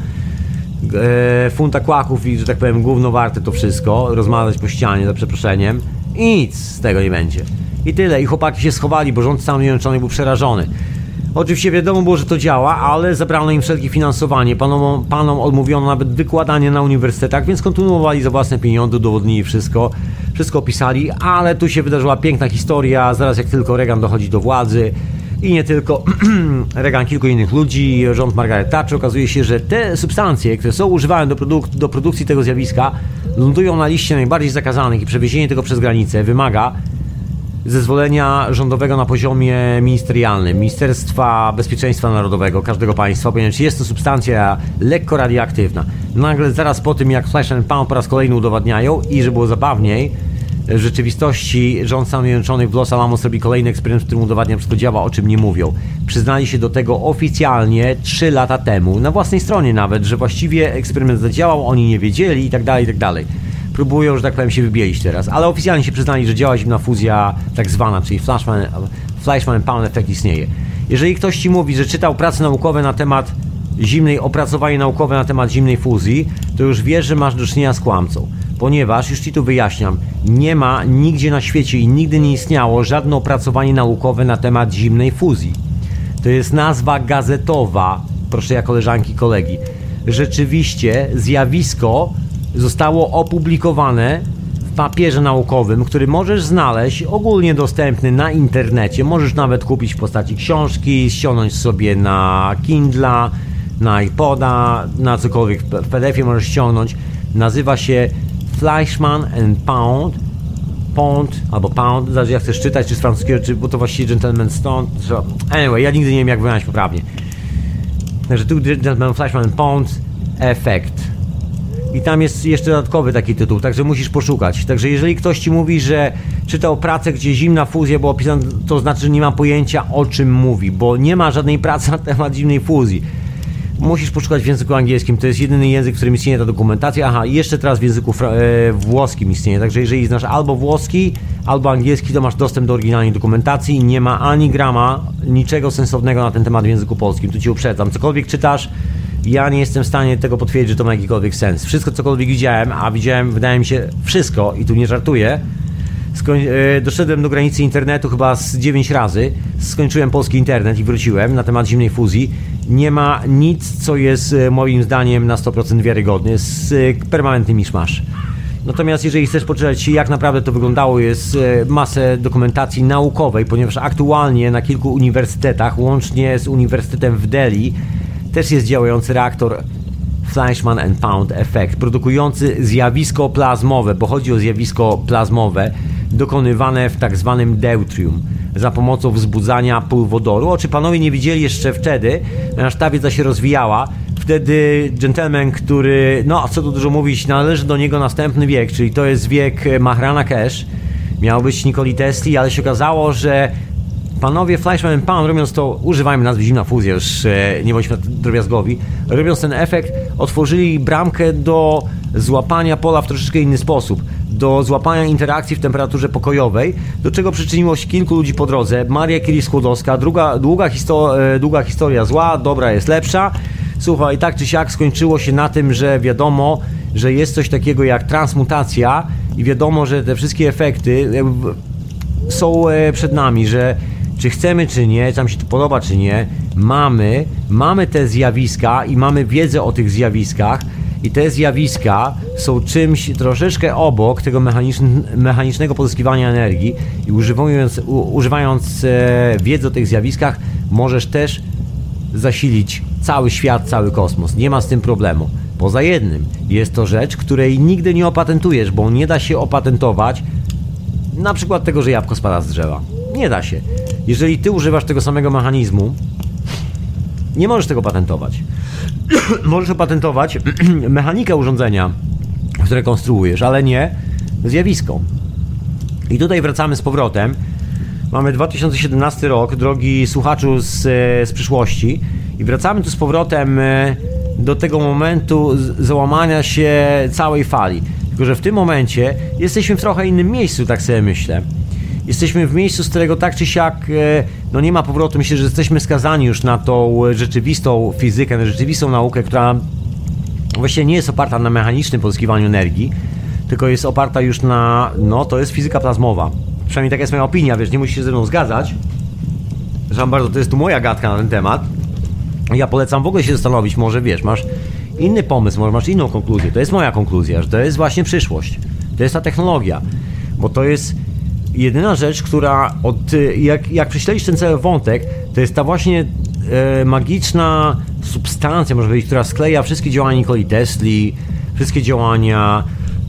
B: Funta kłaków i, że tak powiem, gówno warte to wszystko, rozmazać po ścianie za przeproszeniem i nic z tego nie będzie. I tyle. I chłopaki się schowali, bo rząd Stanów Zjednoczonych był przerażony. Oczywiście wiadomo było, że to działa, ale zabrano im wszelkie finansowanie. Panom odmówiono nawet wykładanie na uniwersytetach, więc kontynuowali za własne pieniądze, udowodnili wszystko opisali, ale tu się wydarzyła piękna historia, zaraz jak tylko Reagan dochodzi do władzy, i nie tylko Reagan, kilku innych ludzi, rząd Margaret Thatcher, okazuje się, że te substancje, które są używane do produkcji tego zjawiska, lądują na liście najbardziej zakazanych i przewiezienie tego przez granicę wymaga zezwolenia rządowego na poziomie ministerialnym, Ministerstwa Bezpieczeństwa Narodowego każdego państwa, ponieważ jest to substancja lekko radioaktywna. Nagle zaraz po tym, jak Flesh and Pound po raz kolejny udowadniają i że było zabawniej, w rzeczywistości rząd Stanów Zjednoczonych w Los Alamos robi kolejny eksperyment, w którym udowadnia, że wszystko działa, o czym nie mówią. Przyznali się do tego oficjalnie 3 lata temu, na własnej stronie nawet, że właściwie eksperyment zadziałał, oni nie wiedzieli i tak dalej, i tak dalej. Próbują, że tak powiem, się wybielić teraz, ale oficjalnie się przyznali, że działa zimna fuzja tak zwana, czyli Fleischmann and Pound efekt istnieje. Jeżeli ktoś Ci mówi, że czytał prace naukowe na temat opracowanie naukowe na temat zimnej fuzji, to już wiesz, że masz do czynienia z kłamcą. ponieważ, już Ci tu wyjaśniam, nie ma nigdzie na świecie i nigdy nie istniało żadne opracowanie naukowe na temat zimnej fuzji. To jest nazwa gazetowa, proszę ja koleżanki, kolegi. Rzeczywiście zjawisko zostało opublikowane w papierze naukowym, który możesz znaleźć ogólnie dostępny na internecie. Możesz nawet kupić w postaci książki, ściągnąć sobie na Kindla, na iPoda, na cokolwiek w PDF-ie możesz ściągnąć. Nazywa się Fleischmann and Pound, albo Pound, zależy jak chcesz czytać, czy z francuskiego, czy, bo to właściwie Gentleman Stone. Anyway, ja nigdy nie wiem jak wymawiać poprawnie. Także tu Gentleman Fleischmann and Pound Effect. I tam jest jeszcze dodatkowy taki tytuł, także musisz poszukać. Także jeżeli ktoś Ci mówi, że czytał pracę, gdzie zimna fuzja była opisana, to znaczy, że nie ma pojęcia, o czym mówi, bo nie ma żadnej pracy na temat zimnej fuzji. Musisz poszukać w języku angielskim, to jest jedyny język, w którym istnieje ta dokumentacja. Aha, i jeszcze teraz w języku włoskim istnieje, także jeżeli znasz albo włoski, albo angielski, to masz dostęp do oryginalnej dokumentacji i nie ma ani grama, niczego sensownego na ten temat w języku polskim. Tu Ci uprzedzam, cokolwiek czytasz, ja nie jestem w stanie tego potwierdzić, że to ma jakikolwiek sens. Wszystko, cokolwiek widziałem, a widziałem, wydaje mi się, wszystko, i tu nie żartuję, doszedłem do granicy internetu chyba z 9 razy, skończyłem polski internet i wróciłem na temat zimnej fuzji. Nie ma nic, co jest moim zdaniem na 100% wiarygodne, jest permanentny miszmasz. Natomiast jeżeli chcesz poczytać, jak naprawdę to wyglądało, jest masę dokumentacji naukowej, ponieważ aktualnie na kilku uniwersytetach, łącznie z Uniwersytetem w Delhi, też jest działający reaktor Fleischmann and Pound Effect, produkujący zjawisko plazmowe, bo chodzi o zjawisko plazmowe dokonywane w tak zwanym deutrium za pomocą wzbudzania pływodoru. O, czy panowie nie widzieli jeszcze wtedy, aż ta wiedza się rozwijała, wtedy gentleman, który, no co tu dużo mówić, należy do niego następny wiek, czyli to jest wiek Mahrana Kesh, miał być Nikoli Tesli, ale się okazało, że panowie Fleischmann and Pound, robiąc to, używajmy nazwy zimna fuzja, już nie bądźmy drobiazgowi, robiąc ten efekt, otworzyli bramkę do złapania pola w troszeczkę inny sposób, do złapania interakcji w temperaturze pokojowej, do czego przyczyniło się kilku ludzi po drodze. Maria Curie-Skłodowska, długa historia, zła, dobra jest lepsza. Słuchaj, tak czy siak skończyło się na tym, że wiadomo, że jest coś takiego jak transmutacja i wiadomo, że te wszystkie efekty są przed nami, że czy chcemy, czy nie, czy nam się to podoba, czy nie, mamy te zjawiska i mamy wiedzę o tych zjawiskach i te zjawiska są czymś troszeczkę obok tego mechanicznego pozyskiwania energii i używając wiedzy o tych zjawiskach możesz też zasilić cały świat, cały kosmos. Nie ma z tym problemu. Poza jednym, jest to rzecz, której nigdy nie opatentujesz, bo nie da się opatentować na przykład tego, że jabłko spada z drzewa. Nie da się. Jeżeli ty używasz tego samego mechanizmu, nie możesz tego patentować. Możesz opatentować mechanikę urządzenia, które konstruujesz, ale nie zjawisko. I tutaj wracamy z powrotem. Mamy 2017 rok, drogi słuchaczu z przyszłości, i wracamy tu z powrotem do tego momentu załamania się całej fali. Tylko że w tym momencie jesteśmy w trochę innym miejscu, tak sobie myślę. Jesteśmy w miejscu, z którego tak czy siak no nie ma powrotu. Myślę, że jesteśmy skazani już na tą rzeczywistą fizykę, na rzeczywistą naukę, która właściwie nie jest oparta na mechanicznym pozyskiwaniu energii, tylko jest oparta już na, no to jest fizyka plazmowa. Przynajmniej taka jest moja opinia, wiesz, nie musisz się ze mną zgadzać. Zresztą bardzo, to jest tu moja gadka na ten temat. Ja polecam w ogóle się zastanowić, może wiesz, masz inny pomysł, może masz inną konkluzję. To jest moja konkluzja, że to jest właśnie przyszłość. To jest ta technologia, bo to jest jedyna rzecz, która jak prześledzisz ten cały wątek, to jest ta właśnie magiczna substancja, może powiedzieć, która skleja wszystkie działania Nikoli Tesli, wszystkie działania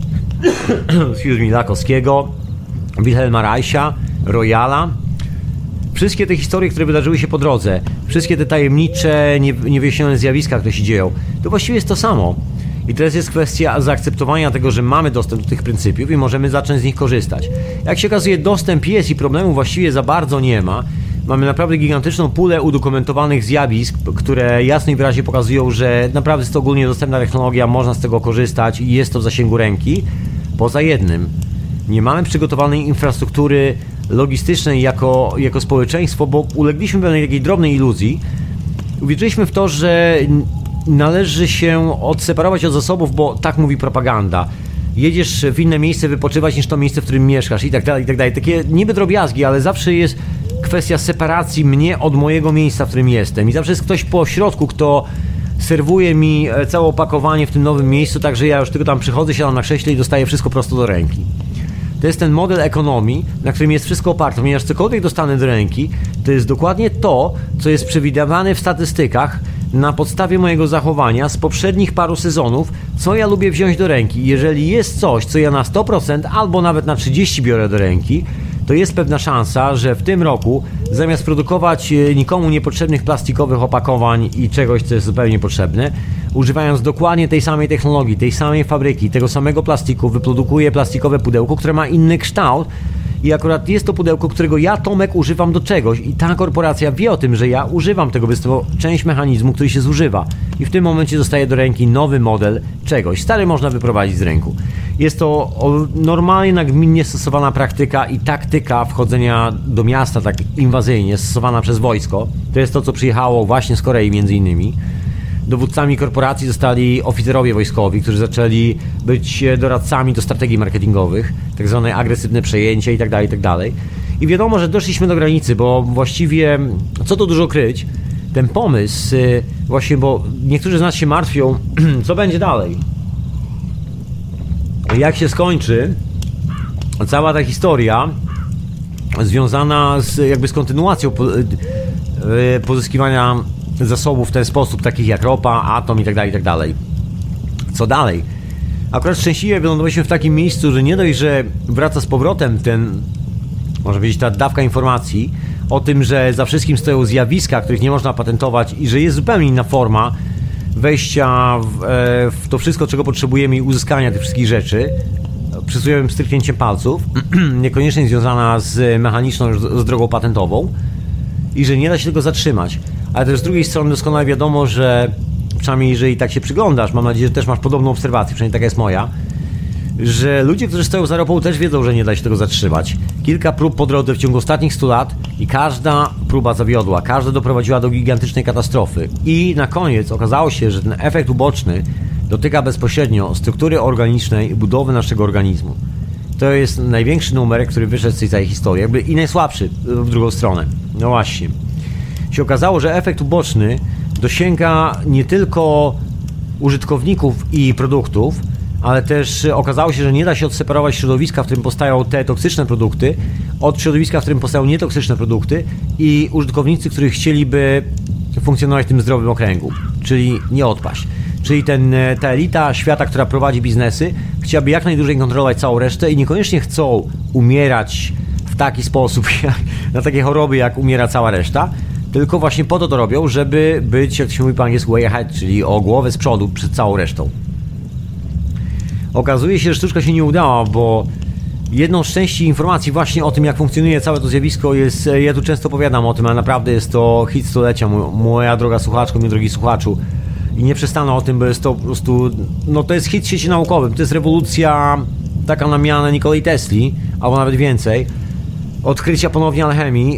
B: Lakowskiego, Wilhelma Reicha, Royala, wszystkie te historie, które wydarzyły się po drodze, wszystkie te tajemnicze, niewyjaśnione zjawiska, które się dzieją, to właściwie jest to samo. I teraz jest kwestia zaakceptowania tego, że mamy dostęp do tych pryncypiów i możemy zacząć z nich korzystać. Jak się okazuje, dostęp jest i problemu właściwie za bardzo nie ma. Mamy naprawdę gigantyczną pulę udokumentowanych zjawisk, które jasno i wyraźnie pokazują, że naprawdę jest to ogólnie dostępna technologia, można z tego korzystać i jest to w zasięgu ręki. Poza jednym, nie mamy przygotowanej infrastruktury logistycznej jako społeczeństwo, bo ulegliśmy pewnej takiej drobnej iluzji. Uwierzyliśmy w to, że należy się odseparować od zasobów, bo tak mówi propaganda, jedziesz w inne miejsce wypoczywać niż to miejsce, w którym mieszkasz i tak dalej, i tak dalej. Takie niby drobiazgi, ale zawsze jest kwestia separacji mnie od mojego miejsca, w którym jestem. I zawsze jest ktoś po środku, kto serwuje mi całe opakowanie w tym nowym miejscu, także ja już tylko tam przychodzę, siadam na krześle i dostaję wszystko prosto do ręki. To jest ten model ekonomii, na którym jest wszystko oparte, ponieważ cokolwiek dostanę do ręki, to jest dokładnie to, co jest przewidywane w statystykach na podstawie mojego zachowania z poprzednich paru sezonów, co ja lubię wziąć do ręki. Jeżeli jest coś, co ja na 100% albo nawet na 30% biorę do ręki, to jest pewna szansa, że w tym roku zamiast produkować nikomu niepotrzebnych plastikowych opakowań i czegoś, co jest zupełnie potrzebne, używając dokładnie tej samej technologii, tej samej fabryki, tego samego plastiku, wyprodukuję plastikowe pudełko, które ma inny kształt i akurat jest to pudełko, którego ja, Tomek, używam do czegoś i ta korporacja wie o tym, że ja używam tego, więc to część mechanizmu, który się zużywa i w tym momencie dostaję do ręki nowy model czegoś. Stary można wyprowadzić z ręku. Jest to normalnie, nagminnie stosowana praktyka i taktyka wchodzenia do miasta tak inwazyjnie, stosowana przez wojsko. To jest to, co przyjechało właśnie z Korei między innymi. Dowódcami korporacji zostali oficerowie wojskowi, którzy zaczęli być doradcami do strategii marketingowych, tak zwane agresywne przejęcie itd., itd. I wiadomo, że doszliśmy do granicy, bo właściwie, co tu dużo kryć, ten pomysł właśnie, bo niektórzy z nas się martwią, co będzie dalej. Jak się skończy cała ta historia związana z kontynuacją pozyskiwania zasobów w ten sposób, takich jak ropa, atom itd., itd. Co dalej? Akurat szczęśliwie wylądowaliśmy w takim miejscu, że nie dość, że wraca z powrotem ten, można powiedzieć, ta dawka informacji o tym, że za wszystkim stoją zjawiska, których nie można patentować i że jest zupełnie inna forma wejścia w to wszystko, czego potrzebujemy i uzyskania tych wszystkich rzeczy przysłowiowym stryknięciem palców, niekoniecznie związana z mechaniczną, z drogą patentową i że nie da się tego zatrzymać. Ale też z drugiej strony doskonale wiadomo, że przynajmniej jeżeli tak się przyglądasz, mam nadzieję, że też masz podobną obserwację, przynajmniej taka jest moja, że ludzie, którzy stoją za ropą, też wiedzą, że nie da się tego zatrzymać. Kilka prób po drodze w ciągu ostatnich 100 lat i każda próba zawiodła, każda doprowadziła do gigantycznej katastrofy. I na koniec okazało się, że ten efekt uboczny dotyka bezpośrednio struktury organicznej i budowy naszego organizmu. To jest największy numer, który wyszedł z tej całej historii, jakby i najsłabszy w drugą stronę. No właśnie. Się okazało, że efekt uboczny dosięga nie tylko użytkowników i produktów, ale też okazało się, że nie da się odseparować środowiska, w którym powstają te toksyczne produkty, od środowiska, w którym powstają nietoksyczne produkty i użytkownicy, którzy chcieliby funkcjonować w tym zdrowym okręgu, czyli nie odpaść. Czyli ta elita świata, która prowadzi biznesy, chciałaby jak najdłużej kontrolować całą resztę i niekoniecznie chcą umierać w taki sposób, na takie choroby, jak umiera cała reszta, tylko właśnie po to robią, żeby być, jak się mówi po angielsku, way ahead, czyli o głowę z przodu przed całą resztą. Okazuje się, że sztuczka się nie udała, bo jedną z części informacji właśnie o tym, jak funkcjonuje całe to zjawisko jest, ja tu często opowiadam o tym, ale naprawdę jest to hit stulecia, moja droga słuchaczko, mój drogi słuchaczu. I nie przestanę o tym, bo jest to po prostu, no to jest hit w świecie naukowym, to jest rewolucja taka na mianę Nikolai Tesli, albo nawet więcej. Odkrycia ponownie alchemii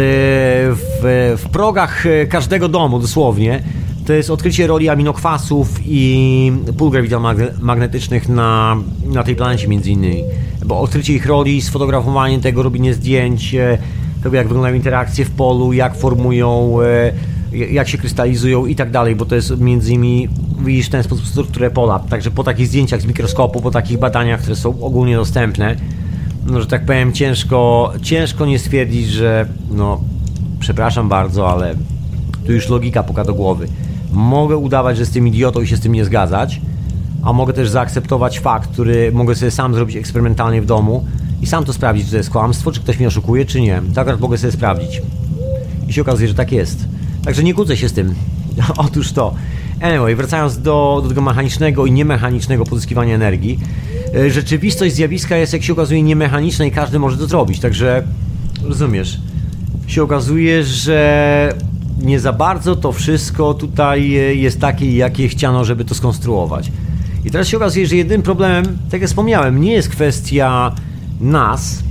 B: w progach każdego domu dosłownie. To jest odkrycie roli aminokwasów i pól grawitalno-magnetycznych na tej planecie między innymi. Bo odkrycie ich roli, sfotografowanie tego, robienie zdjęć, tego jak wyglądają interakcje w polu, jak formują, jak się krystalizują i tak dalej, bo to jest między innymi, widzisz w ten sposób strukturę pola. Także po takich zdjęciach z mikroskopu, po takich badaniach, które są ogólnie dostępne, no, że tak powiem, ciężko nie stwierdzić, że no, przepraszam bardzo, ale tu już logika puka do głowy. Mogę udawać, że jestem idiotą i się z tym nie zgadzać, a mogę też zaakceptować fakt, który mogę sobie sam zrobić eksperymentalnie w domu i sam to sprawdzić, czy to jest kłamstwo, czy ktoś mnie oszukuje, czy nie. Tak akurat mogę sobie sprawdzić. I się okazuje, że tak jest. Także nie kłócę się z tym. Otóż to. Anyway, wracając do tego mechanicznego i niemechanicznego pozyskiwania energii. Rzeczywistość zjawiska jest, jak się okazuje, niemechaniczna i każdy może to zrobić. Także, rozumiesz, się okazuje, że nie za bardzo to wszystko tutaj jest takie, jakie chciano, żeby to skonstruować. I teraz się okazuje, że jedynym problemem, tak jak wspomniałem, nie jest kwestia nas,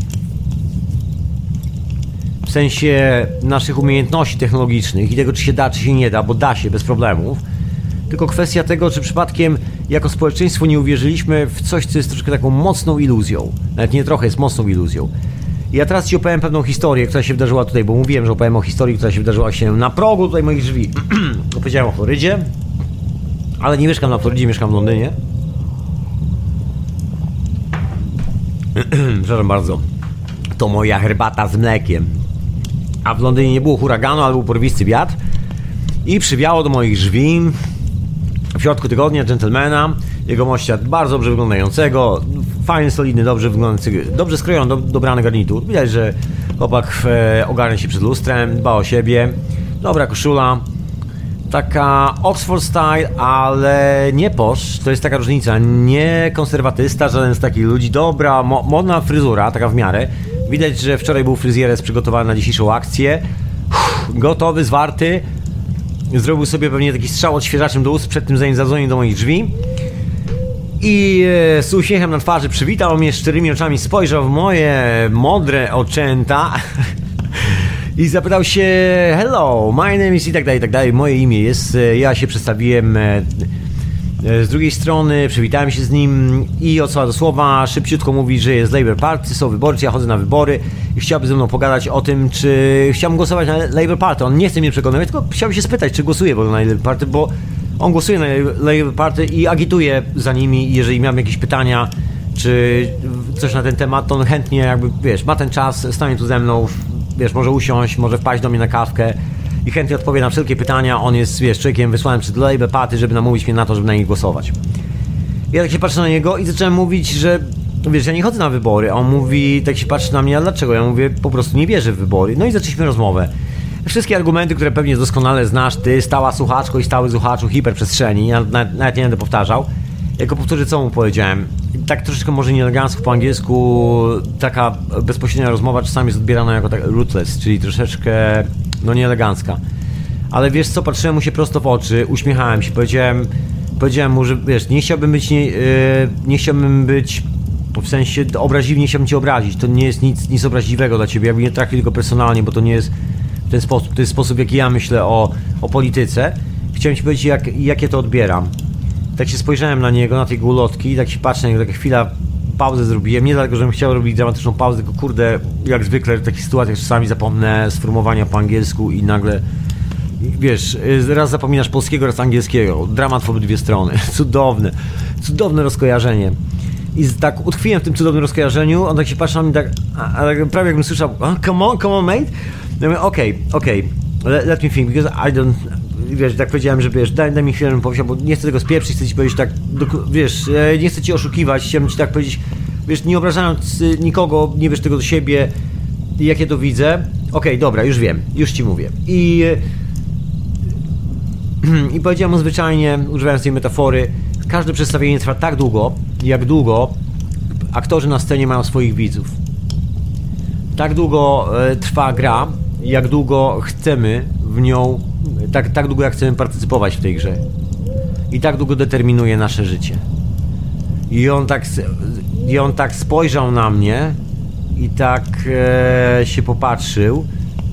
B: w sensie naszych umiejętności technologicznych i tego, czy się da, czy się nie da, bo da się bez problemów, tylko kwestia tego, czy przypadkiem jako społeczeństwo nie uwierzyliśmy w coś, co jest troszkę taką mocną iluzją. Nawet nie trochę, jest mocną iluzją. I ja teraz Ci opowiem pewną historię, która się wydarzyła tutaj, bo mówiłem, że opowiem o historii, która się wydarzyła się na progu tutaj moich drzwi. Opowiedziałem o Florydzie, ale nie mieszkam na Florydzie, mieszkam w Londynie. Przepraszam bardzo. To moja herbata z mlekiem. A w Londynie nie było huraganu, ale był porwisty wiatr. I przywiało do moich drzwi w środku tygodnia dżentelmena, jegomościa bardzo dobrze wyglądającego, fajny, solidny, dobrze wyglądający, dobrze skrojony, dobrany garnitur. Widać, że chłopak ogarnia się przed lustrem, dba o siebie, dobra koszula, taka Oxford style, ale nie posh, to jest taka różnica, nie konserwatysta, żaden z takich ludzi, dobra, modna fryzura, taka w miarę. Widać, że wczoraj był fryzjerec przygotowany na dzisiejszą akcję, gotowy, zwarty. Zrobił sobie pewnie taki strzał odświeżaczem do ust przed tym, zanim zadzwonił do moich drzwi. I z uśmiechem na twarzy przywitał mnie, szczerymi oczami spojrzał w moje modre oczęta i zapytał się: hello, my name is i tak dalej, moje imię jest, ja się przedstawiłem z drugiej strony, przywitałem się z nim i od słowa do słowa szybciutko mówi, że jest Labour Party, są wybory, czy ja chodzę na wybory i chciałby ze mną pogadać o tym, czy chciałbym głosować na Labour Party. On nie chce mnie przekonywać, tylko chciałby się spytać, czy głosuje na Labour Party, bo on głosuje na Labour Party i agituje za nimi i jeżeli miałem jakieś pytania, czy coś na ten temat, to on chętnie jakby, wiesz, ma ten czas, stanie tu ze mną, wiesz, może usiąść, może wpaść do mnie na kawkę i chętnie odpowie na wszelkie pytania. On jest, wiesz, człowiekiem wysłanym przed Labour Party, żeby namówić mnie na to, żeby na nich głosować. Ja tak się patrzę na niego i zacząłem mówić, że wiesz, ja nie chodzę na wybory. A on mówi, tak się patrzy na mnie, a dlaczego? Ja mówię, po prostu nie wierzę w wybory. No i zaczęliśmy rozmowę. Wszystkie argumenty, które pewnie doskonale znasz ty, stała słuchaczko i stały słuchaczu hiperprzestrzeni, ja nawet nie będę powtarzał. Jako powtórzę, co mu powiedziałem. Tak troszeczkę może nieelegancko po angielsku, taka bezpośrednia rozmowa czasami jest odbierana jako tak ruthless, czyli troszeczkę, no, nieelegancka. Ale wiesz co, patrzyłem mu się prosto w oczy, uśmiechałem się, powiedziałem mu, że wiesz, nie chciałbym być w sensie obraźliwy, nie chciałbym cię obrazić, to nie jest nic obraźliwego dla ciebie, jakby nie traktuj go personalnie, bo to nie jest w ten sposób, to jest sposób, w jaki ja myślę o polityce. Chciałem ci powiedzieć, jak ja to odbieram. Tak się spojrzałem na niego, na tej ulotki i tak się patrzę na niego, taka chwila, pauzę zrobiłem, nie dlatego, żebym chciał robić dramatyczną pauzę, tylko kurde, jak zwykle w takich sytuacjach czasami zapomnę sformułowania po angielsku i nagle, wiesz, raz zapominasz polskiego, raz angielskiego, dramat w obydwie strony, cudowne rozkojarzenie. I tak utkwiłem w tym cudownym rozkojarzeniu, on tak się patrzy na mnie, tak, prawie jakbym słyszał, come on mate, ja mówię, okej, let me think, because I don't, wiesz, tak powiedziałem, że wiesz, daj mi chwilę, żebym powiedział, bo nie chcę tego spieprzyć, chcę ci powiedzieć tak, wiesz, nie chcę ci oszukiwać, chciałem ci tak powiedzieć, wiesz, nie obrażając nikogo, nie wiesz tego do siebie, jak ja to widzę. Okej, dobra, już wiem, już ci mówię. I powiedziałem mu zwyczajnie, używając tej metafory, każde przedstawienie trwa tak długo, jak długo aktorzy na scenie mają swoich widzów. Tak długo trwa gra, jak długo chcemy w nią, tak długo jak chcemy partycypować w tej grze. I tak długo determinuje nasze życie. I on tak spojrzał na mnie i tak się popatrzył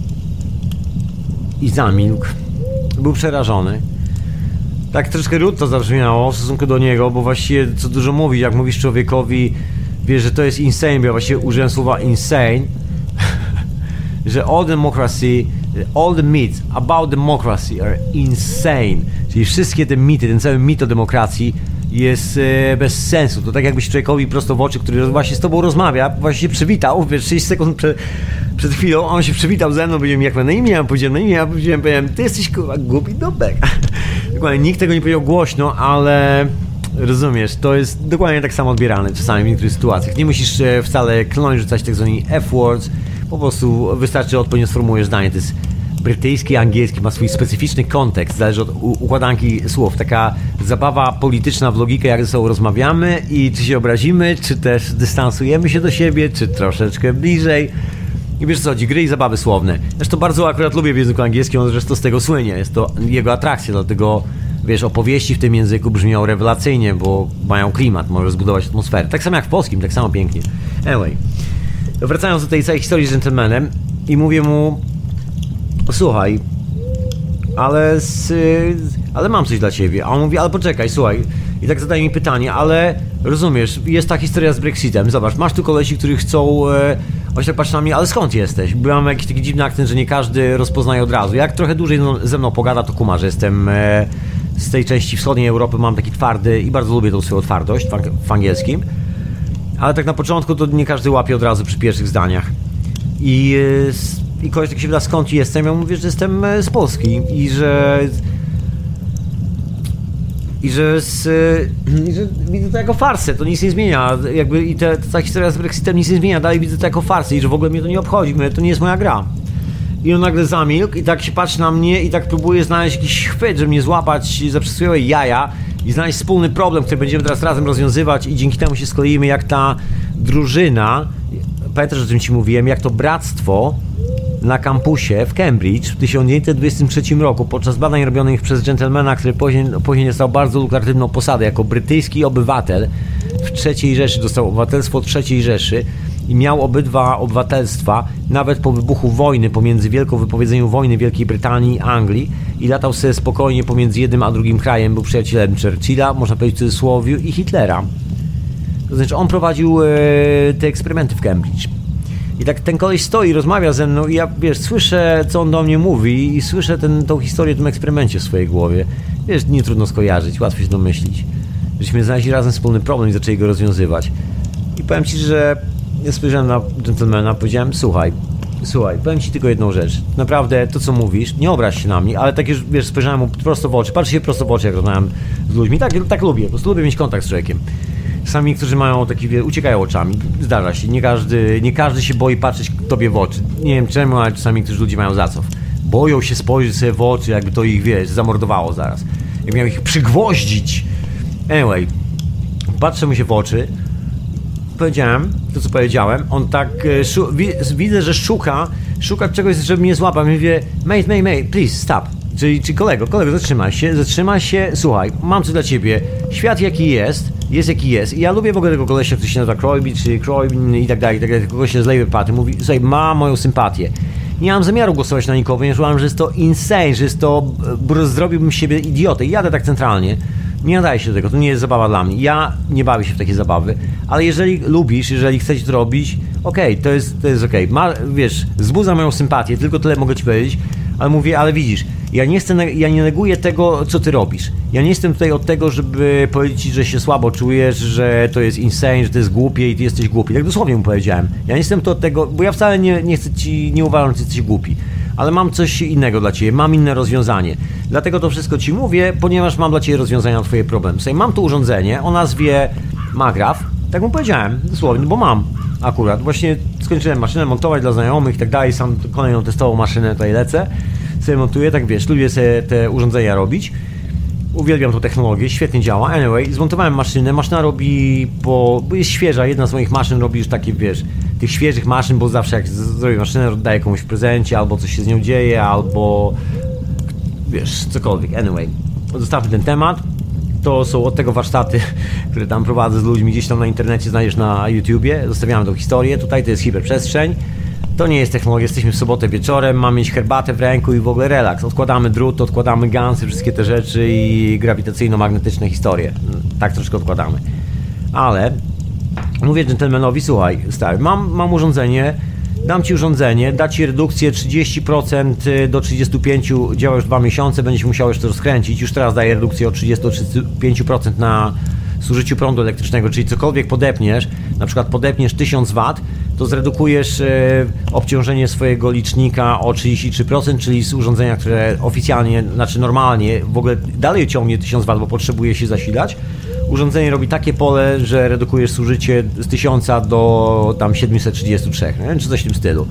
B: i zamilkł. Był przerażony. Tak troszkę ród to zabrzmiało w stosunku do niego, bo właściwie co dużo mówić, jak mówisz człowiekowi, wiesz, że to jest insane, bo ja właściwie użyłem słowa insane, że all the myths about democracy are insane, czyli wszystkie te mity, ten cały mit o demokracji jest bez sensu. To tak jakbyś człowiekowi prosto w oczy, który właśnie z tobą rozmawia, właśnie się przywitał, wiesz, 30 sekund przed chwilą, on się przywitał ze mną, powiedziałem, jak na imię, ja powiedziałem, ty jesteś kurwa głupi dupek. Dokładnie, nikt tego nie powiedział głośno, ale rozumiesz, to jest dokładnie tak samo odbierane czasami w niektórych sytuacjach. Nie musisz wcale klnąć, rzucać tak zwanymi F-words, po prostu wystarczy odpowiednio sformułujesz zdanie. To jest brytyjski, angielski, ma swój specyficzny kontekst, zależy od układanki słów. Taka zabawa polityczna w logikę, jak ze sobą rozmawiamy i czy się obrazimy, czy też dystansujemy się do siebie, czy troszeczkę bliżej. I wiesz co chodzi, gry i zabawy słowne. Zresztą bardzo akurat lubię w języku angielskim, on zresztą z tego słynie, jest to jego atrakcja, dlatego wiesz, opowieści w tym języku brzmią rewelacyjnie, bo mają klimat, może zbudować atmosferę. Tak samo jak w polskim, tak samo pięknie. Anyway, wracając do tej całej historii z gentlemanem i mówię mu, słuchaj, ale ale mam coś dla ciebie. A on mówi, ale poczekaj, słuchaj. I tak zadaje mi pytanie, ale rozumiesz, jest ta historia z Brexitem. Zobacz, masz tu kolesi, którzy chcą... Oni tak patrzą na mnie, ale skąd jesteś? Byłem jakiś taki dziwny akcent, że nie każdy rozpoznaje od razu. Jak trochę dłużej ze mną pogada, to kuma, że jestem z tej części wschodniej Europy, mam taki twardy i bardzo lubię tą swoją twardość w angielskim. Ale tak na początku to nie każdy łapie od razu przy pierwszych zdaniach. I koleś tak się pyta, skąd jestem? Ja mówię, że jestem z Polski i że widzę to jako farsę, to nic nie zmienia, jakby i ta historia z Brexitem nic nie zmienia, dalej widzę to jako farsę i że w ogóle mnie to nie obchodzi, to nie jest moja gra. I on nagle zamilkł i tak się patrzy na mnie i tak próbuje znaleźć jakiś chwyt, żeby mnie złapać za przysłowiowe jaja i znaleźć wspólny problem, który będziemy teraz razem rozwiązywać i dzięki temu się skleimy jak ta drużyna, pamiętasz, o czym ci mówiłem, jak to bractwo na kampusie w Cambridge w 1923 roku podczas badań robionych przez dżentelmena, który później dostał bardzo lukratywną posadę jako brytyjski obywatel w III Rzeszy, dostał obywatelstwo III Rzeszy i miał obydwa obywatelstwa nawet po wybuchu wojny pomiędzy wielką wypowiedzeniem wojny Wielkiej Brytanii i Anglii i latał sobie spokojnie pomiędzy jednym a drugim krajem, był przyjacielem Churchilla, można powiedzieć w cudzysłowie, i Hitlera. To znaczy on prowadził te eksperymenty w Cambridge. I tak ten koleś stoi, rozmawia ze mną i ja, wiesz, słyszę, co on do mnie mówi i słyszę tą historię o tym eksperymencie w swojej głowie. Wiesz, nie trudno skojarzyć, łatwo się domyślić. Żeśmy znaleźli razem wspólny problem i zaczęli go rozwiązywać. I powiem ci, że ja spojrzałem na dżentelmena, powiedziałem, słuchaj, powiem ci tylko jedną rzecz. Naprawdę, to co mówisz, nie obraź się na mnie, ale tak już, wiesz, spojrzałem mu prosto w oczy, patrzę się prosto w oczy, jak rozmawiam z ludźmi. Tak lubię, po prostu lubię mieć kontakt z człowiekiem. Czasami niektórzy mają taki, uciekają oczami, zdarza się, nie każdy się boi patrzeć tobie w oczy. Nie wiem czemu, ale czasami niektórzy ludzie mają za co. Boją się spojrzeć sobie w oczy, jakby to ich, wiesz, zamordowało zaraz. Jak miał ich przygwoździć. Anyway, patrzę mu się w oczy, powiedziałem to, co powiedziałem, on tak, widzę, że szuka czegoś, żeby mnie złapał. Mówię, mate, please, stop. Czyli kolego, zatrzymaj się, słuchaj, mam coś dla ciebie, świat jaki jest jaki jest. I ja lubię w ogóle tego kolesia, który się nazywa Croybin, czy Croybin i tak dalej, kogoś się z Labour Party, mówi, słuchaj, ma moją sympatię. Nie mam zamiaru głosować na nikogo, ponieważ uważam, że jest to insane, że jest to, zrobiłbym z siebie idiotę i jadę tak centralnie. Nie nadaje się do tego, to nie jest zabawa dla mnie. Ja nie bawię się w takie zabawy, ale jeżeli lubisz, jeżeli chcesz to robić, okej, to jest okej. Wiesz, wzbudza moją sympatię, tylko tyle mogę ci powiedzieć, ale mówię, ale widzisz, ja nie neguję tego, co ty robisz. Ja nie jestem tutaj od tego, żeby powiedzieć ci, że się słabo czujesz, że to jest insane, że to jest głupie i ty jesteś głupi. Tak dosłownie mu powiedziałem. Ja nie jestem tu od tego, bo ja wcale nie uważam, że jesteś głupi. Ale mam coś innego dla ciebie, mam inne rozwiązanie. Dlatego to wszystko ci mówię, ponieważ mam dla ciebie rozwiązania na twoje problemy. Słuchaj, mam tu urządzenie o nazwie Magraf, tak mu powiedziałem, dosłownie, bo mam akurat. Właśnie skończyłem maszynę montować dla znajomych i tak dalej, sam kolejną testową maszynę tutaj lecę, sobie montuję, tak wiesz, lubię sobie te urządzenia robić. Uwielbiam tą technologię, świetnie działa. Anyway, zmontowałem maszynę, maszyna robi, bo jest świeża, jedna z moich maszyn robi już takie, wiesz, tych świeżych maszyn, bo zawsze jak zrobię maszynę, daję komuś w prezencie, albo coś się z nią dzieje, albo wiesz, cokolwiek. Anyway, zostawmy ten temat. To są od tego warsztaty, które tam prowadzę z ludźmi, gdzieś tam na internecie znajdziesz na YouTubie. Zostawiamy tą historię, tutaj to jest hiperprzestrzeń. To nie jest technologia, jesteśmy w sobotę wieczorem, mamy mieć herbatę w ręku i w ogóle relaks. Odkładamy drut, odkładamy gansy, wszystkie te rzeczy i grawitacyjno-magnetyczne historie. Tak troszkę odkładamy. Ale mówię dżentelmenowi, słuchaj, stary, mam urządzenie, dam ci urządzenie, da ci redukcję 30% do 35%, działa już 2 miesiące, będziesz musiał jeszcze rozkręcić. Już teraz daję redukcję o 30-35% na zużyciu prądu elektrycznego, czyli cokolwiek podepniesz, na przykład podepniesz 1000 W, to zredukujesz obciążenie swojego licznika o 33%, czyli z urządzenia, które oficjalnie, znaczy normalnie w ogóle dalej ciągnie 1000 W, bo potrzebuje się zasilać. Urządzenie robi takie pole, że redukujesz zużycie z 1000 do tam 733, nie? Czy coś w tym stylu.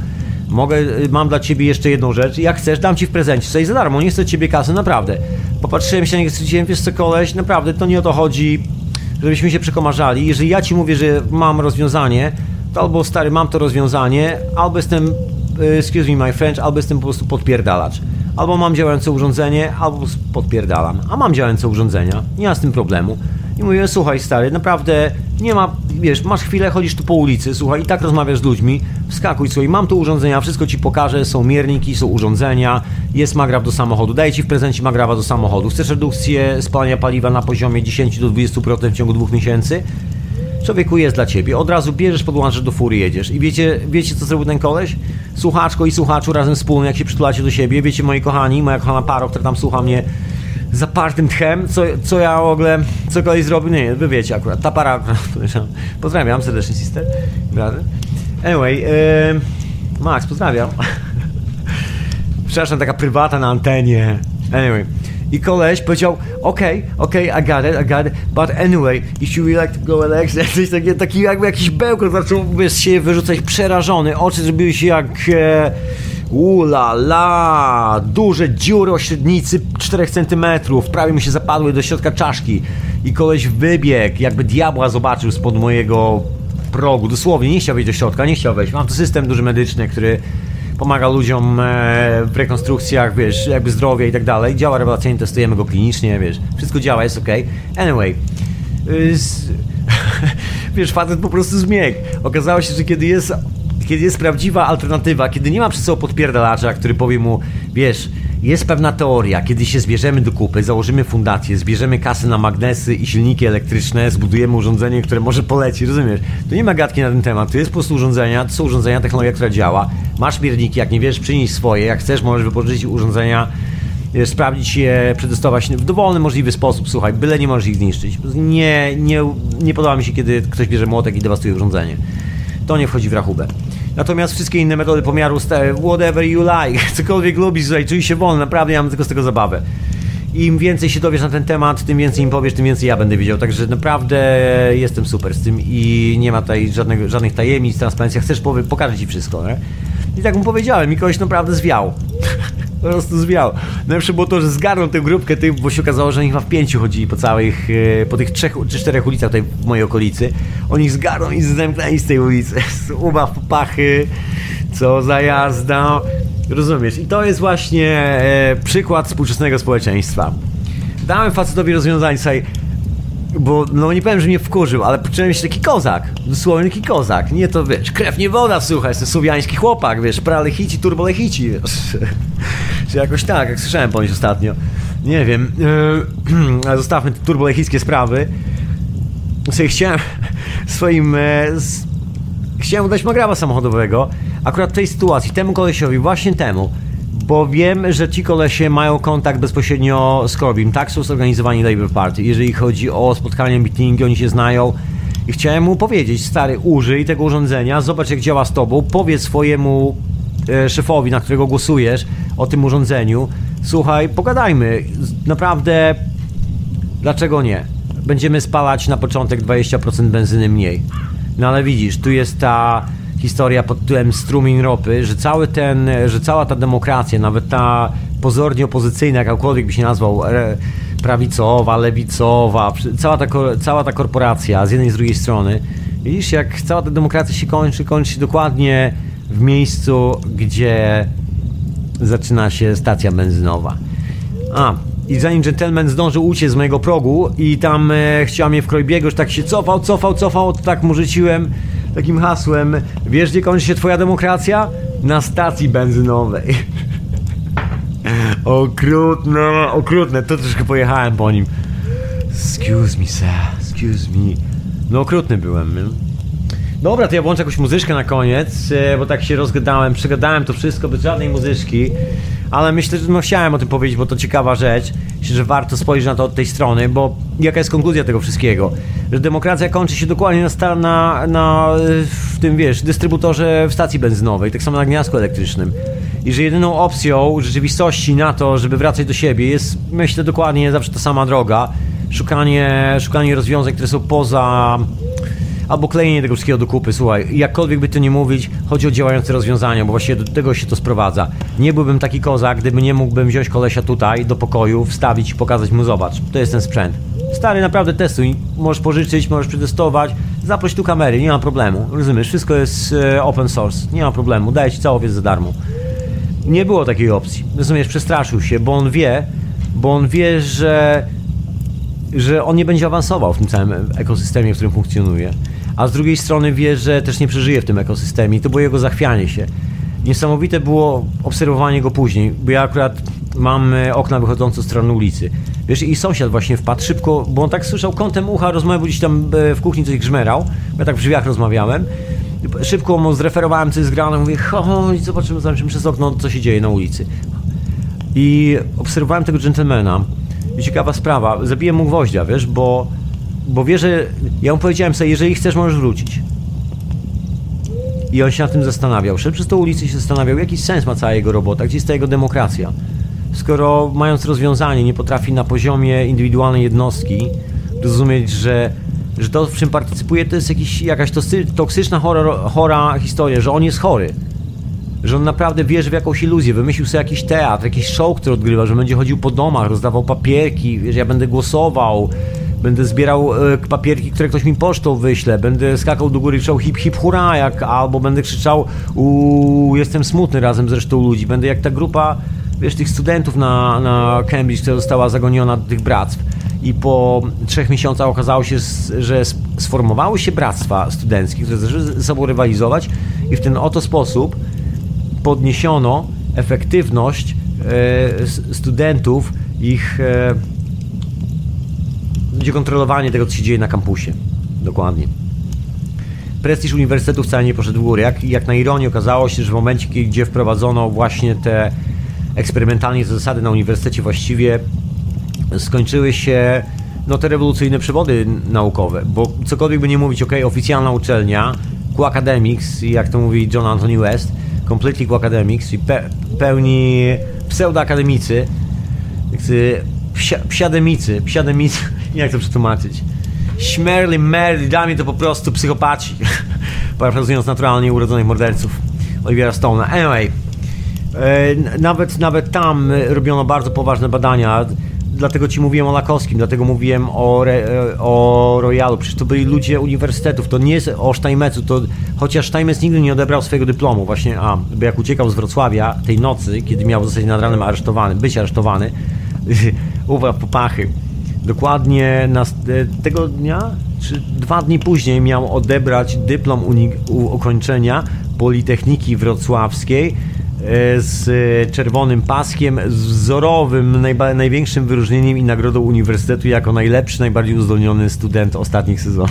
B: Mam dla ciebie jeszcze jedną rzecz. Jak chcesz, dam ci w prezencie, coś za darmo, nie chcę od ciebie kasy, naprawdę. Popatrzyłem się na niego, stwierdziłem, wiesz co, koleś, naprawdę to nie o to chodzi, żebyśmy się przekomarzali. Jeżeli ja ci mówię, że mam rozwiązanie, to albo stary, mam to rozwiązanie, albo jestem, excuse me my French, albo jestem po prostu podpierdalacz. Albo mam działające urządzenie, albo podpierdalam. A mam działające urządzenia, nie ma z tym problemu. I mówię, słuchaj stary, naprawdę nie ma, wiesz, masz chwilę, chodzisz tu po ulicy, słuchaj, i tak rozmawiasz z ludźmi, wskakuj, słuchaj, mam tu urządzenia, wszystko ci pokażę, są mierniki, są urządzenia, jest magraw do samochodu, daję ci w prezencie magrawa do samochodu, chcesz redukcję spalania paliwa na poziomie 10 do 20% w ciągu 2 miesięcy? Człowieku, jest dla ciebie, od razu bierzesz, podłączasz do fury, jedziesz. I wiecie co zrobił ten koleś? Słuchaczko i słuchaczu razem wspólnie, jak się przytulacie do siebie, wiecie, moi kochani, moja kochana paro, która tam słucha mnie zapartym tchem, co ja w ogóle, co kolej zrobił, nie, wy wiecie akurat, ta para, pozdrawiam serdecznie, sister, anyway, Max, pozdrawiam, przepraszam, taka prywata na antenie, anyway, i koleś powiedział, okay, I got it, but anyway, if you would like to go Alex, coś taki jakby jakiś bełkot zaczął, wiesz, się wyrzucać przerażony, oczy zrobiły się jak... la, duże dziury o średnicy 4 cm, prawie mi się zapadły do środka czaszki i koleś wybiegł, jakby diabła zobaczył spod mojego progu, dosłownie, nie chciał wejść do środka, nie chciał wejść, mam tu system duży medyczny, który pomaga ludziom w rekonstrukcjach, wiesz, jakby zdrowia i tak dalej, działa rewelacyjnie, testujemy go klinicznie, wiesz, wszystko działa, jest okej. Anyway, wiesz, facet po prostu zmiękł, okazało się, że kiedy jest prawdziwa alternatywa, kiedy nie ma przy sobą podpierdalacza, który powie mu, wiesz, jest pewna teoria, kiedy się zbierzemy do kupy, założymy fundację, zbierzemy kasy na magnesy i silniki elektryczne, zbudujemy urządzenie, które może polecieć, rozumiesz? Tu nie ma gadki na ten temat, tu jest po prostu urządzenia, to są urządzenia, technologia, która działa, masz mierniki, jak nie wiesz, przynieś swoje, jak chcesz, możesz wypożyczyć urządzenia, sprawdzić je, przetestować w dowolny możliwy sposób, słuchaj, byle nie możesz ich zniszczyć. Nie podoba mi się, kiedy ktoś bierze młotek i dewastuje urządzenie. To nie wchodzi w rachubę. Natomiast wszystkie inne metody pomiaru, whatever you like, cokolwiek lubisz, czuj się wolny, naprawdę ja mam tylko z tego zabawę. Im więcej się dowiesz na ten temat, tym więcej im powiesz, tym więcej ja będę wiedział. Także naprawdę jestem super z tym i nie ma tutaj żadnych tajemnic, transparencji. Jak chcesz, pokażę ci wszystko, nie? I tak mu powiedziałem, i kogoś naprawdę zwiał. Po prostu zwiał. Najlepsze było to, że zgarnął tę grupkę tych, bo się okazało, że oni chyba w 5 chodzili po tych 3 czy 4 ulicach tutaj w mojej okolicy. Oni zgarną i zemknęli z tej ulicy. Ubaw popachy, co za jazda. Rozumiesz? I to jest właśnie przykład współczesnego społeczeństwa. Dałem facetowi rozwiązanie, słuchaj, bo no nie powiem, że mnie wkurzył, ale poczułem się taki kozak, dosłownie taki kozak, nie to wiesz, krew nie woda, słuchaj, jestem słowiański chłopak, wiesz, pralechici, turbolechici, wiesz, czy jakoś tak, jak słyszałem ponieść ostatnio, nie wiem, ale zostawmy te turbolechickie sprawy, sobie chciałem chciałem dać magrawa samochodowego, akurat w tej sytuacji, temu kolesiowi, właśnie temu, bo wiem, że ci kolesie mają kontakt bezpośrednio z Corbyn, tak są zorganizowani Labour Party, jeżeli chodzi o spotkania, meetingi, oni się znają i chciałem mu powiedzieć, stary, użyj tego urządzenia, zobacz jak działa z tobą, powiedz swojemu szefowi, na którego głosujesz, o tym urządzeniu, słuchaj, pogadajmy, naprawdę, dlaczego nie? Będziemy spalać na początek 20% benzyny mniej, no ale widzisz, tu jest ta historia pod tytułem strumień ropy, że cała ta demokracja, nawet ta pozornie opozycyjna, jakkolwiek by się nazwał, prawicowa, lewicowa, cała ta korporacja z jednej i z drugiej strony, widzisz, jak cała ta demokracja się kończy się dokładnie w miejscu, gdzie zaczyna się stacja benzynowa. I zanim gentleman zdążył uciec z mojego progu i tam chciał mnie w Krojbiegu, już tak się cofał, to tak mu rzuciłem takim hasłem, wiesz gdzie kończy się twoja demokracja? Na stacji benzynowej. Okrutne, to troszkę pojechałem po nim. Excuse me sir, excuse me. No okrutny byłem, nie? Dobra, to ja włączę jakąś muzyczkę na koniec, bo tak się rozgadałem, przegadałem to wszystko bez żadnej muzyczki, ale myślę, że chciałem o tym powiedzieć, bo to ciekawa rzecz, że warto spojrzeć na to od tej strony, bo jaka jest konkluzja tego wszystkiego, że demokracja kończy się dokładnie w tym, wiesz, dystrybutorze w stacji benzynowej, tak samo na gniazdku elektrycznym i że jedyną opcją rzeczywistości na to, żeby wracać do siebie jest, myślę, dokładnie zawsze ta sama droga, szukanie rozwiązań, które są poza... albo klejenie tego wszystkiego do kupy, słuchaj, jakkolwiek by to nie mówić, chodzi o działające rozwiązania, bo właściwie do tego się to sprowadza. Nie byłbym taki kozak, gdyby nie mógłbym wziąć kolesia tutaj, do pokoju, wstawić i pokazać mu, zobacz, to jest ten sprzęt. Stary, naprawdę testuj, możesz pożyczyć, możesz przetestować, zaproś tu kamery, nie ma problemu, rozumiesz, wszystko jest open source, nie ma problemu, daję ci całą wiedzę za darmo. Nie było takiej opcji, rozumiesz, przestraszył się, bo on wie, że że on nie będzie awansował w tym całym ekosystemie, w którym funkcjonuje. A z drugiej strony wie, że też nie przeżyje w tym ekosystemie. I to było jego zachwianie się. Niesamowite było obserwowanie go później, bo ja akurat mam okna wychodzące z strony ulicy. Wiesz, i sąsiad właśnie wpadł szybko, bo on tak słyszał kątem ucha rozmowę, bo gdzieś tam w kuchni coś grzmerał. Ja tak w drzwiach rozmawiałem. Szybko mu zreferowałem, co jest grane. Mówię, chodź, zobaczymy przez okno, co się dzieje na ulicy. I obserwowałem tego dżentelmena. I ciekawa sprawa, zabiłem mu gwoździa, wiesz, bo wie, że ja mu powiedziałem sobie, jeżeli chcesz, możesz wrócić. I on się nad tym zastanawiał. Szedł przez tą ulicę i się zastanawiał, jaki sens ma cała jego robota, gdzie jest ta jego demokracja. Skoro mając rozwiązanie nie potrafi na poziomie indywidualnej jednostki rozumieć, że to, w czym partycypuje, to jest jakaś toksyczna, chora historia, że on jest chory. Że on naprawdę wierzy w jakąś iluzję, wymyślił sobie jakiś teatr, jakiś show, który odgrywa, że będzie chodził po domach, rozdawał papierki, wiesz, ja będę głosował, będę zbierał papierki, które ktoś mi pocztą wyśle, będę skakał do góry i krzyczał hip hip hurra, albo będę krzyczał jestem smutny razem z resztą ludzi, będę jak ta grupa, wiesz, tych studentów na Cambridge, która została zagoniona do tych bractw i po 3 miesiącach okazało się, że sformowały się bractwa studenckie, które zaczęły ze sobą rywalizować i w ten oto sposób podniesiono efektywność studentów, ich będzie kontrolowanie tego, co się dzieje na kampusie. Dokładnie. Prestiż uniwersytetów wcale nie poszedł w górę. Jak na ironię okazało się, że w momencie, gdzie wprowadzono właśnie te eksperymentalne zasady na uniwersytecie, właściwie skończyły się te rewolucyjne przewody naukowe, bo cokolwiek by nie mówić, oficjalna uczelnia, Q-Academics, jak to mówi John Anthony West, completely Q-Academics, i pełni pseudoakademicy, psiademicy, jak to przetłumaczyć? Śmerli, merli, dla mnie to po prostu psychopaci. Parafrazując naturalnie urodzonych morderców Olivera Stone'a. Anyway, nawet tam robiono bardzo poważne badania, dlatego ci mówiłem o Lakowskim, dlatego mówiłem o Royalu. Przecież to byli ludzie uniwersytetów, to nie jest o Steinmetzu, chociaż Steinmetz nigdy nie odebrał swojego dyplomu, właśnie, bo jak uciekał z Wrocławia tej nocy, kiedy miał zostać nad ranem być aresztowany, uwaga popachy. Dokładnie tego dnia, czy 2 dni później miał odebrać dyplom ukończenia Politechniki Wrocławskiej z czerwonym paskiem, z wzorowym, największym wyróżnieniem i nagrodą uniwersytetu jako najlepszy, najbardziej uzdolniony student ostatnich sezonów.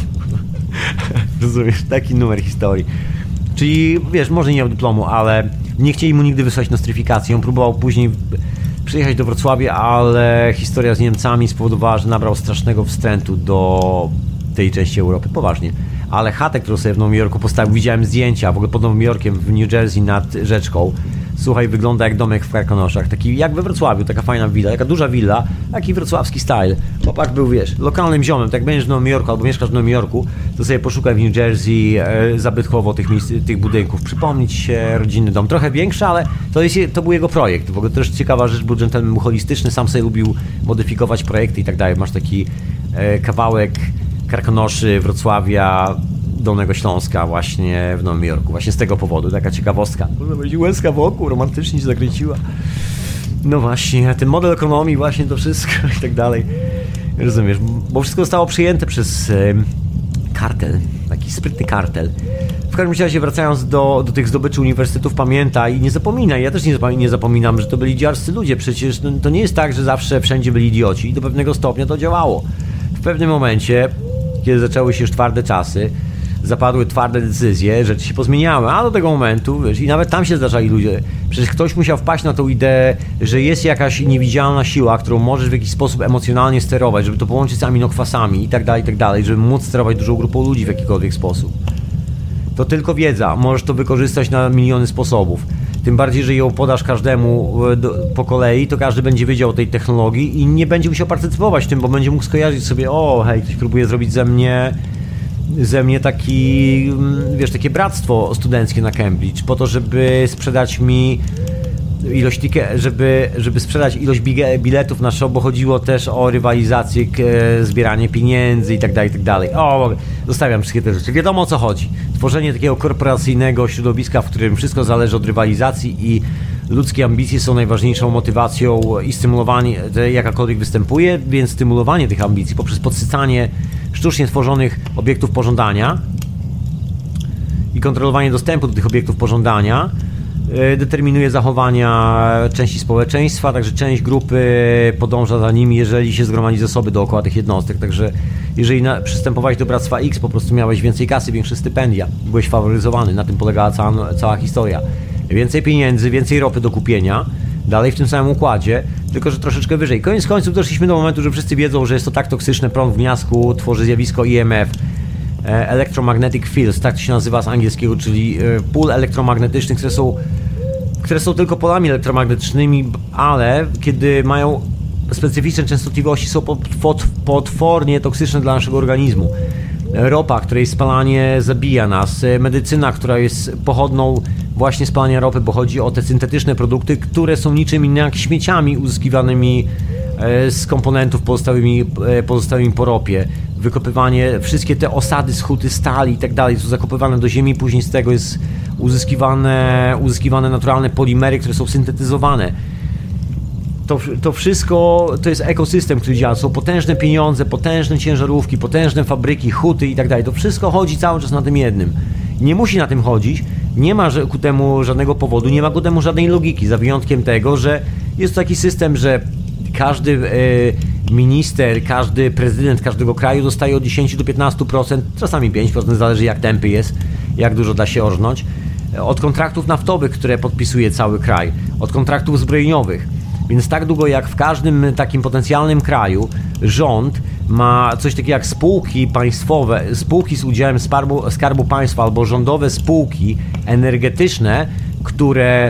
B: Rozumiesz? Taki numer historii. Czyli, wiesz, może nie miał dyplomu, ale nie chcieli mu nigdy wysłać nostryfikacji. On próbował później przyjechać do Wrocławia, ale historia z Niemcami spowodowała, że nabrał strasznego wstrętu do tej części Europy. Poważnie. Ale chatę, którą sobie w Nowym Jorku postawił, widziałem zdjęcia, w ogóle pod Nowym Jorkiem w New Jersey nad rzeczką. Słuchaj, wygląda jak domek w Karkonoszach. Taki jak we Wrocławiu, taka fajna willa, taka duża willa, taki wrocławski style. Chłopak był, wiesz, lokalnym ziomem. Tak jak będziesz w Nowym Jorku albo mieszkasz w Nowym Jorku, to sobie poszukaj w New Jersey zabytkowo tych budynków. Przypomnieć się rodzinny dom. Trochę większy, ale to był jego projekt. W ogóle też ciekawa rzecz, był dżentelmen holistyczny, sam sobie lubił modyfikować projekty i tak dalej. Masz taki kawałek Karkonoszy, Wrocławia, Dolnego Śląska właśnie w Nowym Jorku. Właśnie z tego powodu, taka ciekawostka. Będzie łezka wokół, romantycznie się zakręciła. No właśnie, ten model ekonomii, właśnie to wszystko i tak dalej. Rozumiesz, bo wszystko zostało przyjęte przez kartel, taki sprytny kartel. W każdym razie, wracając do tych zdobyczy uniwersytetów, pamiętaj i nie zapominaj, ja też nie zapominam, że to byli dziarscy ludzie. Przecież to nie jest tak, że zawsze wszędzie byli idioci i do pewnego stopnia to działało. W pewnym momencie, kiedy zaczęły się już twarde czasy, zapadły twarde decyzje, rzeczy się pozmieniały, a do tego momentu, wiesz, i nawet tam się zdarzali ludzie. Przecież ktoś musiał wpaść na tą ideę, że jest jakaś niewidzialna siła, którą możesz w jakiś sposób emocjonalnie sterować, żeby to połączyć z aminokwasami i tak dalej, żeby móc sterować dużą grupą ludzi w jakikolwiek sposób. To tylko wiedza, możesz to wykorzystać na miliony sposobów. Tym bardziej, że ją podasz każdemu po kolei, to każdy będzie wiedział o tej technologii i nie będzie musiał partycypować w tym, bo będzie mógł skojarzyć sobie, hej, ktoś próbuje zrobić ze mnie taki, wiesz, takie bractwo studenckie na Cambridge, po to, żeby sprzedać mi żeby sprzedać ilość biletów na show, bo chodziło też o rywalizację, zbieranie pieniędzy i tak dalej. Zostawiam wszystkie te rzeczy. Wiadomo, o co chodzi. Tworzenie takiego korporacyjnego środowiska, w którym wszystko zależy od rywalizacji i ludzkie ambicje są najważniejszą motywacją i stymulowanie jakakolwiek występuje, więc stymulowanie tych ambicji poprzez podsycanie sztucznie tworzonych obiektów pożądania i kontrolowanie dostępu do tych obiektów pożądania determinuje zachowania części społeczeństwa, także część grupy podąża za nimi, jeżeli się zgromadzi zasoby dookoła tych jednostek. Także jeżeli przystępowałeś do Bractwa X, po prostu miałeś więcej kasy, większe stypendia, byłeś faworyzowany, na tym polegała cała historia. Więcej pieniędzy, więcej ropy do kupienia, dalej w tym samym układzie, tylko że troszeczkę wyżej. Koniec końców doszliśmy do momentu, że wszyscy wiedzą, że jest to tak toksyczne, prąd w gniazdku tworzy zjawisko EMF, Electromagnetic Fields, tak to się nazywa z angielskiego, czyli pól elektromagnetycznych, które są tylko polami elektromagnetycznymi, ale kiedy mają specyficzne częstotliwości, są potwornie toksyczne dla naszego organizmu. Ropa, której spalanie zabija nas, medycyna, która jest pochodną właśnie spalania ropy, bo chodzi o te syntetyczne produkty, które są niczym innym jak śmieciami uzyskiwanymi z komponentów pozostałymi po ropie. Wykopywanie, wszystkie te osady z huty stali i tak dalej są zakopywane do ziemi, później z tego jest uzyskiwane naturalne polimery, które są syntetyzowane. To wszystko to jest ekosystem, który działa. Są potężne pieniądze, potężne ciężarówki, potężne fabryki, huty i tak dalej. To wszystko chodzi cały czas na tym jednym. Nie musi na tym chodzić, nie ma ku temu żadnego powodu, nie ma ku temu żadnej logiki, za wyjątkiem tego, że jest to taki system, że każdy minister, każdy prezydent każdego kraju dostaje od 10 do 15%, czasami 5%, zależy jak tępy jest, jak dużo da się orżnąć, od kontraktów naftowych, które podpisuje cały kraj, od kontraktów zbrojeniowych. Więc tak długo jak w każdym takim potencjalnym kraju rząd ma coś takiego jak spółki państwowe, spółki z udziałem Skarbu Państwa albo rządowe spółki energetyczne, które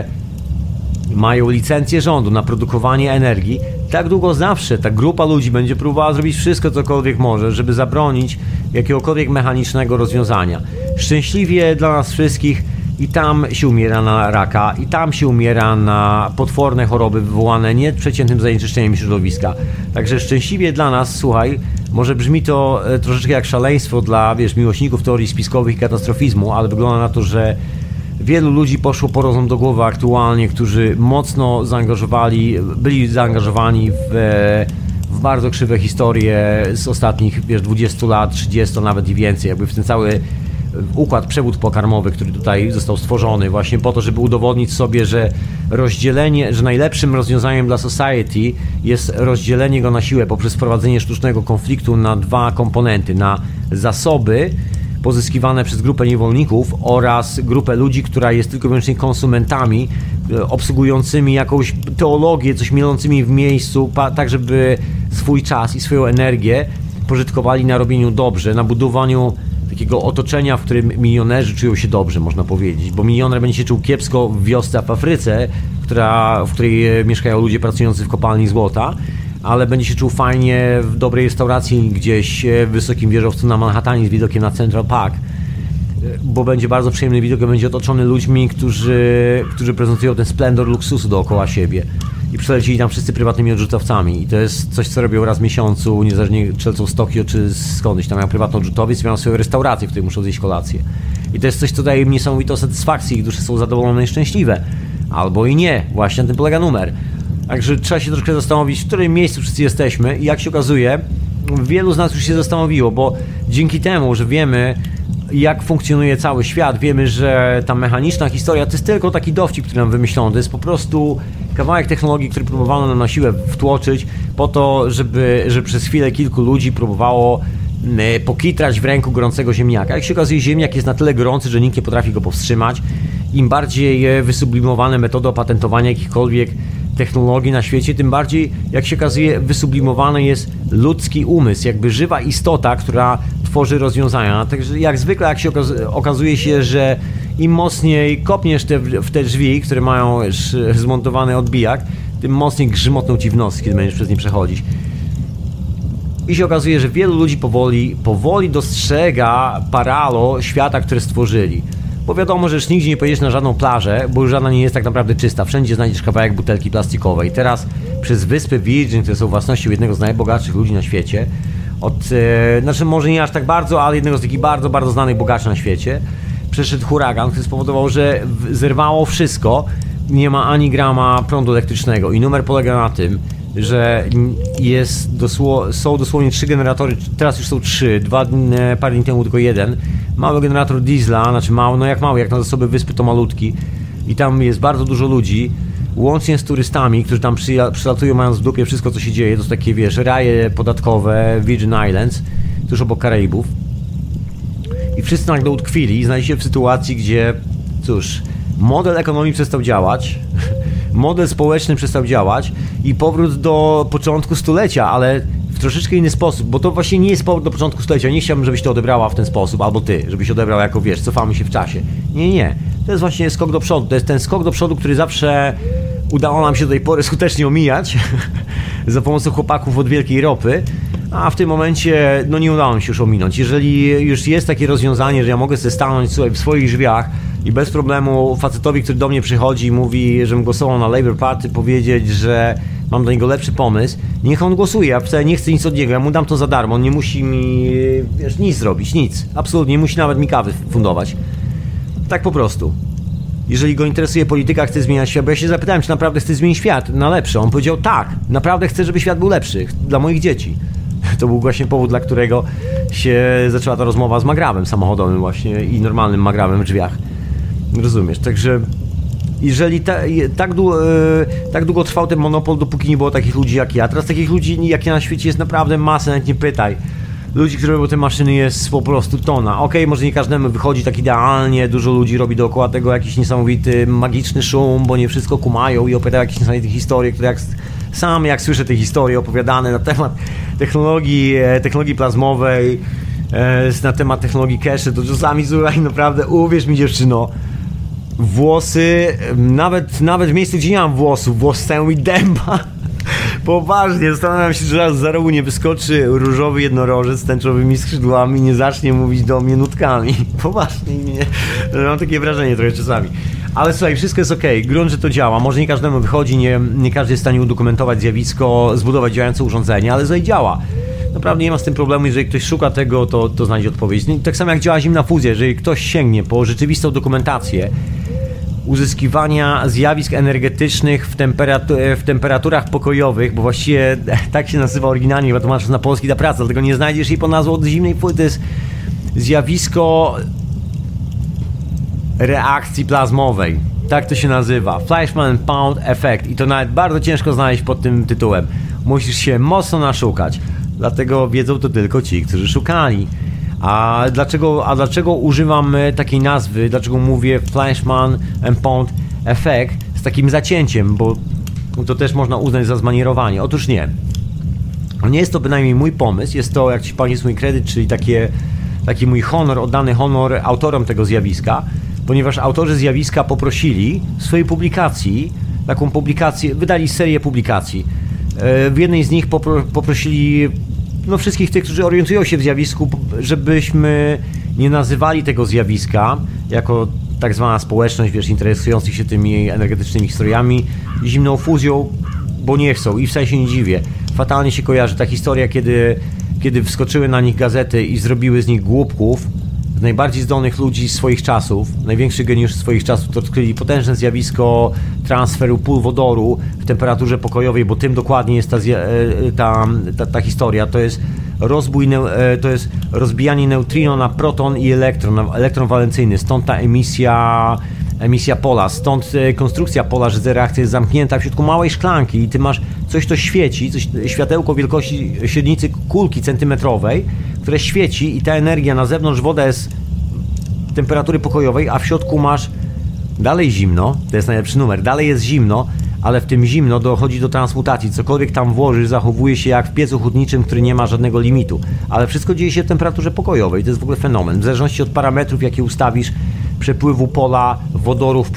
B: mają licencję rządu na produkowanie energii, tak długo zawsze ta grupa ludzi będzie próbowała zrobić wszystko, cokolwiek może, żeby zabronić jakiegokolwiek mechanicznego rozwiązania. Szczęśliwie dla nas wszystkich i tam się umiera na raka, i tam się umiera na potworne choroby wywołane nieprzeciętnym zanieczyszczeniem środowiska. Także szczęśliwie dla nas, słuchaj, może brzmi to troszeczkę jak szaleństwo dla, miłośników teorii spiskowych i katastrofizmu, ale wygląda na to, że wielu ludzi poszło po rozum do głowy aktualnie, którzy mocno byli zaangażowani w bardzo krzywe historie z ostatnich 20 lat, 30 nawet i więcej, jakby w ten cały układ, przewód pokarmowy, który tutaj został stworzony właśnie po to, żeby udowodnić sobie, że najlepszym rozwiązaniem dla society jest rozdzielenie go na siłę poprzez wprowadzenie sztucznego konfliktu na dwa komponenty, na zasoby pozyskiwane przez grupę niewolników oraz grupę ludzi, która jest tylko i wyłącznie konsumentami, obsługującymi jakąś teologię, coś mielącymi w miejscu, tak żeby swój czas i swoją energię pożytkowali na robieniu dobrze, na budowaniu takiego otoczenia, w którym milionerzy czują się dobrze, można powiedzieć, bo milioner będzie się czuł kiepsko w wiosce w Afryce, w której mieszkają ludzie pracujący w kopalni złota, ale będzie się czuł fajnie w dobrej restauracji gdzieś w wysokim wieżowcu na Manhattanie z widokiem na Central Park, bo będzie bardzo przyjemny widok, będzie otoczony ludźmi, którzy prezentują ten splendor luksusu dookoła siebie i przelecili tam wszyscy prywatnymi odrzutowcami i to jest coś, co robią raz w miesiącu, niezależnie czy lecą z Tokio, czy skądś, tam mają prywatny odrzutowiec i mają swoją restaurację, w której muszą zjeść kolację i to jest coś, co daje im niesamowitą satysfakcję, ich dusze są zadowolone i szczęśliwe, albo i nie, właśnie na tym polega numer. Także trzeba się troszkę zastanowić, w którym miejscu wszyscy jesteśmy i jak się okazuje, wielu z nas już się zastanowiło, bo dzięki temu, że wiemy, jak funkcjonuje cały świat, wiemy, że ta mechaniczna historia to jest tylko taki dowcip, który nam wymyślono, to jest po prostu kawałek technologii, który próbowano nam na siłę wtłoczyć po to, żeby przez chwilę kilku ludzi próbowało pokitrać w ręku gorącego ziemniaka. Jak się okazuje, ziemniak jest na tyle gorący, że nikt nie potrafi go powstrzymać. Im bardziej wysublimowane metody opatentowania jakichkolwiek technologii na świecie, tym bardziej, jak się okazuje, wysublimowany jest ludzki umysł, jakby żywa istota, która tworzy rozwiązania. Także jak zwykle, jak się okazuje się, że im mocniej kopniesz w te drzwi, które mają już zmontowany odbijak, tym mocniej grzmotną ci w nos, kiedy będziesz przez nie przechodzić. I się okazuje, że wielu ludzi powoli dostrzega paralo świata, które stworzyli. Bo wiadomo, że już nigdzie nie pojedziesz na żadną plażę, bo już żadna nie jest tak naprawdę czysta. Wszędzie znajdziesz kawałek butelki plastikowej. Teraz przez wyspy Virgin, które są własnością jednego z najbogatszych ludzi na świecie, znaczy może nie aż tak bardzo, ale jednego z takich bardzo, bardzo znanych bogaczy na świecie, przeszedł huragan, który spowodował, że zerwało wszystko, nie ma ani grama prądu elektrycznego i numer polega na tym, że są dosłownie 3 generatory, teraz już są 3, parę dni temu tylko jeden. Mały generator diesla, znaczy mały, no jak mały, jak na zasoby wyspy to malutki. I tam jest bardzo dużo ludzi, łącznie z turystami, którzy tam przylatują mając w dupie wszystko co się dzieje. To są takie, wiesz, raje podatkowe, Virgin Islands, tuż obok Karaibów. I wszyscy nagle utkwili i znaleźli się w sytuacji, gdzie, cóż, model ekonomii przestał działać, model społeczny przestał działać i powrót do początku stulecia, ale w troszeczkę inny sposób, bo to właśnie nie jest powrót do początku stulecia. Nie chciałbym, żebyś to odebrała w ten sposób, albo ty, żebyś odebrał jako, wiesz, cofamy się w czasie. Nie. To jest właśnie skok do przodu. To jest ten skok do przodu, który zawsze udało nam się do tej pory skutecznie omijać za pomocą chłopaków od wielkiej ropy, a w tym momencie no nie udało mi się już ominąć. Jeżeli już jest takie rozwiązanie, że ja mogę sobie stanąć w swoich drzwiach i bez problemu facetowi, który do mnie przychodzi i mówi, żebym głosował na Labour Party, powiedzieć, że mam do niego lepszy pomysł, niech on głosuje, ja wcale nie chcę nic od niego, ja mu dam to za darmo, on nie musi mi, wiesz, nic zrobić, nic, absolutnie, nie musi nawet mi kawy fundować. Tak po prostu. Jeżeli go interesuje polityka, chce zmieniać świat, bo ja się zapytałem, czy naprawdę chce zmienić świat na lepsze. On powiedział tak, naprawdę chcę, żeby świat był lepszy dla moich dzieci. To był właśnie powód, dla którego się zaczęła ta rozmowa z magrawem samochodowym właśnie i normalnym magrawem w drzwiach. Rozumiesz? Także jeżeli tak długo trwał ten monopol, dopóki nie było takich ludzi jak ja. Teraz takich ludzi jak ja na świecie jest naprawdę masa, nawet nie pytaj. Ludzi, którzy robią te maszyny jest po prostu tona. Okej, może nie każdemu wychodzi tak idealnie, dużo ludzi robi dookoła tego jakiś niesamowity, magiczny szum, bo nie wszystko kumają i opowiadają jakieś niesamowite historie, które jak słyszę te historie opowiadane na temat technologii plazmowej, na temat technologii cache, to czasami słuchaj, naprawdę, uwierz mi dziewczyno, włosy, nawet w miejscu, gdzie nie mam włosów, włosy stają mi dęba. Poważnie, zastanawiam się, że za rogu nie wyskoczy różowy jednorożec z tęczowymi skrzydłami i nie zacznie mówić do mnie nutkami. Poważnie, mam takie wrażenie trochę czasami. Ale słuchaj, wszystko jest okej. Grunt, że to działa. Może nie każdemu wychodzi, nie każdy jest w stanie udokumentować zjawisko, zbudować działające urządzenie, ale słuchaj, działa. Naprawdę nie ma z tym problemu, jeżeli ktoś szuka tego, to znajdzie odpowiedź. Tak samo jak działa zimna fuzja, jeżeli ktoś sięgnie po rzeczywistą dokumentację uzyskiwania zjawisk energetycznych w temperaturach pokojowych, bo właściwie tak się nazywa oryginalnie, chyba tłumacząc na polski ta praca, dlatego nie znajdziesz jej pod nazwą od zimnej fuzji. To jest zjawisko reakcji plazmowej. Tak to się nazywa. Fleischmann-Pound Effect. I to nawet bardzo ciężko znaleźć pod tym tytułem. Musisz się mocno naszukać. Dlatego wiedzą to tylko ci, którzy szukali. A dlaczego używam takiej nazwy? Dlaczego mówię Fleischmann-Pound Effect z takim zacięciem? Bo to też można uznać za zmanierowanie. Otóż nie. Nie jest to bynajmniej mój pomysł. Jest to, jak ci pan jest mój kredyt, czyli taki mój honor, oddany honor autorom tego zjawiska. Ponieważ autorzy zjawiska poprosili w swojej publikacji, taką publikację, wydali serię publikacji. W jednej z nich poprosili wszystkich tych, którzy orientują się w zjawisku, żebyśmy nie nazywali tego zjawiska jako tak zwana społeczność, wiesz, interesujących się tymi energetycznymi historiami zimną fuzją, bo nie chcą i w sensie nie dziwię. Fatalnie się kojarzy ta historia, kiedy wskoczyły na nich gazety i zrobiły z nich głupków, najbardziej zdolnych ludzi swoich czasów, największych geniuszy swoich czasów, to odkryli potężne zjawisko transferu pól wodoru w temperaturze pokojowej, bo tym dokładnie jest ta historia. To jest to jest rozbijanie neutrino na proton i elektron walencyjny, stąd ta emisja pola, stąd konstrukcja pola, że ta reakcja jest zamknięta w środku małej szklanki i ty masz coś, to świeci, światełko wielkości średnicy kulki centymetrowej, które świeci i ta energia na zewnątrz, woda jest temperatury pokojowej, a w środku masz dalej zimno, to jest najlepszy numer, dalej jest zimno, ale w tym zimno dochodzi do transmutacji, cokolwiek tam włożysz zachowuje się jak w piecu chłodniczym, który nie ma żadnego limitu, ale wszystko dzieje się w temperaturze pokojowej, to jest w ogóle fenomen, w zależności od parametrów, jakie ustawisz, przepływu pola wodorów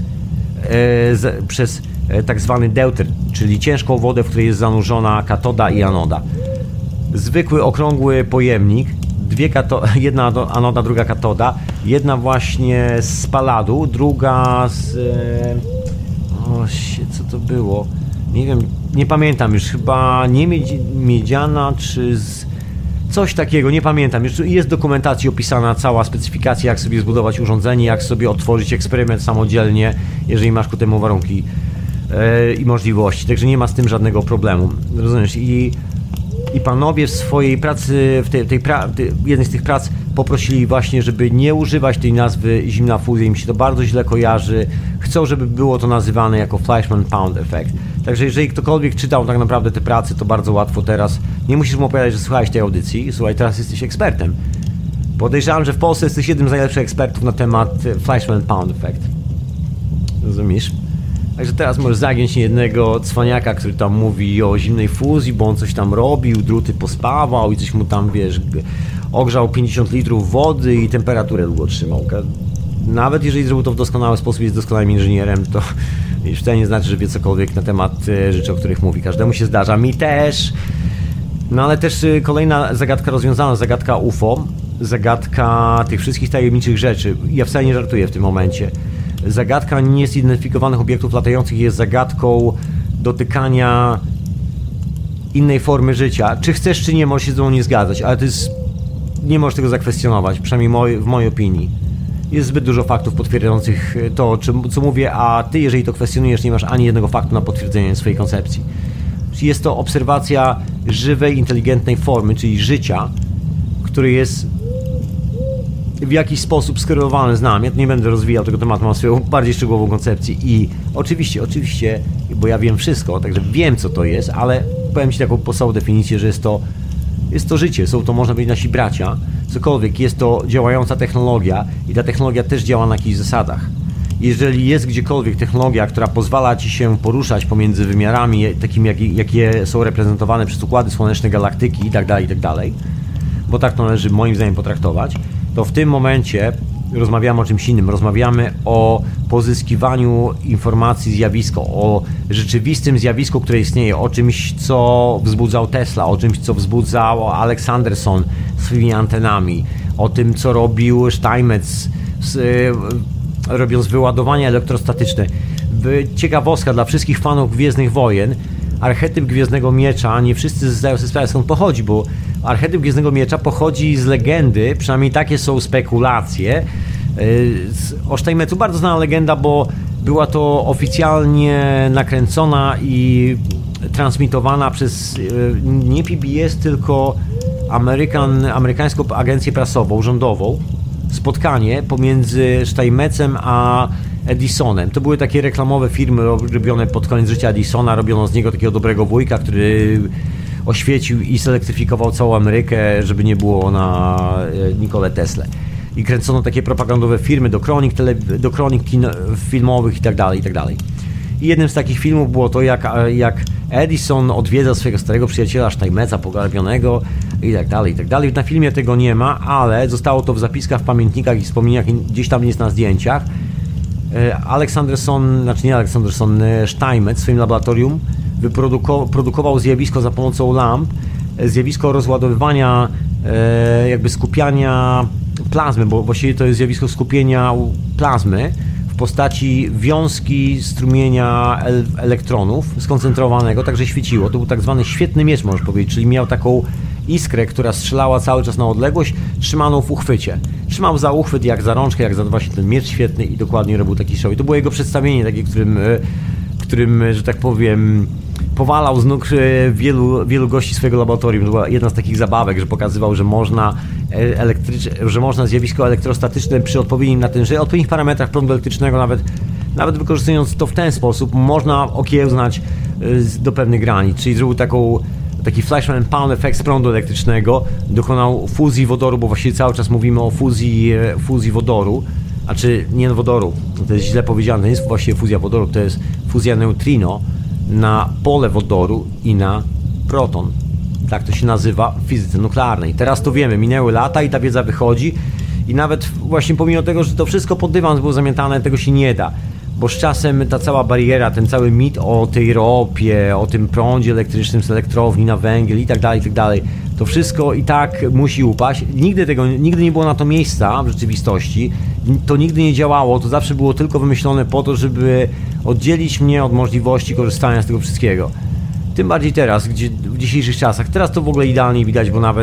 B: przez tak zwany deuter, czyli ciężką wodę, w której jest zanurzona katoda i anoda. Zwykły, okrągły pojemnik, jedna anoda, druga katoda, jedna właśnie z paladu, druga z... co to było? Nie wiem, nie pamiętam już, chyba nie miedziana, czy z... Coś takiego, nie pamiętam. Jest w dokumentacji opisana cała specyfikacja, jak sobie zbudować urządzenie, jak sobie otworzyć eksperyment samodzielnie, jeżeli masz ku temu warunki i możliwości. Także nie ma z tym żadnego problemu. Rozumiesz? I panowie w swojej pracy, jednej z tych prac poprosili właśnie, żeby nie używać tej nazwy zimna fuzja, im się to bardzo źle kojarzy. Chcą, żeby było to nazywane jako Fleischmann-Pound Effect. Także jeżeli ktokolwiek czytał tak naprawdę te prace, to bardzo łatwo teraz. Nie musisz mu opowiadać, że słuchałeś tej audycji. Słuchaj, teraz jesteś ekspertem. Podejrzewam, że w Polsce jesteś jednym z najlepszych ekspertów na temat Fleischmann-Pound Effect. Rozumiesz? Także teraz możesz zagiąć jednego cwaniaka, który tam mówi o zimnej fuzji, bo on coś tam robił, druty pospawał i coś mu tam, wiesz, ogrzał 50 litrów wody i temperaturę długo trzymał. Nawet jeżeli zrobił to w doskonały sposób, jest doskonałym inżynierem, to już wcale nie znaczy, że wie cokolwiek na temat rzeczy, o których mówi. Każdemu się zdarza, mi też. No ale też kolejna zagadka rozwiązana, zagadka UFO, zagadka tych wszystkich tajemniczych rzeczy. Ja wcale nie żartuję w tym momencie. Zagadka niezidentyfikowanych obiektów latających jest zagadką dotykania innej formy życia. Czy chcesz, czy nie, możesz się z nią nie zgadzać, ale to jest... nie możesz tego zakwestionować, przynajmniej w mojej opinii. Jest zbyt dużo faktów potwierdzających to, co mówię, a ty, jeżeli to kwestionujesz, nie masz ani jednego faktu na potwierdzenie swojej koncepcji. Jest to obserwacja żywej, inteligentnej formy, czyli życia, który jest w jakiś sposób skorelowany z nami. Ja nie będę rozwijał tego tematu, mam swoją bardziej szczegółową koncepcję i oczywiście, bo ja wiem wszystko, także wiem, co to jest, ale powiem ci taką podstawową definicję, że jest to życie, są to, można powiedzieć, nasi bracia, cokolwiek, jest to działająca technologia i ta technologia też działa na jakichś zasadach. Jeżeli jest gdziekolwiek technologia, która pozwala ci się poruszać pomiędzy wymiarami, takimi jakie są reprezentowane przez układy słoneczne, galaktyki itd., bo tak to należy moim zdaniem potraktować, to w tym momencie rozmawiamy o czymś innym. Rozmawiamy o pozyskiwaniu informacji, zjawisko, o rzeczywistym zjawisku, które istnieje, o czymś, co wzbudzał Tesla, o czymś, co wzbudzał Aleksanderson swoimi antenami, o tym, co robił Steinmetz, robiąc wyładowania elektrostatyczne. Ciekawostka dla wszystkich fanów Gwiezdnych Wojen, archetyp Gwiezdnego Miecza, nie wszyscy zdają sobie sprawę, skąd pochodzi, bo archetyp Gwiezdnego Miecza pochodzi z legendy, przynajmniej takie są spekulacje. O Steinmetzu bardzo znana legenda, bo była to oficjalnie nakręcona i transmitowana przez nie PBS, tylko amerykańską agencję prasową, rządową. Spotkanie pomiędzy Steinmetzem a Edisonem. To były takie reklamowe filmy robione pod koniec życia Edisona, robiono z niego takiego dobrego wujka, który oświecił i selektryfikował całą Amerykę, żeby nie było na Nikolę Teslę. I kręcono takie propagandowe filmy do kronik filmowych itd. I jednym z takich filmów było to, jak Edison odwiedza swojego starego przyjaciela Steinmetza pogarbionego itd. Na filmie tego nie ma, ale zostało to w zapiskach, w pamiętnikach i wspomnieniach, gdzieś tam jest na zdjęciach. Steinmetz w swoim laboratorium produkował zjawisko za pomocą lamp, zjawisko rozładowywania, jakby skupiania plazmy, bo właściwie to jest zjawisko skupienia plazmy w postaci wiązki strumienia elektronów skoncentrowanego, także świeciło. To był tak zwany świetny miecz, możesz powiedzieć, czyli miał taką iskrę, która strzelała cały czas na odległość, trzymaną w uchwycie. Trzymał za uchwyt, jak za rączkę, jak za właśnie ten miecz świetny i dokładnie robił taki show. I to było jego przedstawienie, takie, którym, że tak powiem, powalał z nóg wielu gości swojego laboratorium. To była jedna z takich zabawek, że pokazywał, że można zjawisko elektrostatyczne przy odpowiednim natężeniu, odpowiednich parametrach prądu elektrycznego, nawet wykorzystując to w ten sposób, można okiełznać do pewnych granic. Czyli zrobił taki Fleischmann-Pound Effect z prądu elektrycznego, dokonał fuzji wodoru, bo właściwie cały czas mówimy o fuzji wodoru, nie wodoru, to jest źle powiedziane, to nie jest właściwie fuzja wodoru, to jest fuzja neutrino na pole wodoru i na proton. Tak to się nazywa w fizyce nuklearnej. Teraz to wiemy, minęły lata i ta wiedza wychodzi i nawet właśnie pomimo tego, że to wszystko pod dywan było zamiatane, tego się nie da. Bo z czasem ta cała bariera, ten cały mit o tej ropie, o tym prądzie elektrycznym z elektrowni na węgiel i tak dalej, to wszystko i tak musi upaść. Nigdy nie było na to miejsca w rzeczywistości. To nigdy nie działało, to zawsze było tylko wymyślone po to, żeby oddzielić mnie od możliwości korzystania z tego wszystkiego. Tym bardziej teraz, w dzisiejszych czasach. Teraz to w ogóle idealnie widać, bo nawet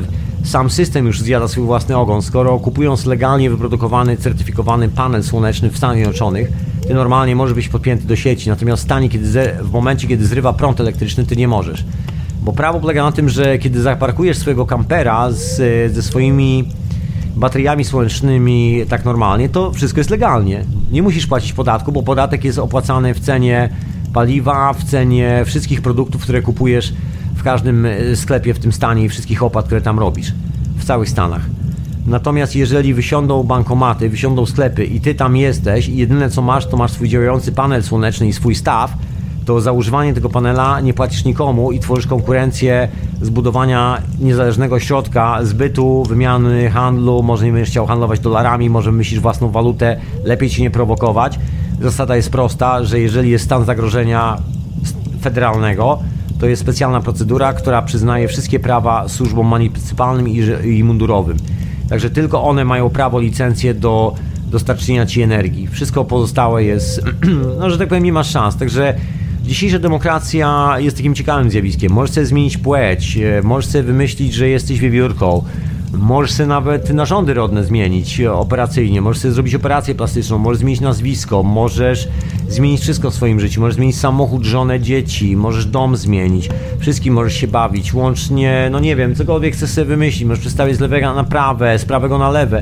B: sam system już zjada swój własny ogon. Skoro kupując legalnie wyprodukowany, certyfikowany panel słoneczny w Stanach Zjednoczonych, ty normalnie możesz być podpięty do sieci, natomiast w momencie, kiedy zrywa prąd elektryczny, ty nie możesz. Bo prawo polega na tym, że kiedy zaparkujesz swojego kampera ze swoimi bateriami słonecznymi tak normalnie, to wszystko jest legalnie. Nie musisz płacić podatku, bo podatek jest opłacany w cenie paliwa, w cenie wszystkich produktów, które kupujesz w każdym sklepie w tym stanie i wszystkich opłat, które tam robisz. W całych Stanach. Natomiast jeżeli wysiądą bankomaty, wysiądą sklepy i ty tam jesteś i jedyne co masz, to masz swój działający panel słoneczny i swój staw, to za używanie tego panela nie płacisz nikomu i tworzysz konkurencję zbudowania niezależnego środka zbytu, wymiany, handlu. Może nie będziesz chciał handlować dolarami, może myślisz własną walutę, lepiej ci nie prowokować. Zasada jest prosta, że jeżeli jest stan zagrożenia federalnego, to jest specjalna procedura, która przyznaje wszystkie prawa służbom municypalnym i mundurowym. Także tylko one mają prawo, licencję do dostarczenia ci energii. Wszystko pozostałe jest, no że tak powiem, nie masz szans. Także dzisiejsza demokracja jest takim ciekawym zjawiskiem. Możesz sobie zmienić płeć, możesz sobie wymyślić, że jesteś wiewiórką, możesz sobie nawet narządy rodne zmienić operacyjnie, możesz sobie zrobić operację plastyczną, możesz zmienić nazwisko, możesz zmienić wszystko w swoim życiu, możesz zmienić samochód, żonę, dzieci, możesz dom zmienić, wszystkim możesz się bawić, łącznie, no nie wiem, cokolwiek chcesz sobie wymyślić, możesz przestawić z lewego na prawe, z prawego na lewe.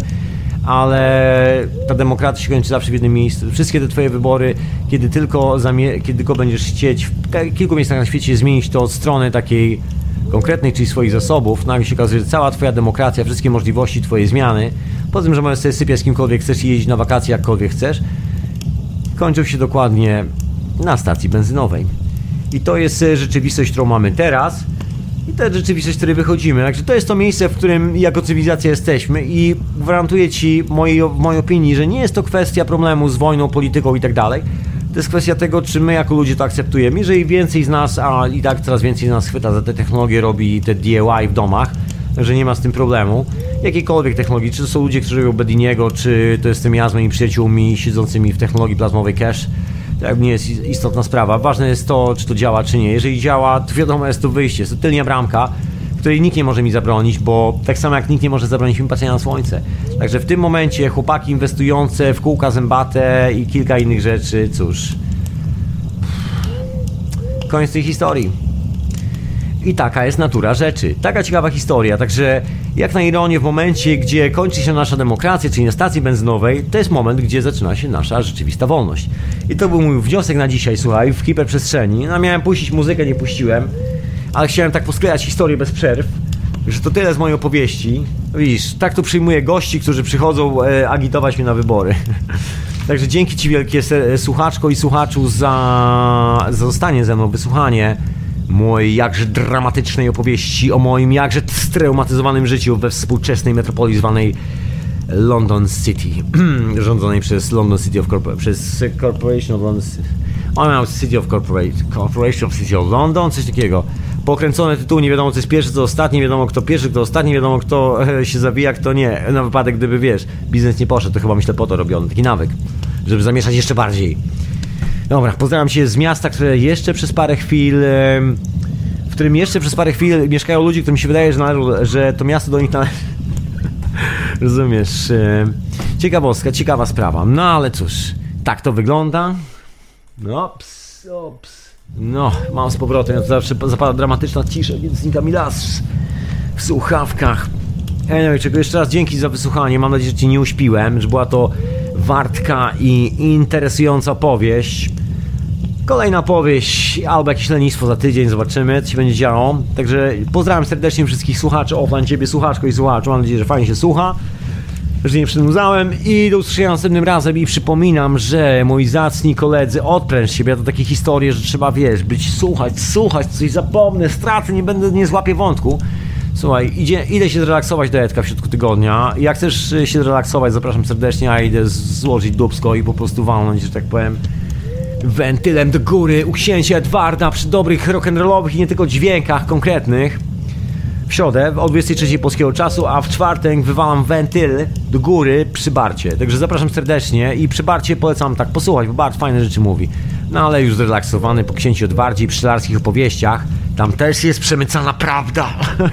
B: Ale ta demokracja się kończy zawsze w jednym miejscu. Wszystkie te twoje wybory, kiedy tylko będziesz chcieć w kilku miejscach na świecie zmienić to od strony takiej konkretnej, czyli swoich zasobów, nagle się okazuje, że cała twoja demokracja, wszystkie możliwości twojej zmiany, po tym, że możesz sobie sypiać z kimkolwiek chcesz i jeździć na wakacje jakkolwiek chcesz, kończą się dokładnie na stacji benzynowej. I to jest rzeczywistość, którą mamy teraz. I to jest rzeczywistość, z której wychodzimy. Także to jest to miejsce, w którym jako cywilizacja jesteśmy i gwarantuję ci, w mojej opinii, że nie jest to kwestia problemu z wojną, polityką i tak dalej. To jest kwestia tego, czy my jako ludzie to akceptujemy. Jeżeli więcej z nas, a i tak coraz więcej z nas chwyta za te technologie, robi te DIY w domach, że nie ma z tym problemu. Jakiejkolwiek technologii, czy to są ludzie, którzy robią Bediniego, czy to jestem ja z moimi przyjaciółmi siedzącymi w technologii plazmowej cache. To nie jest istotna sprawa. Ważne jest to, czy to działa, czy nie. Jeżeli działa, to wiadomo, jest to wyjście. Jest to tylnia bramka, której nikt nie może mi zabronić, bo tak samo jak nikt nie może zabronić mi patrzenia na słońce. Także w tym momencie chłopaki inwestujące w kółka zębate i kilka innych rzeczy, cóż, koniec tej historii. I taka jest natura rzeczy. Taka ciekawa historia. Także jak na ironię, w momencie, gdzie kończy się nasza demokracja, czyli na stacji benzynowej, to jest moment, gdzie zaczyna się nasza rzeczywista wolność. I to był mój wniosek na dzisiaj, słuchaj, w hiperprzestrzeni. No, miałem puścić muzykę, nie puściłem, ale chciałem tak posklejać historię bez przerw, że to tyle z mojej opowieści. Widzisz, tak tu przyjmuję gości, którzy przychodzą agitować mnie na wybory. Także dzięki ci wielkie, słuchaczko i słuchaczu, za zostanie ze mną, wysłuchanie mojej jakże dramatycznej opowieści o moim jakże straumatyzowanym życiu we współczesnej metropolii zwanej London City, rządzonej przez London City of przez Corporation of London City of Corporation of City of London, coś takiego. Pokręcone tytuły, nie wiadomo co jest pierwszy, co ostatni, nie wiadomo kto pierwszy, kto ostatni, nie wiadomo kto się zawija, kto nie. Na wypadek, gdyby wiesz, biznes nie poszedł, to chyba myślę po to robiony, taki nawyk, żeby zamieszać jeszcze bardziej. Dobra, pozdrawiam się z miasta, które jeszcze przez parę chwil, w którym jeszcze przez parę chwil mieszkają ludzie, którym się wydaje, że to miasto do nich należy. Rozumiesz? Ciekawostka, ciekawa sprawa. No ale cóż, tak to wygląda. Ops. No, mam z powrotem, ja to zawsze zapada dramatyczna cisza, więc znika mi las w słuchawkach. Anyway, czego jeszcze raz dzięki za wysłuchanie. Mam nadzieję, że cię nie uśpiłem, że była to wartka i interesująca opowieść. Kolejna powieść, albo jakieś lenistwo za tydzień, zobaczymy, co się będzie działo. Także pozdrawiam serdecznie wszystkich słuchaczy, offline ciebie, słuchaczko i słuchaczu. Mam nadzieję, że fajnie się słucha, że nie przynudzałem i do usłyszenia następnym razem. I przypominam, że moi zacni koledzy, odpręż siebie, to takie historie, że trzeba, wiesz, słuchać, coś zapomnę, stracę, nie złapię wątku. Słuchaj, idę się zrelaksować do Edka w środku tygodnia. Jak chcesz się zrelaksować, zapraszam serdecznie, a idę złożyć dupsko i po prostu walnąć, że tak powiem, wentylem do góry u księcia Edwarda przy dobrych rock'n'rollowych i nie tylko dźwiękach konkretnych. W środę o 23 polskiego czasu, a w czwartek wywalam wentyl do góry przy Barcie. Także zapraszam serdecznie i przy Barcie polecam tak posłuchać, bo Bart fajne rzeczy mówi. No ale już zrelaksowany po księciu Edwardzie i pszczelarskich opowieściach, Tam też jest przemycana prawda.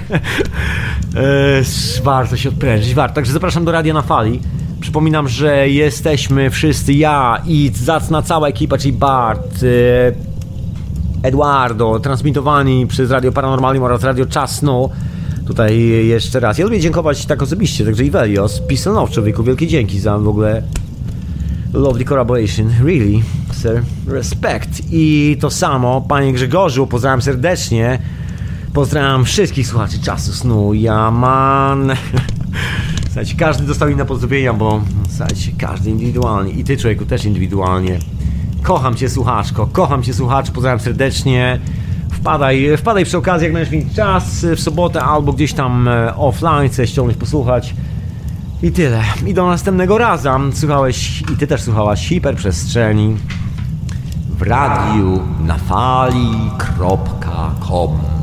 B: Warto się odprężyć, warto. Także zapraszam do Radia na Fali. Przypominam, że jesteśmy wszyscy, ja i zacna cała ekipa, czyli Bart, Eduardo, transmitowani przez Radio Paranormalium oraz Radio Czas Snu. Tutaj jeszcze raz. Ja lubię dziękować tak osobiście, także Ivelios, peace and love, człowieku, wielkie dzięki za w ogóle lovely collaboration, really, sir, respect. I to samo, panie Grzegorzu, pozdrawiam serdecznie, pozdrawiam wszystkich słuchaczy Czasu Snu, ja man. Słuchajcie, każdy dostał inne pozdrowienia, bo słuchajcie, każdy indywidualnie i ty, człowieku, też indywidualnie. Kocham cię, słuchaczko, kocham cię, słuchacz, pozdrawiam serdecznie. Wpadaj przy okazji, jak będziesz mieć czas w sobotę albo gdzieś tam offline, chcesz ściągnąć, posłuchać. I tyle. I do następnego razu. Słuchałeś i ty też słuchałaś Hiperprzestrzeni w radiu na fali.com.